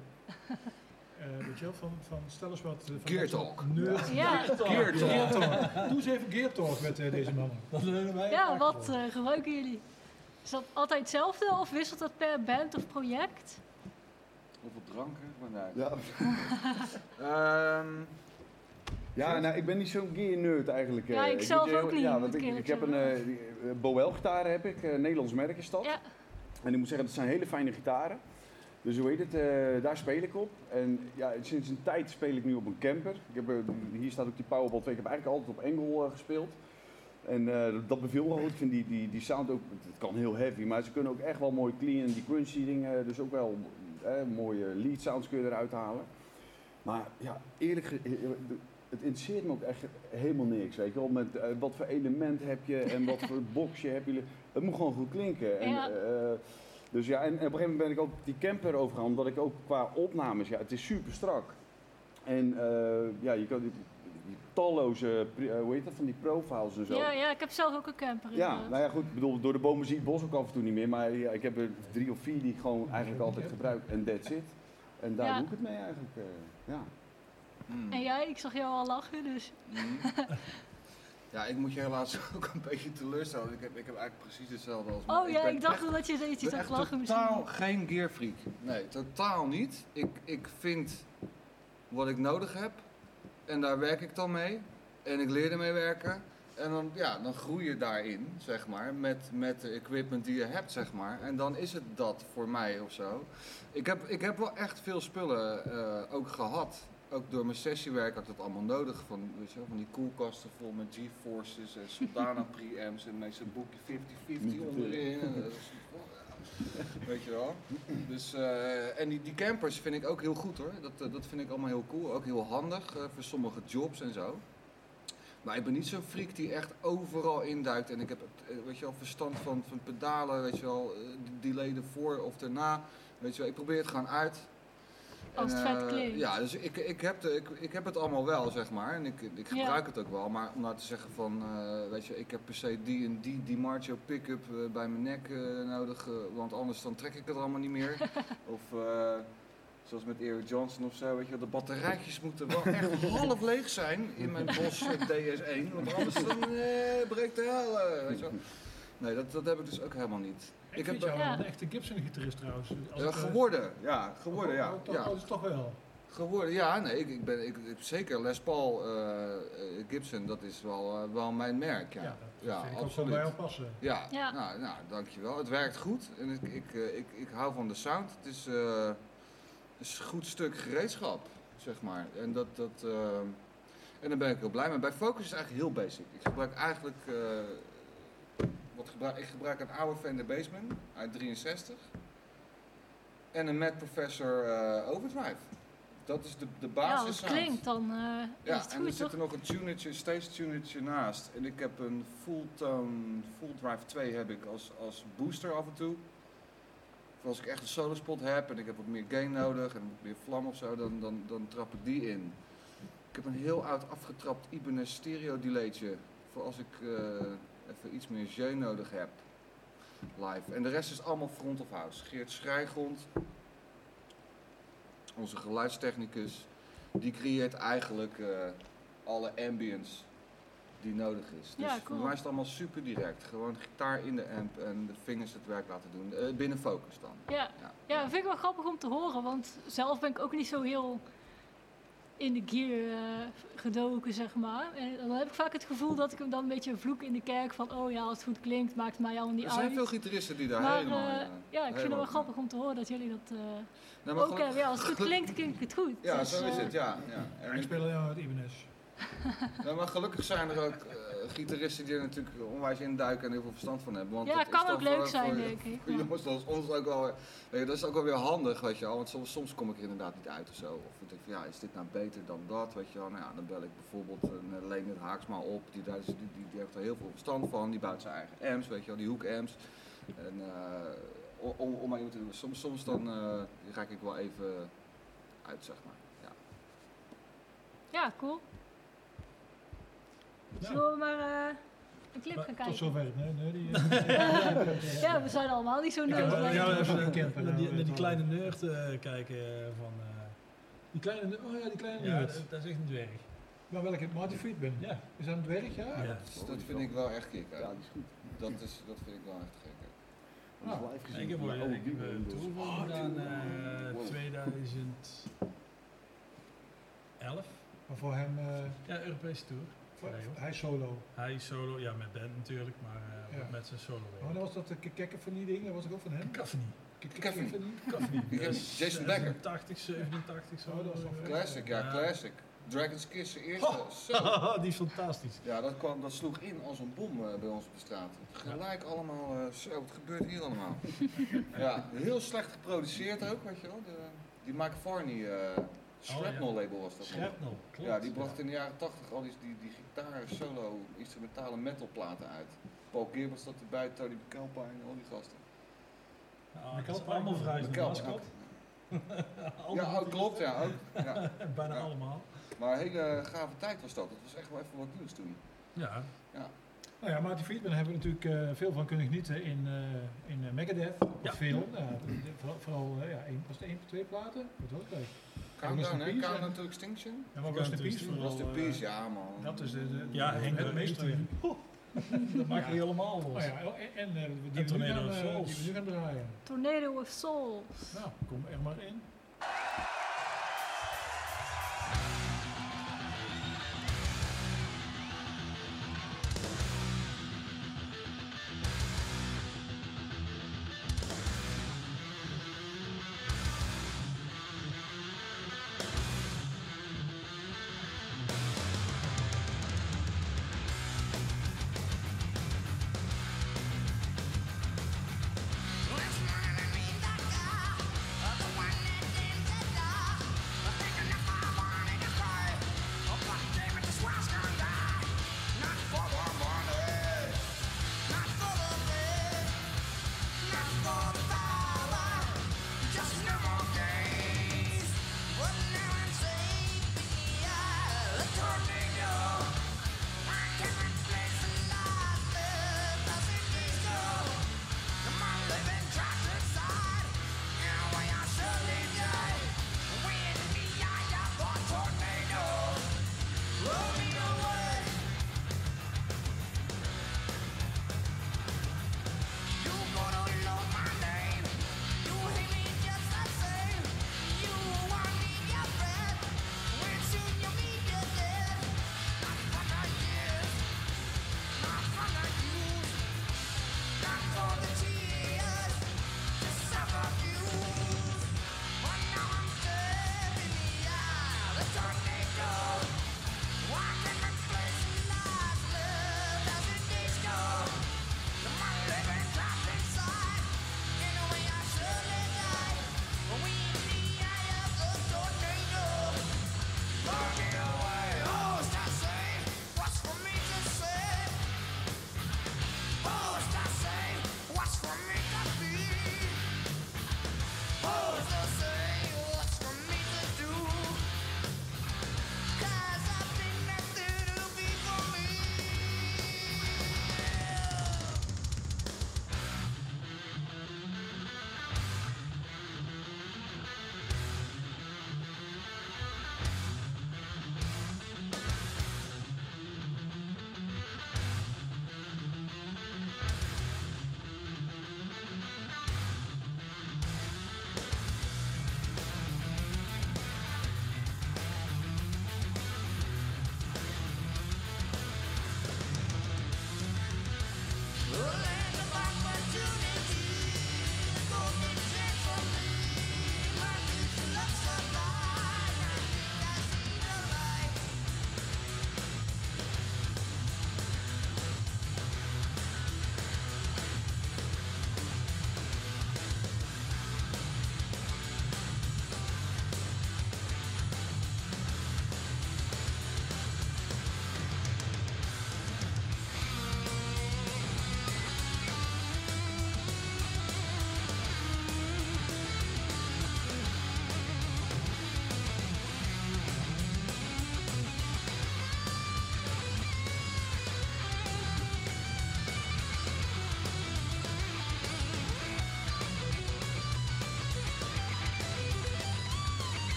Eh weet je wel, van, van stel eens wat... eh, van Gear dat soort Talk. nerd- Ja. Gear Talk. Gear Talk. Gear Talk. Doe eens even Gear Talk met eh, deze mannen. dat leunen wij Ja, vaak wat wel. eh, gebruiken jullie? Is dat altijd hetzelfde of wisselt dat per band of project? Hoeveel dranken? Maar nee. Ja. Ehm, Ja, nou, ik ben niet zo'n gear nerd eigenlijk. Ja, eh. ik zelf moet je- ook niet, Ja, moet want ik ik, eerlijk ik heb een zeggen. eh, die, eh, Boel gitaar heb ik, eh, Nederlands merk is dat. Ja, En ik moet zeggen, dat zijn hele fijne gitaren. Dus hoe heet het, eh, daar speel ik op. En ja, sinds een tijd speel ik nu op een camper. Ik heb, eh, hier staat ook die Powerball twee. Ik heb eigenlijk altijd op Engel uh, gespeeld. En uh, dat beviel wel goed. Ik vind die, die, die sound ook, het kan heel heavy, maar ze kunnen ook echt wel mooi clean. En die crunchy dingen, dus ook wel eh, mooie lead sounds kun je eruit halen. Maar ja, eerlijk gezegd, het interesseert me ook echt helemaal niks, weet je wel. Met uh, wat voor element heb je en wat voor boxje heb je. Het moet gewoon goed klinken. En, Ja. uh, dus ja, en, en op een gegeven moment ben ik ook die camper overgegaan, omdat ik ook qua opnames, ja, het is super strak. En uh, ja, je kan die, die talloze, uh, hoe heet dat, van die profiles en zo. ja, ja, ik heb zelf ook een camper. Ja, inderdaad. nou ja, goed, ik bedoel, door de bomen zie ik het bos ook af en toe niet meer, maar ja, ik heb er drie of vier die ik gewoon eigenlijk altijd gebruik en that's it. En daar Ja. doe ik het mee eigenlijk, uh, ja. mm. En jij, ik zag jou al lachen, dus... Mm. Ja, ik moet je helaas ook een beetje teleurstellen. Ik heb, ik heb eigenlijk precies hetzelfde als Oh ja, ben ik dacht echt- wel dat je iets Ik ben had echt lachen totaal misschien. geen gearfreak. Nee, totaal niet. Ik, ik vind wat ik nodig heb en daar werk ik dan mee. En ik leer ermee werken. En dan, ja, dan groei je daarin, zeg maar, met, met de equipment die je hebt, zeg maar. En dan is het dat voor mij of zo. Ik heb, ik heb wel echt veel spullen eh, ook gehad. Ook door mijn sessiewerk had ik dat allemaal nodig. Van, weet je wel, van die koelkasten vol met G-Forces en Soldana preamps en met zo'n boekje vijftig vijftig onderin. En dat is- weet je wel. Dus, eh, en die, die campers vind ik ook heel goed hoor. Dat, eh, dat vind ik allemaal heel cool. Ook heel handig eh, voor sommige jobs en zo. Maar ik ben niet zo'n freak die echt overal induikt. En ik heb eh, weet je wel, verstand van, van pedalen, weet je wel, eh, delay ervoor of erna. Weet je wel, ik probeer het gewoon uit. Als het En, vet eh, klinkt. Ja, dus ik, ik, heb de, ik, ik heb het allemaal wel, zeg maar. En ik, ik Ja. gebruik het ook wel. Maar om nou te zeggen van, eh, weet je, ik heb per se die en die, die Marcio pick-up eh, bij mijn nek eh, nodig. eh, want anders dan trek ik het allemaal niet meer. Of eh, zoals met Eric Johnson of zo, weet je wel, de batterijtjes moeten wel echt half leeg zijn in mijn Bosch D S één. Want anders dan eh, breekt de hel, eh, weet je wel. Nee, dat, dat heb ik dus ook helemaal niet. Ik, Ik vind heb jou Ja. wel een echte Gibson-gitarist trouwens. Als Ja, ik, eh, geworden, ja, geworden, ja. Oh, toch, ja. oh, dat is toch wel. Geworden, ja, nee, ik, ik ben ik, ik- zeker Les Paul eh, eh, Gibson, dat is wel, eh, wel mijn merk, ja. Ja, dat Ja, vind ik ook wel absoluut. bij jou passen. Ja, Ja. Nou, nou, dankjewel. Het werkt goed en ik, ik, eh, ik, ik hou van de sound. Het is eh, een goed stuk gereedschap, zeg maar. En dat, dat, eh, en daar ben ik heel blij mee. Bij Focus is het eigenlijk heel basic. Ik gebruik eigenlijk, eh, wat gebruik, ik gebruik een oude Fender Bassman uit drieënzestig en een Mac Professor eh, Overdrive. Dat is de, de Ja, basis als het sound. klinkt, dan eh, is Ja, het en er goed, zit toch? er nog een tunertje, stage tunertje naast. En ik heb een Full Tone, Full Drive twee heb ik als, als booster af en toe. Of als ik echt een solo spot heb en ik heb wat meer gain nodig en wat meer vlam of zo, dan, dan, dan trap ik die in. Ik heb een heel oud afgetrapt Ibanez stereo delaytje voor als ik eh, even iets meer jeu nodig heb. Live. En de rest is allemaal front of house. Geert Schrijgrond, onze geluidstechnicus, die creëert eigenlijk eh, alle ambience die nodig is. Dus Ja, voor cool. mij is het allemaal super direct. Gewoon gitaar in de amp en de vingers het werk laten doen. Eh, binnen Focus dan. Ja. Ja. Ja, dat vind ik wel grappig om te horen, want zelf ben ik ook niet zo heel... in de gear eh, gedoken, zeg maar. En dan heb ik vaak het gevoel dat ik hem dan een beetje vloek in de kerk van, oh ja, als het goed klinkt, maakt het mij allemaal niet Er uit. zijn veel gitaristen die daar maar helemaal... eh, eh, ja, ik vind het helemaal- wel grappig om te horen dat jullie dat eh, Nou, maar ook geluk- hebben. Ja, als het goed geluk- klinkt, klinkt het goed. Ja, Dus, zo is eh, het, ja. ja. Ja, En ik speel alleen maar met Ibanez. Nou, maar gelukkig zijn er ook eh, gitaristen die er natuurlijk onwijs induiken en heel veel verstand van hebben. Want Ja, het kan is dan ook leuk voor- zijn, voor- denk ik, Voor maar- jongens zoals ons ook wel weer, weet je, dat is ook wel weer handig, weet je wel. Want soms, soms kom ik er inderdaad niet uit of zo. Of ik denk van, ja, is dit nou beter dan dat, weet je wel. Nou ja, dan bel ik bijvoorbeeld een Leonard Haaksma op. Die, daar is- die, die, die heeft er heel veel verstand van. Die bouwt zijn eigen amps, weet je wel, die hoek-amps. En eh, om, om maar iemand te doen. Soms, soms dan eh raak ik wel even uit, zeg maar. Ja. Ja, cool. Nou. Zullen we maar eh, een clip gaan kijken? Tot zover. Nee, nee, die, Ja, we zijn allemaal niet zo Ik heb nerd. wel- denk ja, ik. we hebben Even bekend, naar maar die, nou, naar die weet kleine nerd eh, kijken eh, van... eh, die kleine, ne- oh ja, die kleine ja, nerd. dat, dat is echt een dwerg. Maar welke? Martin Friedman. Ja. Is dat een dwerg, ja? Ja. Dus dat vind ik wel echt kick. Ja, die is goed. Dat, is, dat vind ik wel echt gek. hè. Dat is Ah. live gezien. Ik heb Ja, ooit oh, ik heb die een dus. tour voor Oh, gedaan die- eh wow. tweeduizend elf. Maar voor hem, eh, Ja, Europese tour. voor- Nee, hoor. hij is solo. Hij is solo, ja met band natuurlijk, maar eh, Ja. met zijn solo Oh, weer. dan was dat de Cacophony ding, dat was ook van hem? Cacophony. Cacophony. Cacophony. Ik heb Jason Becker. tachtig, zevenentachtig zo. Oh, dat was wel vet. Classic, ja, Ja. classic. Dragon's Kiss, de eerste. Zo. Die is fantastisch. Ja, dat, kwam, dat sloeg in als een bom eh, bij ons op de straat. Gelijk allemaal, eh, zo, wat gebeurt hier allemaal? Ja, heel slecht geproduceerd ook, weet je wel. De, die Mike Varney eh Shrapnel label was dat. nog. Shrapnel, klopt. Ja, die bracht in de jaren tachtig al die, die, die gitaar, solo, instrumentale metalplaten uit. Paul Gilbert zat erbij, Tony McAlpine en al die gasten. Ja, dat is allemaal vrij van de McAlpine, mascot. Ja, ook, klopt, ja, ook. Ja. Bijna Ja. allemaal. Maar een hele gave tijd was dat. Dat was echt wel even wat nieuws toen. Ja. Ja. Nou ja, Martin Friedman hebben we natuurlijk eh, veel van kunnen genieten in, eh, in eh, Megadeth. Ja. Veel. Ja, vooral vooral eh, ja, één, was het één of twee platen? Dat was ook leuk. Countdown, hè? Rest in Peace, Countdown hè? to Extinction. Ja, maar Rust in Countdown to Peace vooral. Rust in eh, Peace, ja man. Dat is de, de, Ja, Henk het de meeste. meester. Dat maakt hij helemaal los. Oh ja, oh, en, en eh, die, we nu Tornado gaan, of eh, Souls. die we nu gaan draaien. Tornado of Souls. Nou, kom er maar in. Last night I made that guy, the one that did the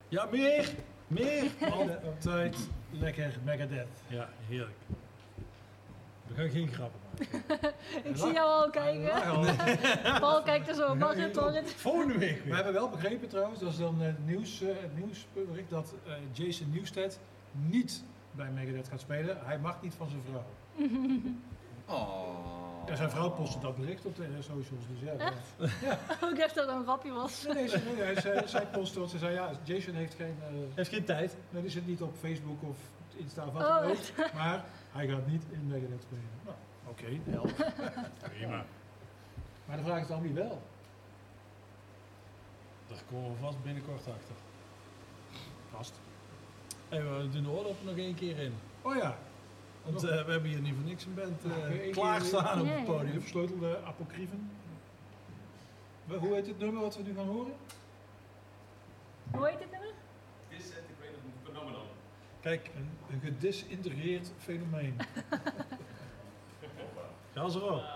Ja, meer! Meer! Altijd lekker Megadeth. Ja, heerlijk. We gaan geen grappen maken. Ik zie jou al kijken. Paul kijkt er zo bagger door. Volgende week We weer. hebben wel begrepen trouwens, dat is dan het nieuws, eh, het nieuwsbericht, dat eh, Jason Newsted niet bij Megadeth gaat spelen. Hij mag niet van zijn vrouw. Oh. Ja, zijn vrouw postte dat bericht op de eh, socials, dus ja. Echt? ja. Ik dacht dat het een grapje was. Nee, nee, ze- nee, hij zei, zij postte, want ze zei ja, Jason heeft geen, eh, Heeft geen tijd. nee, die zit niet op Facebook of Insta of wat Oh, dan ook, echt? maar hij gaat niet in Megadeth spelen. Nou, oké, help. Prima. Maar de vraag is dan wie wel? Daar komen we vast binnenkort achter. Vast. En we doen de oordop nog één keer in. Oh ja. Want eh, we hebben hier niet voor niks een band eh, Nog één keer- klaarstaan op Ja, het ja. De podium. versleutelde apocriefen. Wel, hoe heet het nummer wat we nu gaan horen? Hoe heet het nummer? Disintegrated phenomenon. Kijk, een, een gedisintegreerd fenomeen. Ga ze erop.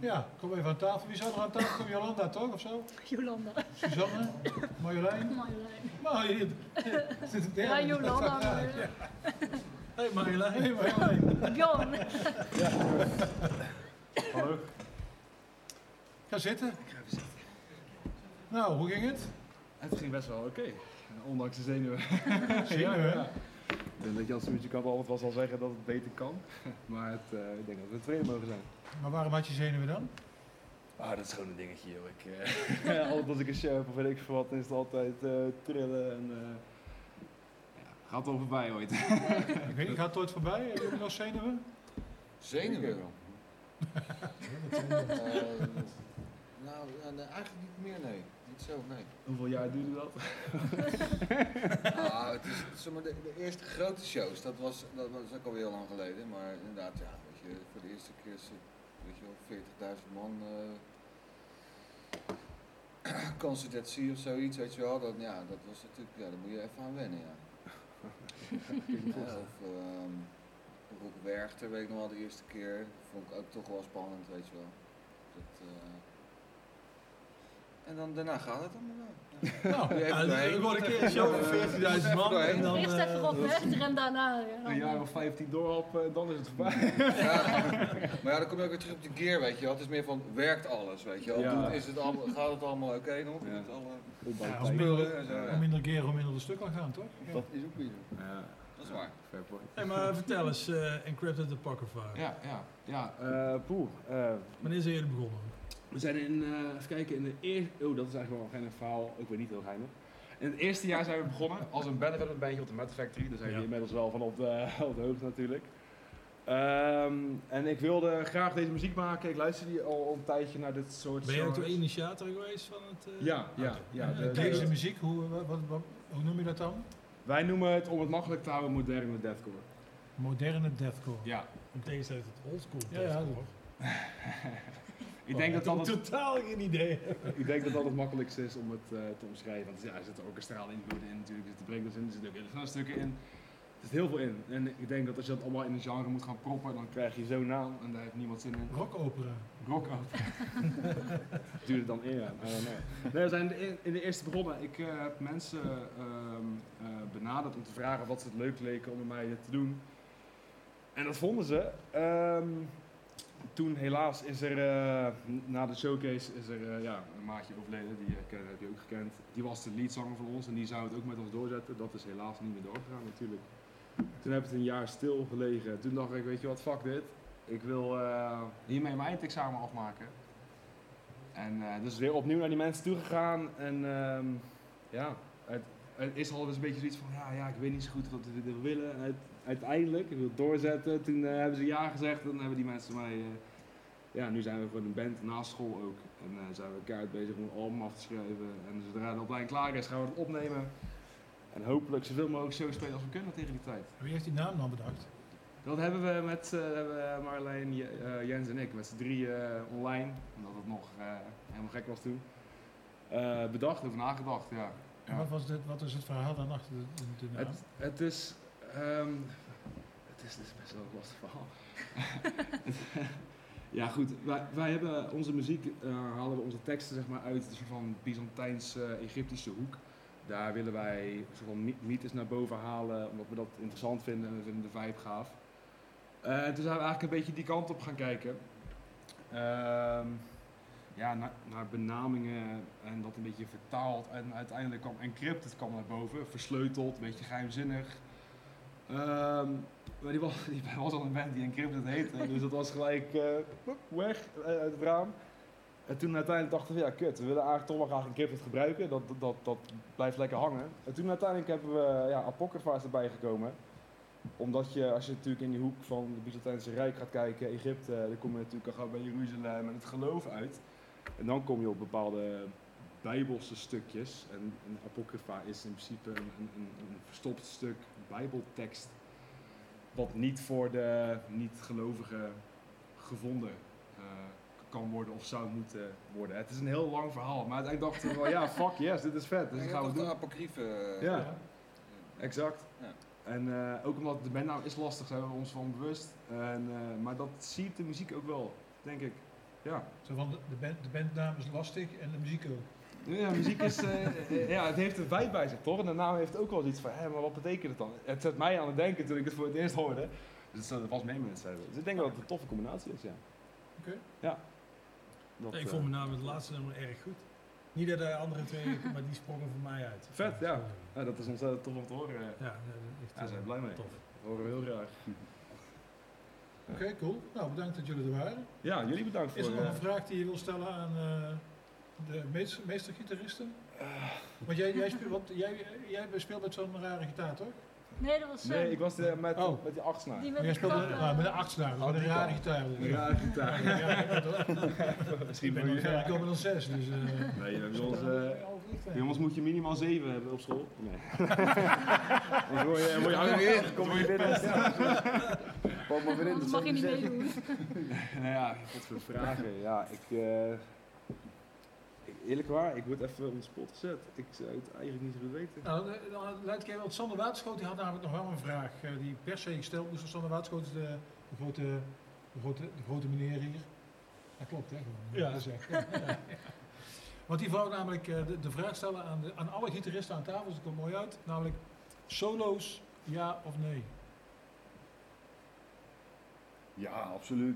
Ja, kom even aan tafel. Wie zou er aan tafel komen? Jolanda toch, of zo? Jolanda. Suzanne? Marjolein? Marjolein. Marjolein. Zit het Ja, Jolanda. maar- Hé Marjolein. Hey Marjolein. Bjorn. Hallo. Ga zitten. Nou, hoe ging het? Het ging best wel oké, ondanks de zenuwen. Zenuwen, hè? Ja. Ik denk dat je als muzikant altijd wel zal zeggen dat het beter kan, maar het, uh, ik denk dat we tevreden mogen zijn. Maar waarom had je zenuwen dan? Ah, dat is gewoon een dingetje, joh. Ik, uh, altijd als ik een show heb of weet ik veel wat, dan is het altijd uh, trillen en uh, ja, gaat wel voorbij ooit. Ik weet niet, gaat het ooit voorbij? Hebben jullie nog zenuwen? Zenuwen? Ja, dat zijn Uh, we. nou, ja, nee, eigenlijk niet meer, nee. Niet zo, nee. Hoeveel jaar duurde dat? Ah, het is, zeg maar, de, de eerste grote shows, dat was, dat was ook alweer heel lang geleden, maar inderdaad, ja, weet je, voor de eerste keer is het, weet je wel, veertigduizend man uh, Concert at Sea of zoiets, weet je wel, dat, ja, dat was natuurlijk, ja, daar moet je even aan wennen, ja. Ja, of um, Roek Werchter, weet ik nog wel, de eerste keer, vond ik ook toch wel spannend, weet je wel. Dat, uh, En dan daarna gaat het allemaal wel. Ja. Nou, Even ja, doorheen. gewoon een keer een show van veertigduizend man en dan... Eerst even op weg en daarna. Ja, Een dan- jaar of vijftien door op, uh, dan is het voorbij. Ja, maar ja, dan kom je ook weer terug op de gear, weet je wel. Het is meer van, werkt alles, weet je wel. Ja. Doet- Is het allemaal, gaat het allemaal oké nog? Ja. Is het alle... Ja, hoe spullen minder, en zo, hoe ja. minder gear, hoe minder de stuk kan gaan, toch? Dat is ook weer zo. Ja, Dat is waar. fair point. Hey, maar vertel eens, uh, Encrypted Apocrypha. Ja, ja, ja. Uh, poeh. Uh, Wanneer zijn jullie begonnen? we zijn in, uh, even kijken, in de eerste... Oh, dat is eigenlijk wel een geinig verhaal. Ook weer niet heel geinig. In het eerste jaar zijn we begonnen als een band development bandje op de Metal Factory. Daar zijn we Ja. inmiddels wel van op de, op de hoogte natuurlijk. Um, en ik wilde graag deze muziek maken. Ik luisterde die al een tijdje naar dit soort Ben jij ook de genres. initiator geweest van het... Uh... Ja, ja, Oké. ja. De, Deze de- muziek, hoe, wat, wat, wat- hoe noem je dat dan? wij noemen het, om het makkelijk te houden, moderne deathcore. Moderne deathcore. Ja. In tegenstelling tot het oldschool Ja, ja, deathcore. Ik denk dat dat het, totaal geen idee heb. ik denk dat dat het makkelijkste is om het uh, te omschrijven. Want ja, er zitten orkestrale invloeden in natuurlijk, er zitten breakdance in, er zitten ook hele snelle stukken in. Er zit heel veel in. En ik denk dat als je dat allemaal in een genre moet gaan proppen, dan krijg je zo'n naam en daar heeft niemand zin in. Rockopera. Rock opera. Duurt het dan in, ja. I don't know. Nee, we zijn in de, in de eerste begonnen. Ik uh, heb mensen um, uh, benaderd om te vragen wat ze het leuk leken om met mij dit te doen. En dat vonden ze. Um, toen helaas is er, uh, na de showcase, is er uh, ja, een maatje overleden, die uh, ken, heb je ook gekend. Die was de leadzanger van ons en die zou het ook met ons doorzetten. Dat is helaas niet meer doorgegaan natuurlijk. Toen heb ik het een jaar stil gelegen. Toen dacht ik, weet je wat, fuck dit. Ik wil uh, hiermee mijn eindexamen afmaken. En uh, dus weer opnieuw naar die mensen toe gegaan. En um, ja, het, het is al eens een beetje zoiets van, ja, ja, ik weet niet zo goed wat we dit willen. En het, uiteindelijk, ik wil het doorzetten. Toen uh, hebben ze ja gezegd en dan hebben die mensen mij... Uh, ja, nu zijn we gewoon een band naast school ook. En uh, zijn we keihard bezig om een album af te schrijven. En zodra de opleiding klaar is, gaan we het opnemen. En hopelijk zoveel mogelijk shows spelen als we kunnen tegen die tijd. Wie heeft die naam dan bedacht? Dat hebben we met uh, hebben Marjolein, J- uh, Jens en ik, met z'n drieën uh, online, omdat het nog uh, helemaal gek was toen, uh, bedacht, over nagedacht, ja. En Ja. wat, was dit, wat is het verhaal dan achter de, de, de naam? Het, het is, um, het is, het is best wel een lastig verhaal. Ja goed, wij, wij hebben onze muziek, uh, halen we onze teksten zeg maar uit een soort van Byzantijns-Egyptische hoek. Daar willen wij een soort van my- mythes naar boven halen, omdat we dat interessant vinden en we vinden de vibe gaaf. Uh, toen zijn we eigenlijk een beetje die kant op gaan kijken. Ehm, ja, naar, naar benamingen en dat een beetje vertaald. En uiteindelijk kwam Encrypted kwam naar boven, versleuteld, een beetje geheimzinnig. Ehm, maar die was, die was al een band die Encrypted heette, dus dat was gelijk uh, weg uh, uit het raam. En toen uiteindelijk dachten we, ja kut, we willen eigenlijk toch wel graag Encrypted gebruiken, dat, dat, dat, dat blijft lekker hangen. En toen uiteindelijk hebben we ja, Apocrypha is erbij gekomen. Omdat je, als je natuurlijk in die hoek van het Byzantijnse Rijk gaat kijken, Egypte, dan kom je natuurlijk al gauw bij Jeruzalem en het geloof uit. En dan kom je op bepaalde bijbelse stukjes. En, en Apocrypha is in principe een, een, een verstopt stuk bijbeltekst, wat niet voor de niet-gelovigen gevonden uh, kan worden of zou moeten worden. Het is een heel lang verhaal, maar uiteindelijk dachten we wel, ja, fuck yes, dit is vet, dus Ja, dat je gaan had we toch doen. de apocryfe. uh, Ja, exact. Ja. En uh, ook omdat de bandnaam is lastig, zijn we ons van bewust. En, uh, maar dat ziet de muziek ook wel, denk ik. Ja. Zo van de, de, band, de bandnaam is lastig en de muziek ook. Ja, muziek is, uh, ja, het heeft een vibe bij zich, toch? En de naam heeft ook wel iets van, hé, maar wat betekent het dan? Het zet mij aan het denken toen ik het voor het eerst hoorde. Dus dat was meer mensen hebben. Dus ik denk dat het een toffe combinatie is, ja. Oké. Okay. Ja. Dat, ja, ik uh, vond met name het laatste nummer erg goed. Niet dat de andere twee, maar die sprongen voor mij uit. Vet, ja. ja. Dat is ontzettend tof om te horen. Ja, ja echt, daar zijn we blij mee. Tof. Dat horen we heel graag. Oké, okay, cool. Nou, bedankt dat jullie er waren. Ja, jullie bedankt voor... Is er nog uh, een vraag die je wil stellen aan uh, de meester, meestergitaristen? Uh, Want jij, jij, speelt, wat, jij, jij speelt met zo'n rare gitaar, toch? Nee, dat was... Nee, uh, ik was uh, met, oh. met die achtsnaar. Die met jij speelde de nou, met een achtsnaar, met een rare gitaar. Een rare gitaar. Ja, ja, misschien ben ik nog komen dan zes, dus... Uh, nee, bij ons, uh, jongens moet je minimaal zeven hebben op school. Nee. Dan word je, word je hangen weer, kom je binnen. Pak maar weer in. Dat mag je niet meedoen. Nou ja, wat voor vragen. Ja, ik... Uh, Eerlijk waar, ik word even op de spot gezet. Ik zou het eigenlijk niet zo goed weten. Nou, dan luid ik even, want Sander Waterschoot die had namelijk nog wel een vraag uh, die per se gesteld moest. Sander Waterschoot is de, de, grote, de, grote, de grote meneer hier. Dat klopt, hè? Gewoon, ja. Dat ja, ja, ja. Want die wou namelijk uh, de, de vraag stellen aan, de, aan alle gitaristen aan tafel, dus dat komt mooi uit. Namelijk, solo's, ja of nee? Ja, absoluut.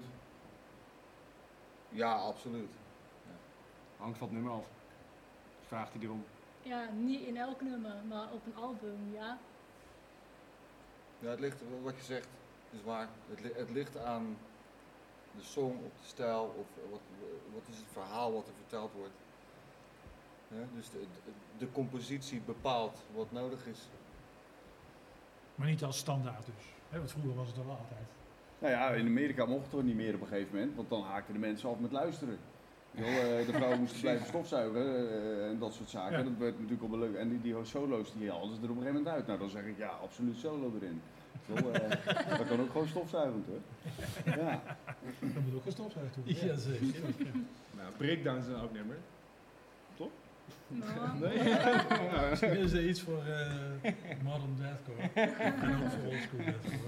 Ja, absoluut. Hangt van het nummer af. Vraagt hij erom. Ja, niet in elk nummer, maar op een album, ja. Ja, het ligt, wat je zegt, is waar. Het, li het ligt aan de song, op de stijl, of wat, wat is het verhaal wat er verteld wordt. Ja, dus de, de, de compositie bepaalt wat nodig is. Maar niet als standaard dus. Hè, want vroeger was het al wel altijd. Nou ja, in Amerika mocht het toch niet meer op een gegeven moment, want dan haakten de mensen af met luisteren. De vrouwen moesten blijven stofzuigen uh, en dat soort zaken. Ja. Dat werd natuurlijk op een leuk. En die, die solo's die haalden ze er op een gegeven moment uit. Nou, dan zeg ik ja, absoluut solo erin. Zo, uh, dat kan ook gewoon stofzuigend hoor. Ja. Dat moet ook gewoon stofzuigend doen. Ja, ja zeker. Nou, breakdowns zijn ook nummer. Toch? Nou. Nee? Ja. Misschien is er iets voor uh, modern deathcore. En ook voor oldschool deathcore.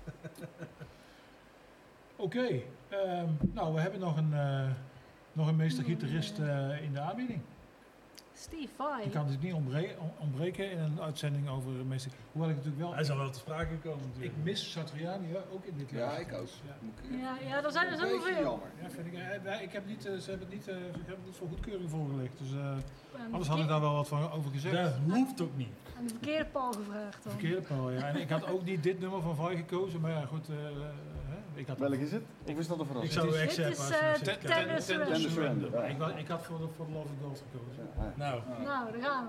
Oké, okay, um, nou we hebben nog een... Uh, Nog een meestergitarist uh, in de aanbieding. Steve Vai. Die kan dus niet ontbreken, ontbreken in een uitzending over meester. Hoewel ik natuurlijk wel... Hij zal wel te sprake komen natuurlijk. Ik mis Satriani ja, ook in dit ja, lijstje. Ik ook. Ja, ja, ja, er zijn er zoveel veel. Jammer. Ja, vind ik, uh, ik heb niet, uh, ze hebben het niet, uh, ik heb het niet voor goedkeuring voorgelegd. Dus uh, anders had ik daar wel wat van over gezegd. Dat hoeft ook niet. Aan de verkeerde Paul gevraagd dan. Verkeerde Paul, ja. En ik had ook niet dit nummer van Vai gekozen, maar ja goed. Uh, Ik had Welk is het? Of is dat een verrassing? Ik zou Dit is uh, Tender Surrender. Surrender. Ik, ik had voor de, voor de Love of Gold gekozen. Ja, ja. Nou. Nou, daar gaan we.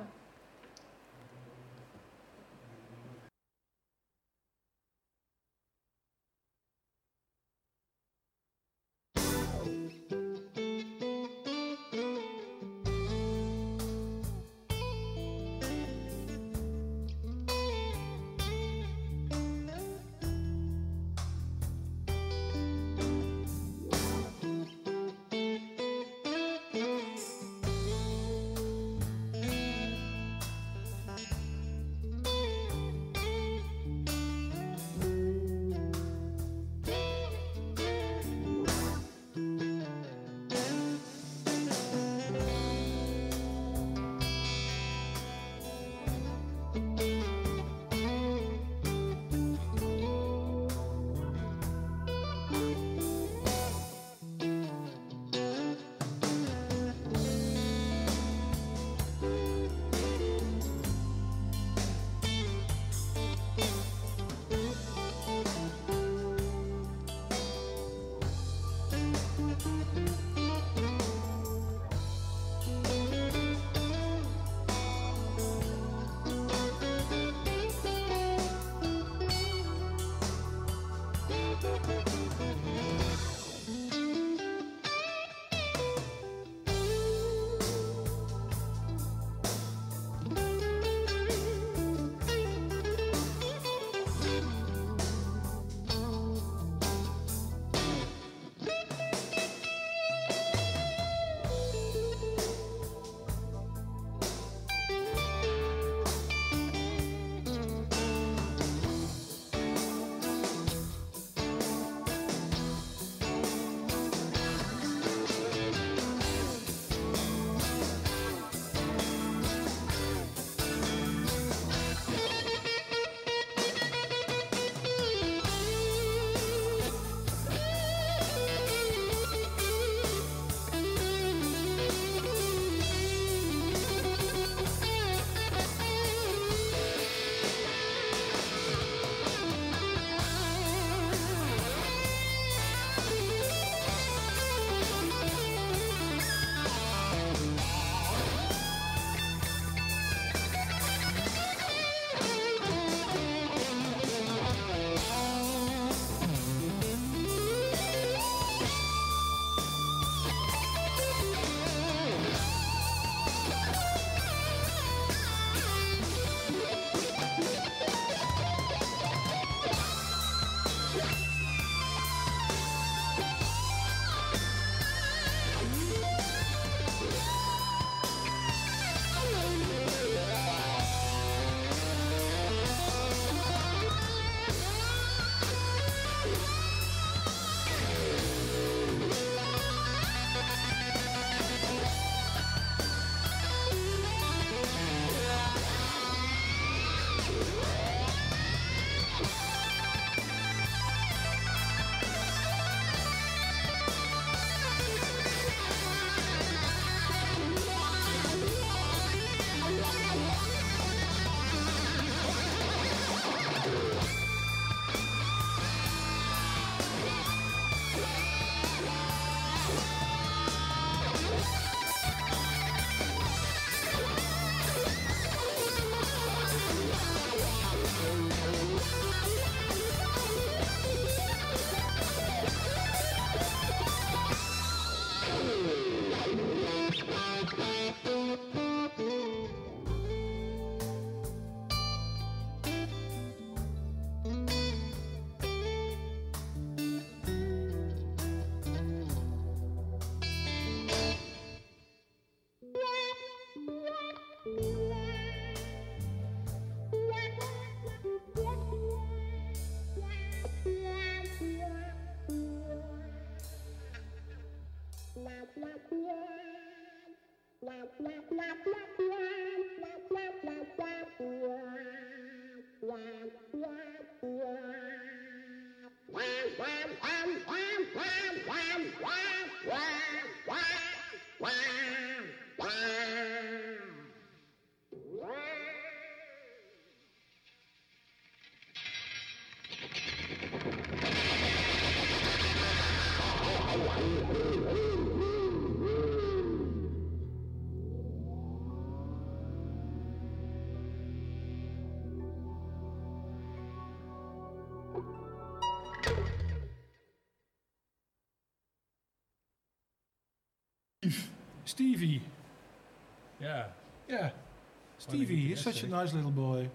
Stevie. Ja. Ja. Stevie, he's such a nice little boy.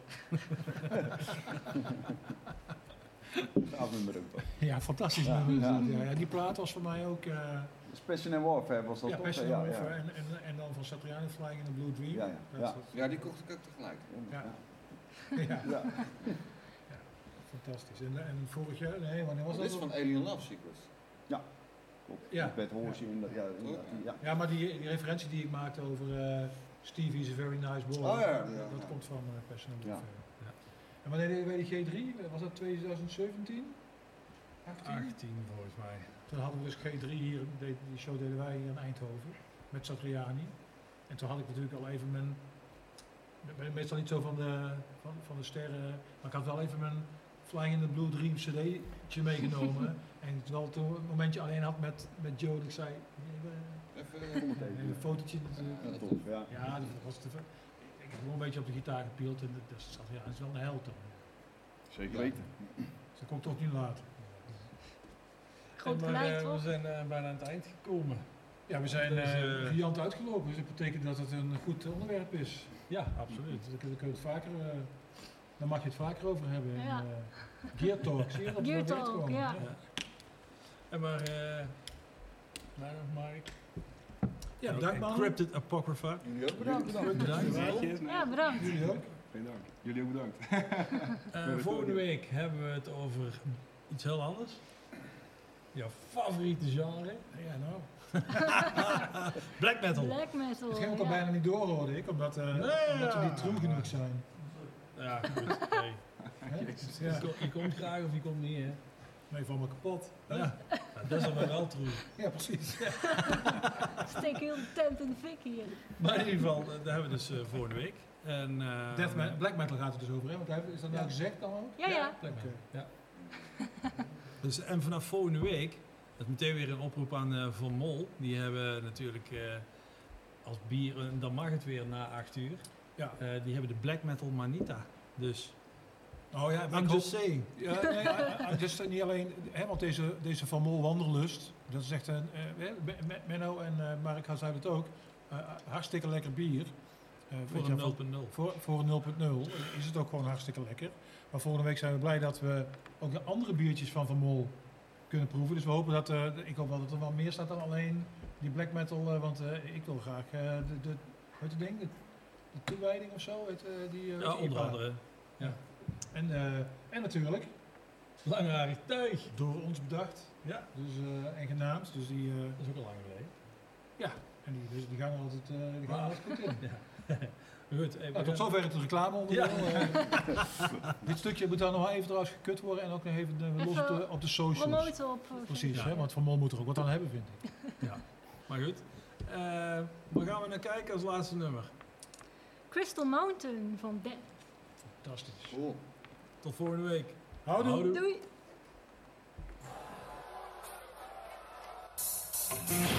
Gaaf nummer ook toch? Ja, fantastisch Ja, nummer. is ja. dat, Ja. Ja, die plaat was voor mij ook... uh, Passion and Warfare was dat ja, toch? Passion Ja, and ja. Warfare en, en, en dan van Satriani Flying in the Blue Dream. Ja, ja. Dat Ja. is dat- Ja, die kocht ik ook tegelijk. Ja. Ja. Ja. Ja. Ja, fantastisch. En, en vorig jaar, nee, wanneer was Oh, dat? dit is van Alien Love Secrets. Ja, klopt. Ja. Met Bad Horsey en dat, ja, inderdaad, ja. Ja, maar die, die referentie die ik maakte over uh, Stevie is a very nice boy, Oh, ja, ja, dat ja. komt van uh, Passion and Ja. Warfare. Ja. En wanneer deden wij die G drie? Was dat twintig zeventien? achttien? achttien volgens mij. Toen hadden we dus G drie hier, die die show deden wij hier in Eindhoven, met Satriani. En toen had ik natuurlijk al even mijn, ik ben meestal niet zo van de, van, van de sterren, maar ik had wel even mijn Flying in the Blue Dream cd'tje meegenomen. En terwijl toen een momentje alleen had met, met Joe, dat ik zei, eh, Even Kom het een even. fotootje natuurlijk. Ja, tof, ja. Ja, dat was te ver. Ik heb gewoon een beetje op de gitaar gepield en dat is, ja, dat is wel een held dan. Zeker weten. Dus dat kon ik toch niet laten. Groot En maar, gelijk, eh, we toch? zijn eh, bijna aan het eind gekomen. Ja, we zijn Dus, eh eh, riant uitgelopen, dus dat betekent dat het een goed onderwerp is. Ja, absoluut. Daar kun je het vaker, uh, daar mag je het vaker over hebben. In, Ja. uh, Gear Talk, zie je dat? we Gear daar weer Talk, komen? ja. En maar, eh nou, Mark. Ja, bedankt man. Encrypted Apocrypha. Jullie ook bedankt. Bedankt. Bedankt. Bedankt. Ja, bedankt. Jullie ook. Geen dank. Jullie ook bedankt. Eh, volgende week hebben we het over iets heel anders. Jouw favoriete genre. Ja, nou. Black metal. Black metal. Het ging ook al ja. bijna niet door, hoorde ik, omdat, uh, Nee, omdat we ja. niet true genoeg zijn. Ja, goed. Hey. Hè? Je, Ja. ko- je komt graag of je komt niet, hè? Nee, van me kapot. Ja, ja dat is dan wel true. Ja, precies. Steek heel de tent in de fik hier. Maar in ieder geval, eh, daar hebben we dus uh, volgende week. En, uh, Death me- black metal gaat het dus over, hè? Want hij, is dat nou Ja. gezegd dan ook? Ja, ja. Black Oké. metal, ja. Dus, en vanaf volgende week, dat is meteen weer een oproep aan uh, Van Mol. Die hebben natuurlijk uh, als bier, en dan mag het weer na acht uur. Ja. Uh, die hebben de Black Metal Manita. Dus, Oh ja, maar I'm ik just hoop- saying. Ja, nee, I- I just, niet alleen, hè, want deze, deze Van Mol Wanderlust, dat is echt een, eh, Me- Me- Menno en uh, Mark zei het ook, uh, hartstikke lekker bier. Uh, weet voor je, een van- nul punt nul. Voor, voor een nul punt nul is het ook gewoon hartstikke lekker. Maar volgende week zijn we blij dat we ook de andere biertjes van Van Mol kunnen proeven. Dus we hopen dat, uh, ik hoop wel dat er wel meer staat dan alleen die black metal, uh, want uh, ik wil graag uh, de, de, hoe heet het ding, de, de toewijding of zo, weet, uh, die, uh, Ja, die onder I P A. andere. Ja. En, uh, en natuurlijk, Langharig tuig. door ons bedacht Ja, dus, uh, en genaamd. Dus die, uh, dat is ook al lang geleden. ja, en die, dus die gaan er altijd, uh, die gaan er Ah. altijd goed in. Ja. Goed, hey, we Nou, tot gaan- zover het reclame onderdeel. Uh, dit stukje moet dan nog wel even trouwens gekut worden en ook nog even, uh, los op de, op de socials. Promoten op. uh, Precies, Ja. hè, want Van Mol moet er ook wat aan hebben, vind ik. Ja, maar goed. Uh, waar gaan we naar kijken als laatste nummer? Crystal Mountain van Death. Fantastisch. Cool. Tot volgende week. Houdoe. Houdoe. Doei.